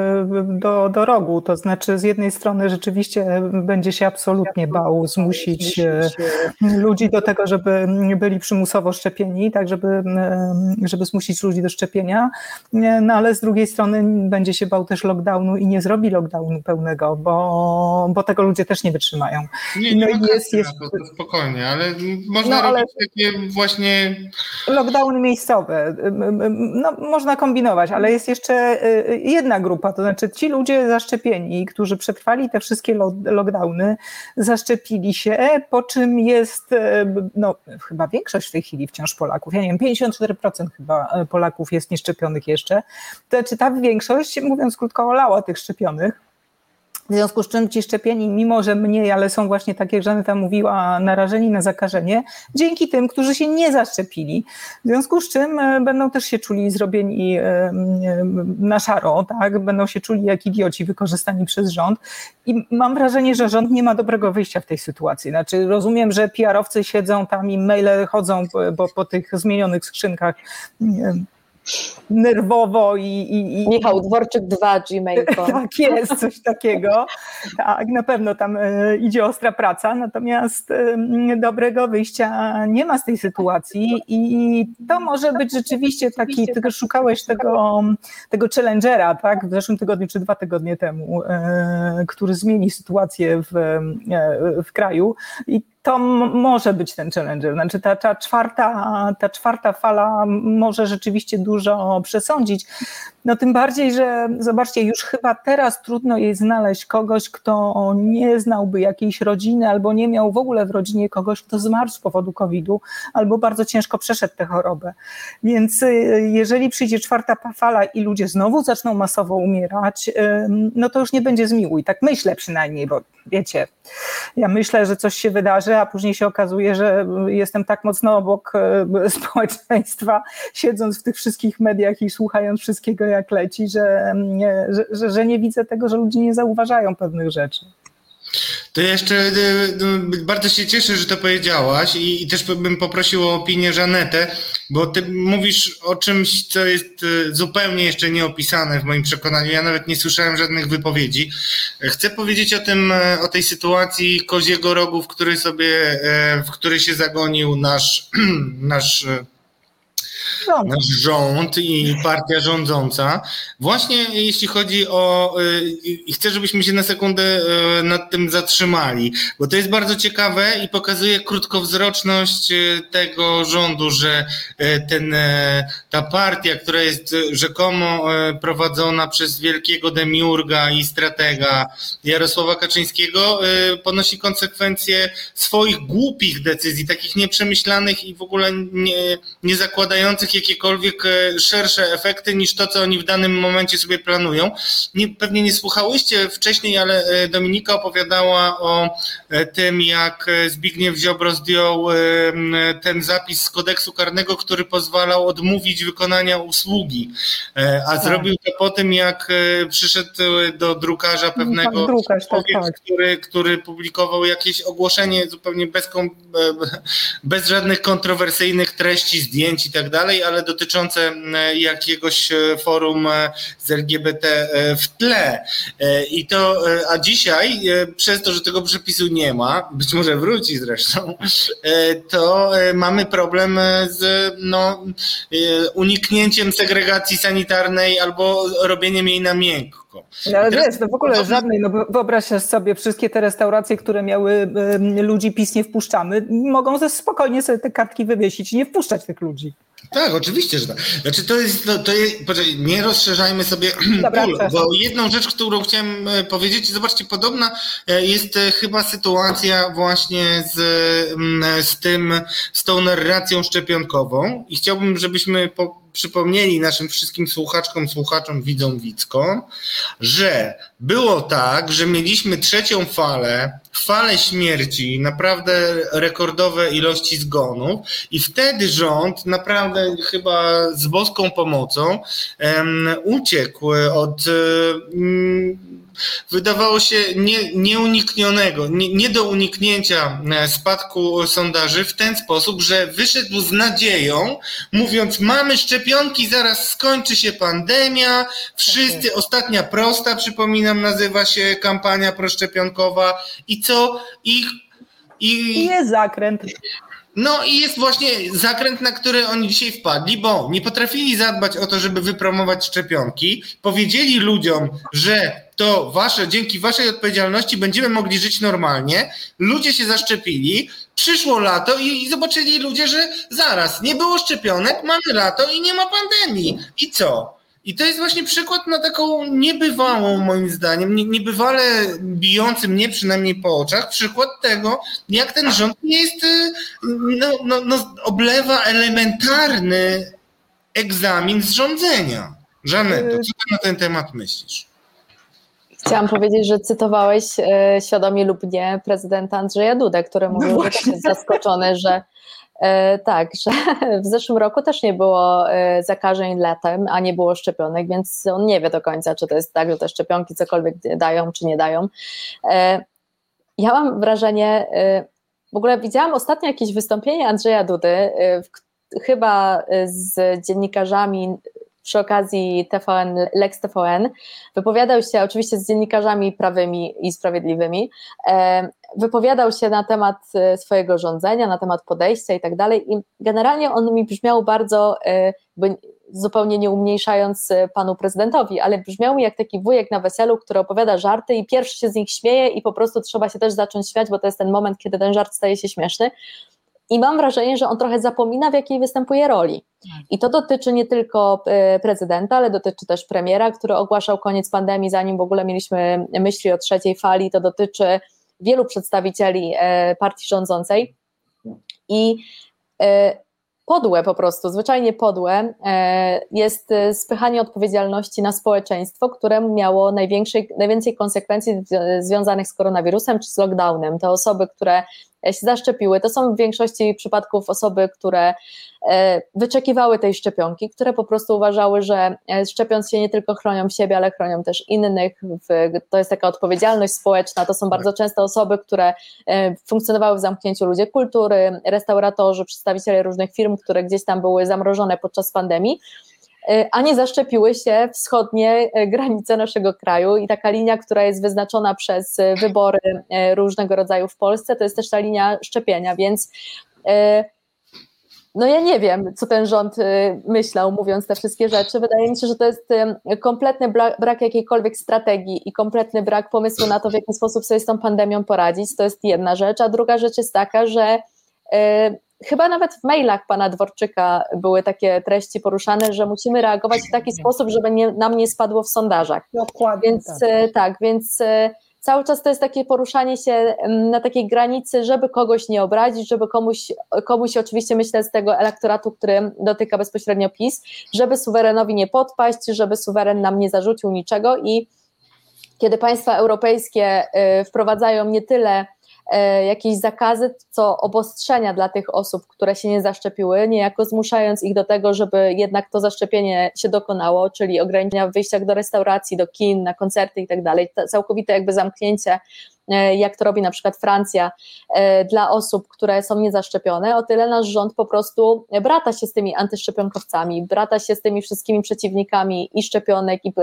do rogu, to znaczy z jednej strony rzeczywiście będzie się absolutnie bał zmusić ludzi do tego, żeby byli przymusowo szczepieni, tak żeby zmusić ludzi do szczepienia, no ale z drugiej strony będzie się bał też lockdownu i nie zrobi lockdownu pełnego, bo tego ludzie też nie wytrzymają. Nie to spokojnie, ale można robić takie właśnie... Lockdowny miejscowe, no można kombinować, ale jest jeszcze jedna grupa, to znaczy ci ludzie zaszczepieni, którzy przetrwali te wszystkie lockdowny, zaszczepili się, po czym jest no, chyba większość w tej chwili wciąż Polaków, ja nie wiem, 54% chyba Polaków jest nieszczepionych jeszcze, to znaczy ta większość, mówiąc krótko, olała tych szczepionych. W związku z czym ci szczepieni, mimo że mniej, ale są właśnie, tak jak Żaneta mówiła, narażeni na zakażenie, dzięki tym, którzy się nie zaszczepili. W związku z czym będą też się czuli zrobieni na szaro, tak? Będą się czuli jak idioci wykorzystani przez rząd i mam wrażenie, że rząd nie ma dobrego wyjścia w tej sytuacji. Znaczy rozumiem, że PR-owcy siedzą tam i maile chodzą po tych zmienionych skrzynkach nerwowo i Michał Dworczyk 2 gmail.com. Tak jest, coś takiego. Tak, na pewno tam idzie ostra praca, natomiast dobrego wyjścia nie ma z tej sytuacji i to może być rzeczywiście taki, ty też szukałeś tego challengera, tak, w zeszłym tygodniu czy 2 tygodnie temu, który zmieni sytuację w kraju i to może być ten challenger, znaczy ta czwarta fala może rzeczywiście dużo przesądzić, no tym bardziej, że zobaczcie, już chyba teraz trudno jest znaleźć kogoś, kto nie znałby jakiejś rodziny albo nie miał w ogóle w rodzinie kogoś, kto zmarł z powodu COVID-u albo bardzo ciężko przeszedł tę chorobę, więc jeżeli przyjdzie 4. fala i ludzie znowu zaczną masowo umierać, no to już nie będzie zmiłuj, tak myślę przynajmniej, bo wiecie, ja myślę, że coś się wydarzy, a później się okazuje, że jestem tak mocno obok społeczeństwa, siedząc w tych wszystkich mediach i słuchając wszystkiego jak leci, że nie widzę tego, że ludzie nie zauważają pewnych rzeczy. To jeszcze bardzo się cieszę, że to powiedziałaś i też bym poprosił o opinię Żanetę, bo ty mówisz o czymś, co jest zupełnie jeszcze nieopisane w moim przekonaniu. Ja nawet nie słyszałem żadnych wypowiedzi. Chcę powiedzieć o tej sytuacji Koziego Rogu, w który się zagonił nasz rząd i partia rządząca. Właśnie jeśli chodzi chcę, żebyśmy się na sekundę nad tym zatrzymali, bo to jest bardzo ciekawe i pokazuje krótkowzroczność tego rządu, że ta partia, która jest rzekomo prowadzona przez wielkiego demiurga i stratega Jarosława Kaczyńskiego, ponosi konsekwencje swoich głupich decyzji, takich nieprzemyślanych i w ogóle nie zakładających jakiekolwiek szersze efekty niż to, co oni w danym momencie sobie planują. Pewnie nie słuchałyście wcześniej, ale Dominika opowiadała o tym, jak Zbigniew Ziobro zdjął ten zapis z kodeksu karnego, który pozwalał odmówić wykonania usługi, a zrobił to po tym, jak przyszedł do drukarza pewnego który publikował jakieś ogłoszenie zupełnie bez żadnych kontrowersyjnych treści, zdjęć i tak dalej, ale dotyczące jakiegoś forum z LGBT w tle. A dzisiaj, przez to, że tego przepisu nie ma, być może wróci zresztą, to mamy problem z uniknięciem segregacji sanitarnej albo robieniem jej na miękko. No ale wiesz, no w ogóle żadnej, no wyobraź sobie, wszystkie te restauracje, które miały ludzi PiS nie wpuszczamy, mogą spokojnie sobie te kartki wywiesić i nie wpuszczać tych ludzi. Tak, oczywiście, że tak. Znaczy poczekaj, nie rozszerzajmy sobie pól, bo jedną rzecz, którą chciałem powiedzieć, zobaczcie, podobna jest chyba sytuacja właśnie z tą narracją szczepionkową i chciałbym, żebyśmy przypomnieli naszym wszystkim słuchaczom, widzom, że było tak, że mieliśmy 3. falę śmierci, naprawdę rekordowe ilości zgonów i wtedy rząd naprawdę chyba z boską pomocą uciekł od wydawało się nieuniknionego, nie do uniknięcia spadku sondaży w ten sposób, że wyszedł z nadzieją, mówiąc: mamy szczepionki, zaraz skończy się pandemia, wszyscy, ostatnia prosta, przypominam, nazywa się kampania proszczepionkowa i co? I jest zakręt. No i jest właśnie zakręt, na który oni dzisiaj wpadli, bo nie potrafili zadbać o to, żeby wypromować szczepionki. Powiedzieli ludziom, że to dzięki waszej odpowiedzialności będziemy mogli żyć normalnie. Ludzie się zaszczepili, przyszło lato i zobaczyli ludzie, że zaraz, nie było szczepionek, mamy lato i nie ma pandemii. I co? I to jest właśnie przykład na taką niebywałą, moim zdaniem, niebywale bijący mnie przynajmniej po oczach, przykład tego, jak ten rząd jest, oblewa elementarny egzamin z rządzenia. Żaneto, co ty na ten temat myślisz? Chciałam powiedzieć, że cytowałeś świadomie lub nie prezydenta Andrzeja Dudę, który mówił, że też jest zaskoczony, że że w zeszłym roku też nie było zakażeń latem, a nie było szczepionek, więc on nie wie do końca, czy to jest tak, że te szczepionki cokolwiek dają, czy nie dają. Ja mam wrażenie, w ogóle widziałam ostatnio jakieś wystąpienie Andrzeja Dudy, chyba z dziennikarzami przy okazji TVN, Lex TVN, wypowiadał się oczywiście z dziennikarzami prawymi i sprawiedliwymi, wypowiadał się na temat swojego rządzenia, na temat podejścia i tak dalej i generalnie on mi brzmiał bardzo, zupełnie nie umniejszając panu prezydentowi, ale brzmiał mi jak taki wujek na weselu, który opowiada żarty i pierwszy się z nich śmieje i po prostu trzeba się też zacząć śmiać, bo to jest ten moment, kiedy ten żart staje się śmieszny. I mam wrażenie, że on trochę zapomina, w jakiej występuje roli. I to dotyczy nie tylko prezydenta, ale dotyczy też premiera, który ogłaszał koniec pandemii, zanim w ogóle mieliśmy myśli o trzeciej fali. To dotyczy wielu przedstawicieli partii rządzącej. I podłe po prostu, zwyczajnie podłe jest spychanie odpowiedzialności na społeczeństwo, które miało najwięcej konsekwencji związanych z koronawirusem czy z lockdownem. Te osoby, które się zaszczepiły, to są w większości przypadków osoby, które wyczekiwały tej szczepionki, które po prostu uważały, że szczepiąc się nie tylko chronią siebie, ale chronią też innych. To jest taka odpowiedzialność społeczna, to są bardzo często osoby, które funkcjonowały w zamknięciu, ludzie kultury, restauratorzy, przedstawiciele różnych firm, które gdzieś tam były zamrożone podczas pandemii, a nie zaszczepiły się wschodnie granice naszego kraju i taka linia, która jest wyznaczona przez wybory różnego rodzaju w Polsce, to jest też ta linia szczepienia, więc no ja nie wiem, co ten rząd myślał, mówiąc te wszystkie rzeczy. Wydaje mi się, że to jest kompletny brak jakiejkolwiek strategii i kompletny brak pomysłu na to, w jaki sposób sobie z tą pandemią poradzić. To jest jedna rzecz, a druga rzecz jest taka, że chyba nawet w mailach pana Dworczyka były takie treści poruszane, że musimy reagować w taki sposób, żeby nam nie spadło w sondażach. Dokładnie. Więc cały czas to jest takie poruszanie się na takiej granicy, żeby kogoś nie obrazić, żeby komuś oczywiście myślę z tego elektoratu, który dotyka bezpośrednio PiS, żeby suwerenowi nie podpaść, żeby suweren nam nie zarzucił niczego i kiedy państwa europejskie wprowadzają nie tyle jakieś zakazy, co obostrzenia dla tych osób, które się nie zaszczepiły, niejako zmuszając ich do tego, żeby jednak to zaszczepienie się dokonało, czyli ograniczenia w wyjściach do restauracji, do kin, na koncerty i tak dalej, całkowite jakby zamknięcie, jak to robi na przykład Francja, dla osób, które są niezaszczepione, o tyle nasz rząd po prostu brata się z tymi antyszczepionkowcami, brata się z tymi wszystkimi przeciwnikami i szczepionek, i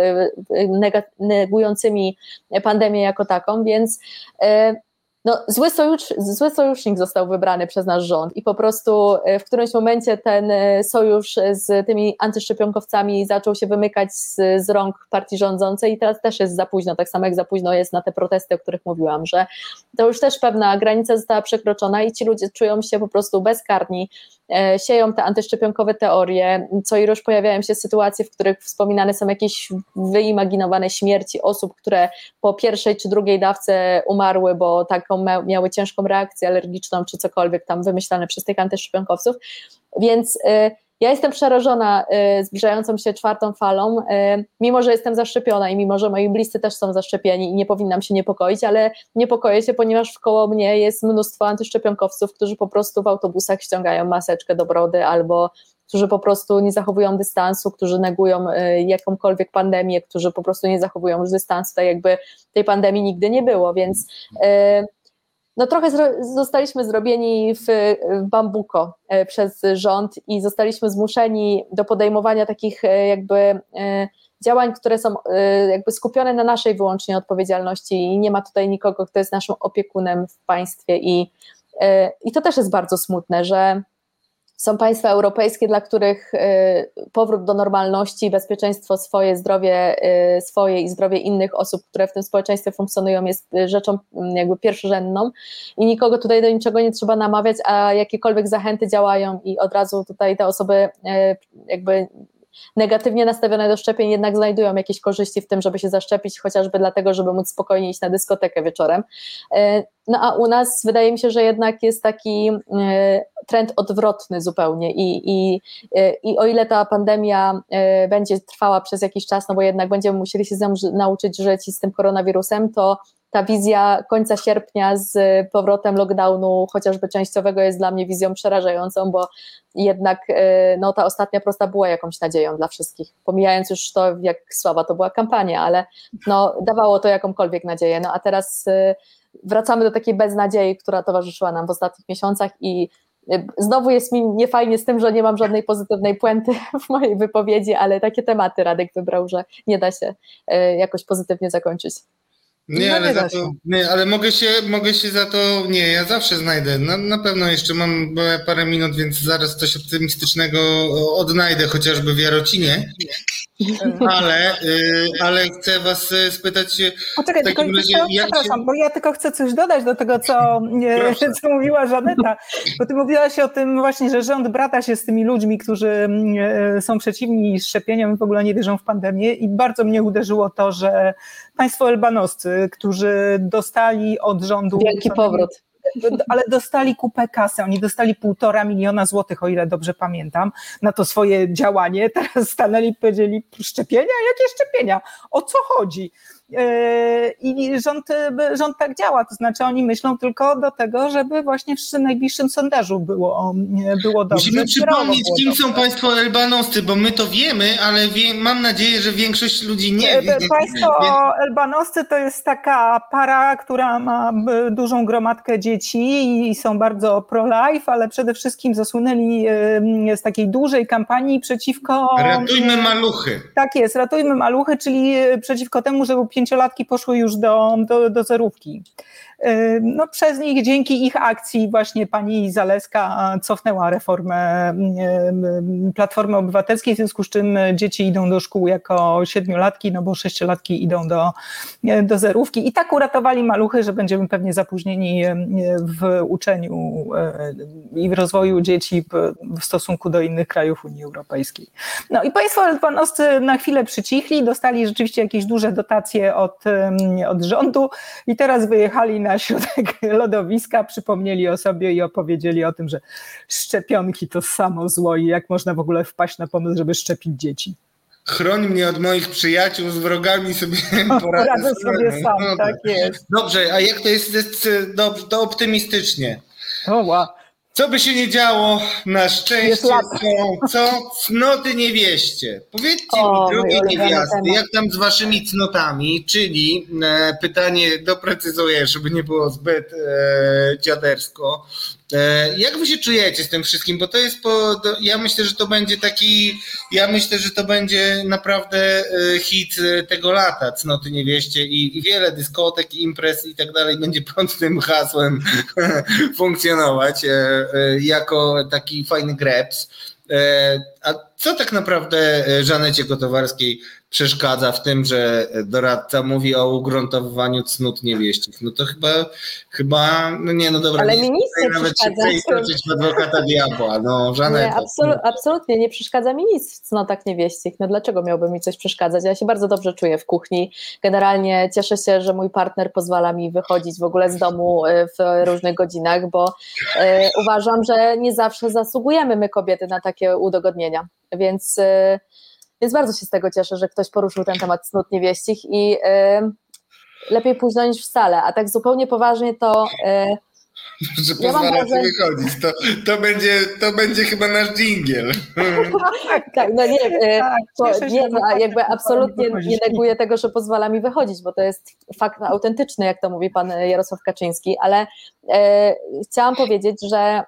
negującymi pandemię jako taką, więc no, zły sojusznik został wybrany przez nasz rząd i po prostu w którymś momencie ten sojusz z tymi antyszczepionkowcami zaczął się wymykać z rąk partii rządzącej i teraz też jest za późno, tak samo jak za późno jest na te protesty, o których mówiłam, że to już też pewna granica została przekroczona i ci ludzie czują się po prostu bezkarni, sieją te antyszczepionkowe teorie, co ileż pojawiają się sytuacje, w których wspominane są jakieś wyimaginowane śmierci osób, które po pierwszej czy drugiej dawce umarły, bo taką miały ciężką reakcję alergiczną czy cokolwiek tam wymyślane przez tych antyszczepionkowców, więc ja jestem przerażona zbliżającą się czwartą falą, mimo że jestem zaszczepiona i mimo że moi bliscy też są zaszczepieni i nie powinnam się niepokoić, ale niepokoję się, ponieważ wkoło mnie jest mnóstwo antyszczepionkowców, którzy po prostu w autobusach ściągają maseczkę do brody albo którzy po prostu nie zachowują dystansu, którzy negują jakąkolwiek pandemię, którzy po prostu nie zachowują już dystansu, tak jakby tej pandemii nigdy nie było, więc no trochę zostaliśmy zrobieni w bambuko przez rząd i zostaliśmy zmuszeni do podejmowania takich jakby działań, które są jakby skupione na naszej wyłącznie odpowiedzialności i nie ma tutaj nikogo, kto jest naszym opiekunem w państwie i to też jest bardzo smutne, że są państwa europejskie, dla których powrót do normalności, bezpieczeństwo swoje, zdrowie swoje i zdrowie innych osób, które w tym społeczeństwie funkcjonują, jest rzeczą jakby pierwszorzędną i nikogo tutaj do niczego nie trzeba namawiać, a jakiekolwiek zachęty działają i od razu tutaj te osoby jakby negatywnie nastawione do szczepień jednak znajdują jakieś korzyści w tym, żeby się zaszczepić, chociażby dlatego, żeby móc spokojnie iść na dyskotekę wieczorem. No a u nas wydaje mi się, że jednak jest taki trend odwrotny zupełnie i o ile ta pandemia będzie trwała przez jakiś czas, no bo jednak będziemy musieli się nauczyć żyć z tym koronawirusem, to ta wizja końca sierpnia z powrotem lockdownu, chociażby częściowego, jest dla mnie wizją przerażającą, bo jednak no, ta ostatnia prosta była jakąś nadzieją dla wszystkich, pomijając już to, jak słaba to była kampania, ale no, dawało to jakąkolwiek nadzieję, no a teraz wracamy do takiej beznadziei, która towarzyszyła nam w ostatnich miesiącach i Znowu jest mi niefajnie z tym, że nie mam żadnej pozytywnej puenty w mojej wypowiedzi, ale takie tematy Radek wybrał, że nie da się jakoś pozytywnie zakończyć. Ale mogę się za to, ja zawsze znajdę, na pewno jeszcze mam parę minut, więc zaraz coś optymistycznego odnajdę, chociażby w Jarocinie, ale chcę was spytać Poczekaj, w takim razie, przepraszam, bo ja tylko chcę coś dodać do tego, co mówiła Żaneta, bo ty mówiłaś o tym właśnie, że rząd brata się z tymi ludźmi, którzy są przeciwni szczepieniom i w ogóle nie wierzą w pandemię, i bardzo mnie uderzyło to, że państwo elbanowscy, którzy dostali od rządu... Wielki powrót. Ale dostali kupę kasy, oni dostali 1,5 miliona złotych, o ile dobrze pamiętam, na to swoje działanie. Teraz stanęli i powiedzieli: szczepienia? Jakie szczepienia? O co chodzi? I rząd tak działa, to znaczy oni myślą tylko do tego, żeby właśnie w najbliższym sondażu było dobrze. Musimy przypomnieć, kim są państwo elbanowscy, bo my to wiemy, ale mam nadzieję, że większość ludzi nie wie. Państwo elbanowscy to jest taka para, która ma dużą gromadkę dzieci i są bardzo pro-life, ale przede wszystkim zasłynęli z takiej dużej kampanii przeciwko... Ratujmy maluchy. Tak jest, ratujmy maluchy, czyli przeciwko temu, żeby 5-latki poszły już do zerówki. No, przez nich, dzięki ich akcji właśnie pani Zalewska cofnęła reformę Platformy Obywatelskiej, w związku z czym dzieci idą do szkół jako 7-latki, no bo 6-latki idą do zerówki i tak uratowali maluchy, że będziemy pewnie zapóźnieni w uczeniu i w rozwoju dzieci w stosunku do innych krajów Unii Europejskiej. No i państwo elbanowscy na chwilę przycichli, dostali rzeczywiście jakieś duże dotacje od rządu i teraz wyjechali na środek lodowiska, przypomnieli o sobie i opowiedzieli o tym, że szczepionki to samo zło i jak można w ogóle wpaść na pomysł, żeby szczepić dzieci. Chroń mnie od moich przyjaciół, z wrogami sobie poradzę sobie sam, no, tak jest. Dobrze, a jak to jest to optymistycznie? Co by się nie działo, na szczęście są cnoty niewieście. Powiedzcie mi, drogie niewiasty, jak tam z waszymi cnotami, czyli pytanie doprecyzuję, żeby nie było zbyt dziadersko. Jak wy się czujecie z tym wszystkim? Bo to jest ja myślę, że to będzie naprawdę hit tego lata, cnoty niewieście i wiele dyskotek, imprez i tak dalej będzie pod tym hasłem funkcjonować jako taki fajny greps. A co tak naprawdę Żanecie Kotowarskiej przeszkadza w tym, że doradca mówi o ugruntowywaniu cnót niewieścich? No to chyba dobra. Ale mi nic nie nawet przeszkadza. Się toczyć w adwokata diabła. No, Żaneta. Nie, absolutnie nie przeszkadza mi nic w cnotach niewieścich. No dlaczego miałby mi coś przeszkadzać? Ja się bardzo dobrze czuję w kuchni. Generalnie cieszę się, że mój partner pozwala mi wychodzić w ogóle z domu w różnych godzinach, bo uważam, że nie zawsze zasługujemy my kobiety na takie udogodnienia. Więc bardzo się z tego cieszę, że ktoś poruszył ten temat cnót niewieścich i lepiej późno niż wcale. A tak zupełnie poważnie to... że pozwala ci wychodzić. To będzie chyba nasz dżingiel. Tak, no jakby absolutnie nie neguję tego, że pozwala mi wychodzić, bo to jest fakt autentyczny, jak to mówi pan Jarosław Kaczyński, ale chciałam powiedzieć, że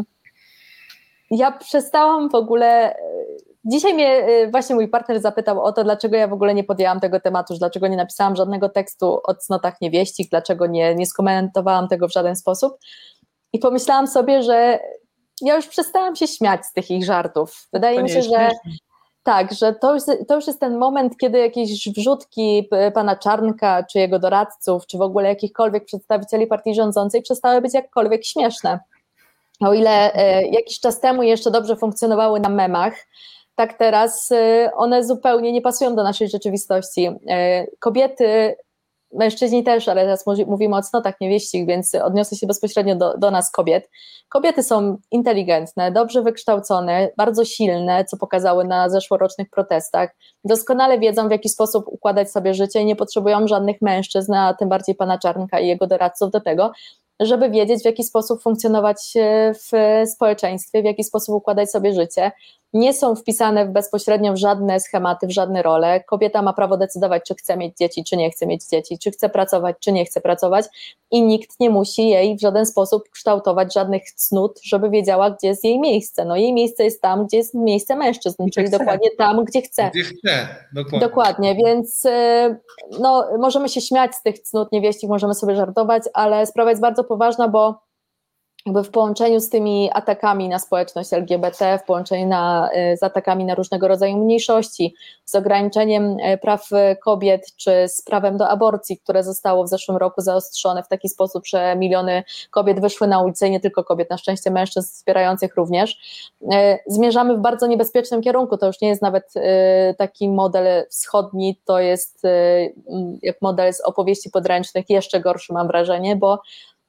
ja przestałam w ogóle... Dzisiaj mnie właśnie mój partner zapytał o to, dlaczego ja w ogóle nie podjęłam tego tematu, dlaczego nie napisałam żadnego tekstu o cnotach niewieścich, dlaczego nie skomentowałam tego w żaden sposób. I pomyślałam sobie, że ja już przestałam się śmiać z tych ich żartów. Wydaje mi się, że tak, że to już jest ten moment, kiedy jakieś wrzutki pana Czarnka, czy jego doradców, czy w ogóle jakichkolwiek przedstawicieli partii rządzącej przestały być jakkolwiek śmieszne. O ile jakiś czas temu jeszcze dobrze funkcjonowały na memach, tak teraz one zupełnie nie pasują do naszej rzeczywistości. Kobiety, mężczyźni też, ale teraz mówimy o cnotach niewieścich, więc odniosę się bezpośrednio do nas kobiet. Kobiety są inteligentne, dobrze wykształcone, bardzo silne, co pokazały na zeszłorocznych protestach. Doskonale wiedzą, w jaki sposób układać sobie życie i nie potrzebują żadnych mężczyzn, a tym bardziej pana Czarnka i jego doradców do tego, żeby wiedzieć, w jaki sposób funkcjonować w społeczeństwie, w jaki sposób układać sobie życie. nie są wpisane bezpośrednio w żadne schematy, w żadne role. Kobieta ma prawo decydować, czy chce mieć dzieci, czy nie chce mieć dzieci, czy chce pracować, czy nie chce pracować i nikt nie musi jej w żaden sposób kształtować żadnych cnót, żeby wiedziała, gdzie jest jej miejsce. No jej miejsce jest tam, gdzie jest miejsce mężczyzn, czyli dokładnie tam, gdzie chce. Gdzie chce, dokładnie. Dokładnie, więc no, możemy się śmiać z tych cnót niewieścich, możemy sobie żartować, ale sprawa jest bardzo poważna, bo jakby w połączeniu z tymi atakami na społeczność LGBT, w połączeniu z atakami na różnego rodzaju mniejszości, z ograniczeniem praw kobiet, czy z prawem do aborcji, które zostało w zeszłym roku zaostrzone w taki sposób, że miliony kobiet wyszły na ulicę i nie tylko kobiet, na szczęście mężczyzn wspierających również, zmierzamy w bardzo niebezpiecznym kierunku. To już nie jest nawet taki model wschodni, to jest jak model z opowieści podręcznych, jeszcze gorszy mam wrażenie, bo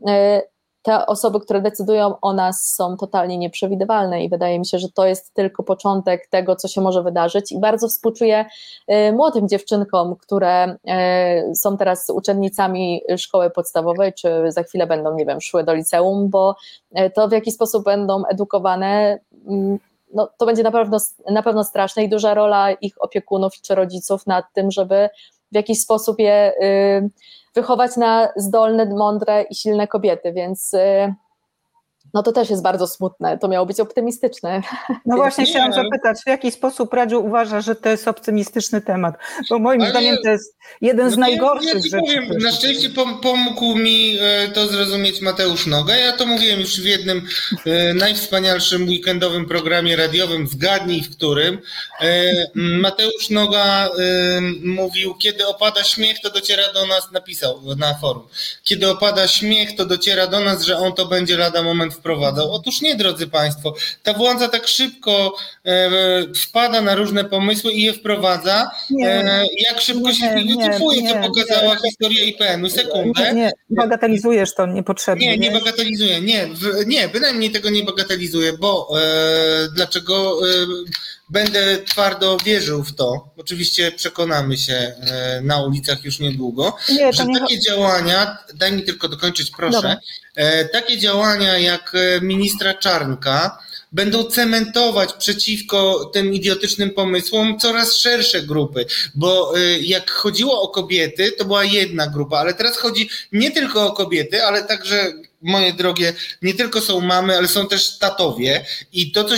te osoby, które decydują o nas, są totalnie nieprzewidywalne i wydaje mi się, że to jest tylko początek tego, co się może wydarzyć i bardzo współczuję młodym dziewczynkom, które są teraz uczennicami szkoły podstawowej, czy za chwilę będą, nie wiem, szły do liceum, bo to w jaki sposób będą edukowane, no, to będzie na pewno straszne i duża rola ich opiekunów czy rodziców nad tym, żeby w jakiś sposób je wychować na zdolne, mądre i silne kobiety, więc no to też jest bardzo smutne, to miało być optymistyczne. No właśnie chciałam zapytać, w jaki sposób Radziu uważa, że to jest optymistyczny temat, bo moim zdaniem to jest jeden z najgorszych rzeczy. Powiem, na szczęście pomógł mi to zrozumieć Mateusz Noga, ja to mówiłem już w jednym najwspanialszym weekendowym programie radiowym, zgadnij w którym, Mateusz Noga mówił, kiedy opada śmiech, to dociera do nas, napisał na forum, kiedy opada śmiech, to dociera do nas, że on to będzie lada moment wprowadzał. Otóż nie, drodzy Państwo, ta władza tak szybko wpada na różne pomysły i je wprowadza, jak szybko się wycofuje, co pokazała historia IPN-u. Sekundę. Nie, bagatelizujesz to niepotrzebnie. Nie bagatelizuję, nie, bynajmniej tego nie bagatelizuję, bo dlaczego będę twardo wierzył w to, oczywiście przekonamy się na ulicach już niedługo, że takie działania, daj mi tylko dokończyć proszę, takie działania jak ministra Czarnka będą cementować przeciwko tym idiotycznym pomysłom coraz szersze grupy, bo jak chodziło o kobiety, to była jedna grupa, ale teraz chodzi nie tylko o kobiety, ale także, moje drogie, nie tylko są mamy, ale są też tatowie i to, co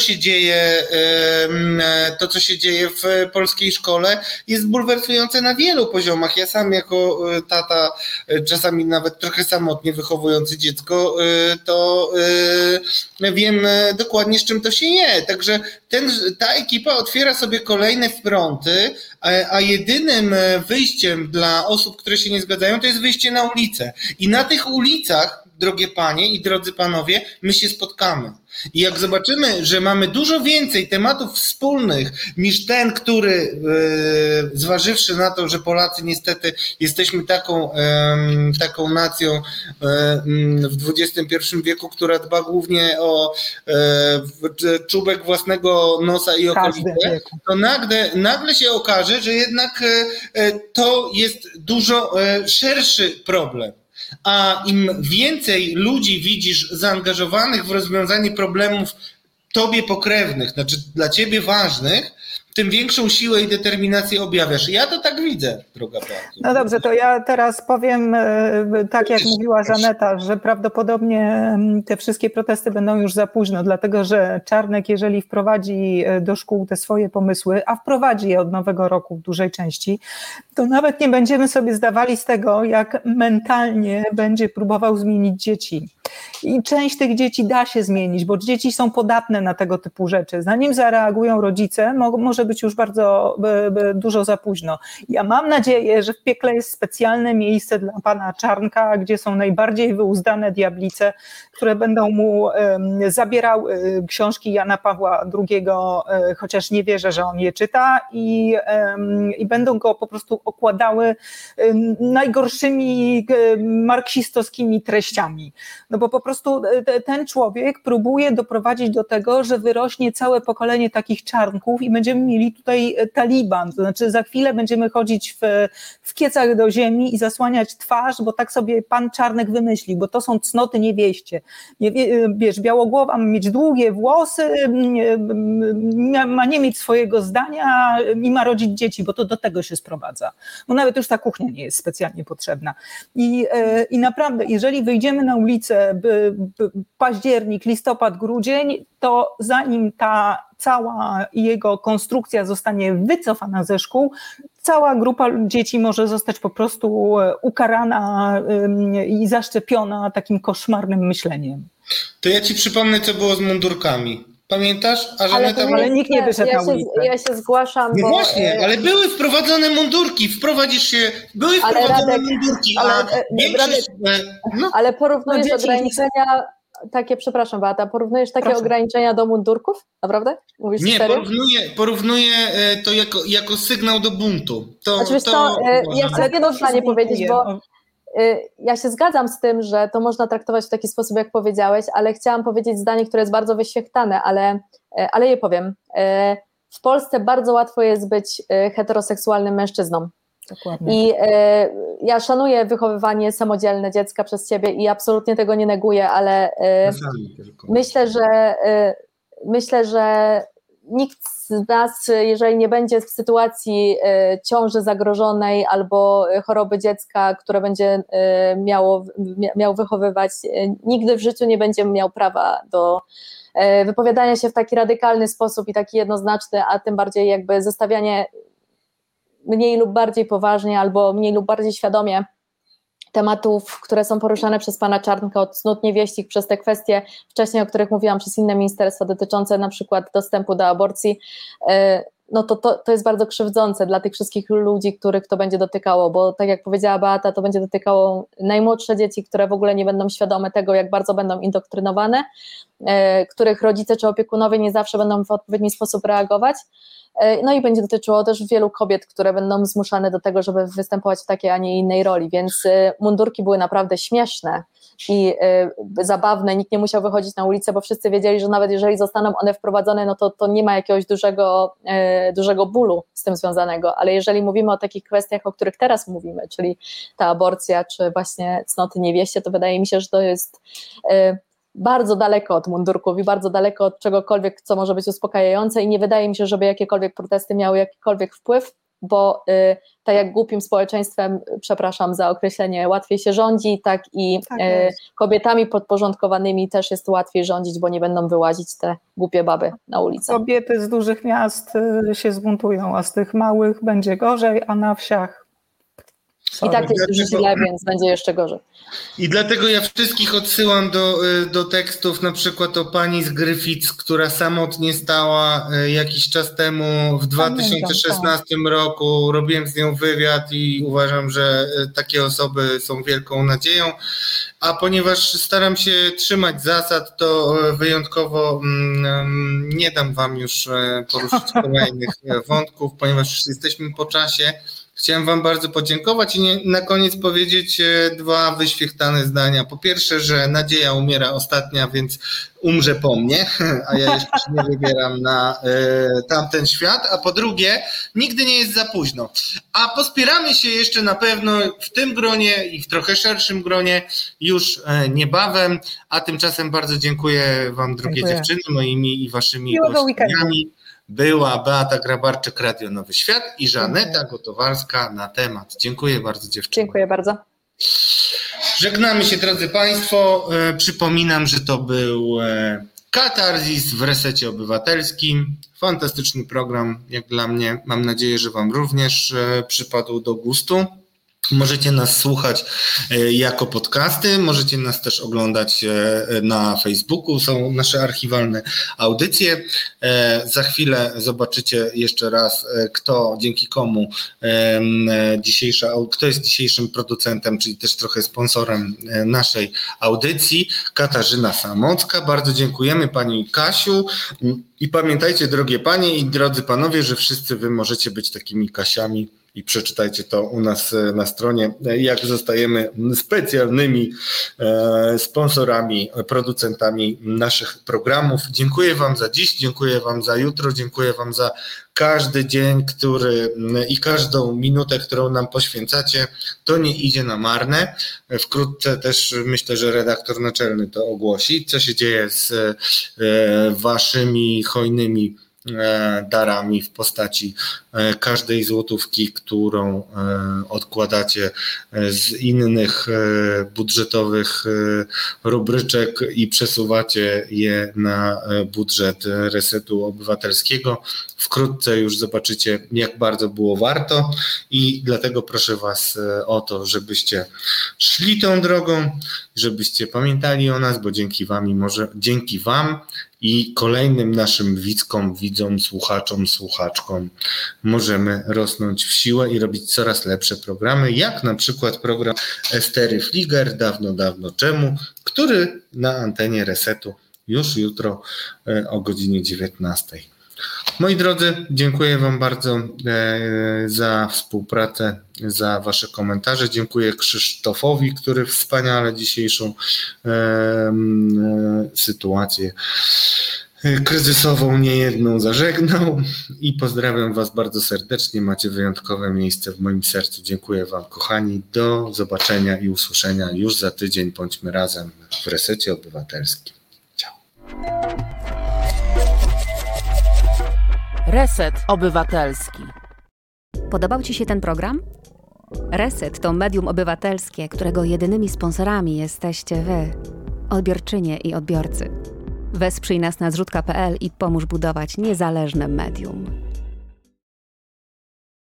się dzieje w polskiej szkole, jest bulwersujące na wielu poziomach. Ja sam jako tata, czasami nawet trochę samotnie wychowujący dziecko, to wiem dokładnie, z czym to się je. Także ta ekipa otwiera sobie kolejne fronty, a jedynym wyjściem dla osób, które się nie zgadzają, to jest wyjście na ulicę. I na tych ulicach, drogie panie i drodzy panowie, my się spotkamy. I jak zobaczymy, że mamy dużo więcej tematów wspólnych niż ten, który, zważywszy na to, że Polacy niestety jesteśmy taką nacją w XXI wieku, która dba głównie o czubek własnego nosa i okolice, to nagle się okaże, że jednak to jest dużo szerszy problem. A im więcej ludzi widzisz zaangażowanych w rozwiązanie problemów tobie pokrewnych, znaczy dla ciebie ważnych, tym większą siłę i determinację objawiasz. Ja to tak widzę, droga Beato. No dobrze, to ja teraz powiem, tak jak mówiła Żaneta, że prawdopodobnie te wszystkie protesty będą już za późno, dlatego że Czarnek, jeżeli wprowadzi do szkół te swoje pomysły, a wprowadzi je od nowego roku w dużej części, to nawet nie będziemy sobie zdawali z tego, jak mentalnie będzie próbował zmienić dzieci. I część tych dzieci da się zmienić, bo dzieci są podatne na tego typu rzeczy. Zanim zareagują rodzice, może być już bardzo dużo za późno. Ja mam nadzieję, że w piekle jest specjalne miejsce dla pana Czarnka, gdzie są najbardziej wyuzdane diablice, które będą mu zabierały książki Jana Pawła II, chociaż nie wierzę, że on je czyta, i będą go po prostu okładały najgorszymi marksistowskimi treściami. No bo po prostu ten człowiek próbuje doprowadzić do tego, że wyrośnie całe pokolenie takich czarnków i będziemy mieli tutaj Taliban, to znaczy za chwilę będziemy chodzić w kiecach do ziemi i zasłaniać twarz, bo tak sobie pan Czarnek wymyślił, bo to są cnoty niewieście. Wiesz, białogłowa ma mieć długie włosy, ma nie mieć swojego zdania i ma rodzić dzieci, bo to do tego się sprowadza. Bo nawet już ta kuchnia nie jest specjalnie potrzebna. I naprawdę, jeżeli wyjdziemy na ulicę październik, listopad, grudzień, to zanim ta cała jego konstrukcja zostanie wycofana ze szkół, cała grupa dzieci może zostać po prostu ukarana i zaszczepiona takim koszmarnym myśleniem. To ja ci przypomnę, co było z mundurkami. Pamiętasz? Ale nikt nie wyszedł na ulicę. Ja się zgłaszam, no bo... właśnie, ale były wprowadzone mundurki, Ale porównujesz ograniczenia... Takie, przepraszam Beata, porównujesz takie ograniczenia do mundurków? Naprawdę? Mówisz nie, serio? porównuję to jako sygnał do buntu. Ja chcę jedno zdanie powiedzieć, bo ja się zgadzam z tym, że to można traktować w taki sposób, jak powiedziałeś, ale chciałam powiedzieć zdanie, które jest bardzo wyświechtane, ale je powiem. W Polsce bardzo łatwo jest być heteroseksualnym mężczyzną. Dokładnie. I ja szanuję wychowywanie samodzielne dziecka przez ciebie i absolutnie tego nie neguję, ale myślę, że nikt z nas, jeżeli nie będzie w sytuacji ciąży zagrożonej albo choroby dziecka, które będzie miał wychowywać, nigdy w życiu nie będzie miał prawa do wypowiadania się w taki radykalny sposób i taki jednoznaczny, a tym bardziej jakby zestawianie mniej lub bardziej poważnie albo mniej lub bardziej świadomie tematów, które są poruszane przez pana Czarnka, od cnót niewieścich, przez te kwestie wcześniej, o których mówiłam, przez inne ministerstwa dotyczące na przykład dostępu do aborcji, no to jest bardzo krzywdzące dla tych wszystkich ludzi, których to będzie dotykało, bo tak jak powiedziała Beata, to będzie dotykało najmłodsze dzieci, które w ogóle nie będą świadome tego, jak bardzo będą indoktrynowane, których rodzice czy opiekunowie nie zawsze będą w odpowiedni sposób reagować. No i będzie dotyczyło też wielu kobiet, które będą zmuszane do tego, żeby występować w takiej, a nie innej roli, więc mundurki były naprawdę śmieszne i zabawne, nikt nie musiał wychodzić na ulicę, bo wszyscy wiedzieli, że nawet jeżeli zostaną one wprowadzone, no to nie ma jakiegoś dużego bólu z tym związanego, ale jeżeli mówimy o takich kwestiach, o których teraz mówimy, czyli ta aborcja, czy właśnie cnoty niewieście, to wydaje mi się, że to jest bardzo daleko od mundurków i bardzo daleko od czegokolwiek, co może być uspokajające i nie wydaje mi się, żeby jakiekolwiek protesty miały jakikolwiek wpływ, bo tak jak głupim społeczeństwem, przepraszam za określenie, łatwiej się rządzi, tak i kobietami podporządkowanymi też jest łatwiej rządzić, bo nie będą wyłazić te głupie baby na ulicę. Kobiety z dużych miast się zbuntują, a z tych małych będzie gorzej, a na wsiach i tak jest już źle, więc będzie jeszcze gorzej. I dlatego ja wszystkich odsyłam do tekstów, na przykład o pani z Gryfic, która samotnie stała jakiś czas temu w 2016 roku. Robiłem z nią wywiad i uważam, że takie osoby są wielką nadzieją. A ponieważ staram się trzymać zasad, to wyjątkowo nie dam wam już poruszyć kolejnych wątków, ponieważ już jesteśmy po czasie. Chciałem wam bardzo podziękować i na koniec powiedzieć dwa wyświechtane zdania. Po pierwsze, że nadzieja umiera ostatnia, więc umrze po mnie, a ja jeszcze się nie wybieram na tamten świat. A po drugie, nigdy nie jest za późno. A pospieramy się jeszcze na pewno w tym gronie i w trochę szerszym gronie już niebawem. A tymczasem bardzo dziękuję wam, drogie dziewczyny, moimi i waszymi gościniami. Była Beata Grabarczyk, Radio Nowy Świat i Żaneta Gotowarska na temat. Dziękuję bardzo, dziewczyny. Dziękuję bardzo. Żegnamy się, drodzy Państwo. Przypominam, że to był Katarzis w Resecie Obywatelskim. Fantastyczny program, jak dla mnie. Mam nadzieję, że wam również przypadł do gustu. Możecie nas słuchać jako podcasty, możecie nas też oglądać na Facebooku, są nasze archiwalne audycje. Za chwilę zobaczycie jeszcze raz, dzięki komu kto jest dzisiejszym producentem, czyli też trochę sponsorem naszej audycji. Katarzyna Samocka, bardzo dziękujemy pani Kasiu. I pamiętajcie, drogie panie i drodzy panowie, że wszyscy wy możecie być takimi Kasiami i przeczytajcie to u nas na stronie, jak zostajemy specjalnymi sponsorami, producentami naszych programów. Dziękuję Wam za dziś, dziękuję Wam za jutro, dziękuję Wam za każdy dzień, i każdą minutę, którą nam poświęcacie. To nie idzie na marne. Wkrótce też myślę, że redaktor naczelny to ogłosi, co się dzieje z waszymi hojnymi darami w postaci każdej złotówki, którą odkładacie z innych budżetowych rubryczek i przesuwacie je na budżet Resetu Obywatelskiego. Wkrótce już zobaczycie, jak bardzo było warto i dlatego proszę Was o to, żebyście szli tą drogą, żebyście pamiętali o nas, bo dzięki Wam i kolejnym naszym widzom, słuchaczkom możemy rosnąć w siłę i robić coraz lepsze programy, jak na przykład program Estery Flieger dawno temu, który na antenie Resetu już jutro o godzinie 19. Moi drodzy, dziękuję Wam bardzo za współpracę, za Wasze komentarze. Dziękuję Krzysztofowi, który wspaniale dzisiejszą sytuację kryzysową niejedną zażegnał i pozdrawiam Was bardzo serdecznie. Macie wyjątkowe miejsce w moim sercu. Dziękuję Wam, kochani. Do zobaczenia i usłyszenia już za tydzień. Bądźmy razem w Resecie Obywatelskim. Ciao. Reset Obywatelski. Podobał Ci się ten program? Reset to medium obywatelskie, którego jedynymi sponsorami jesteście Wy, odbiorczynie i odbiorcy. Wesprzyj nas na zrzutka.pl i pomóż budować niezależne medium.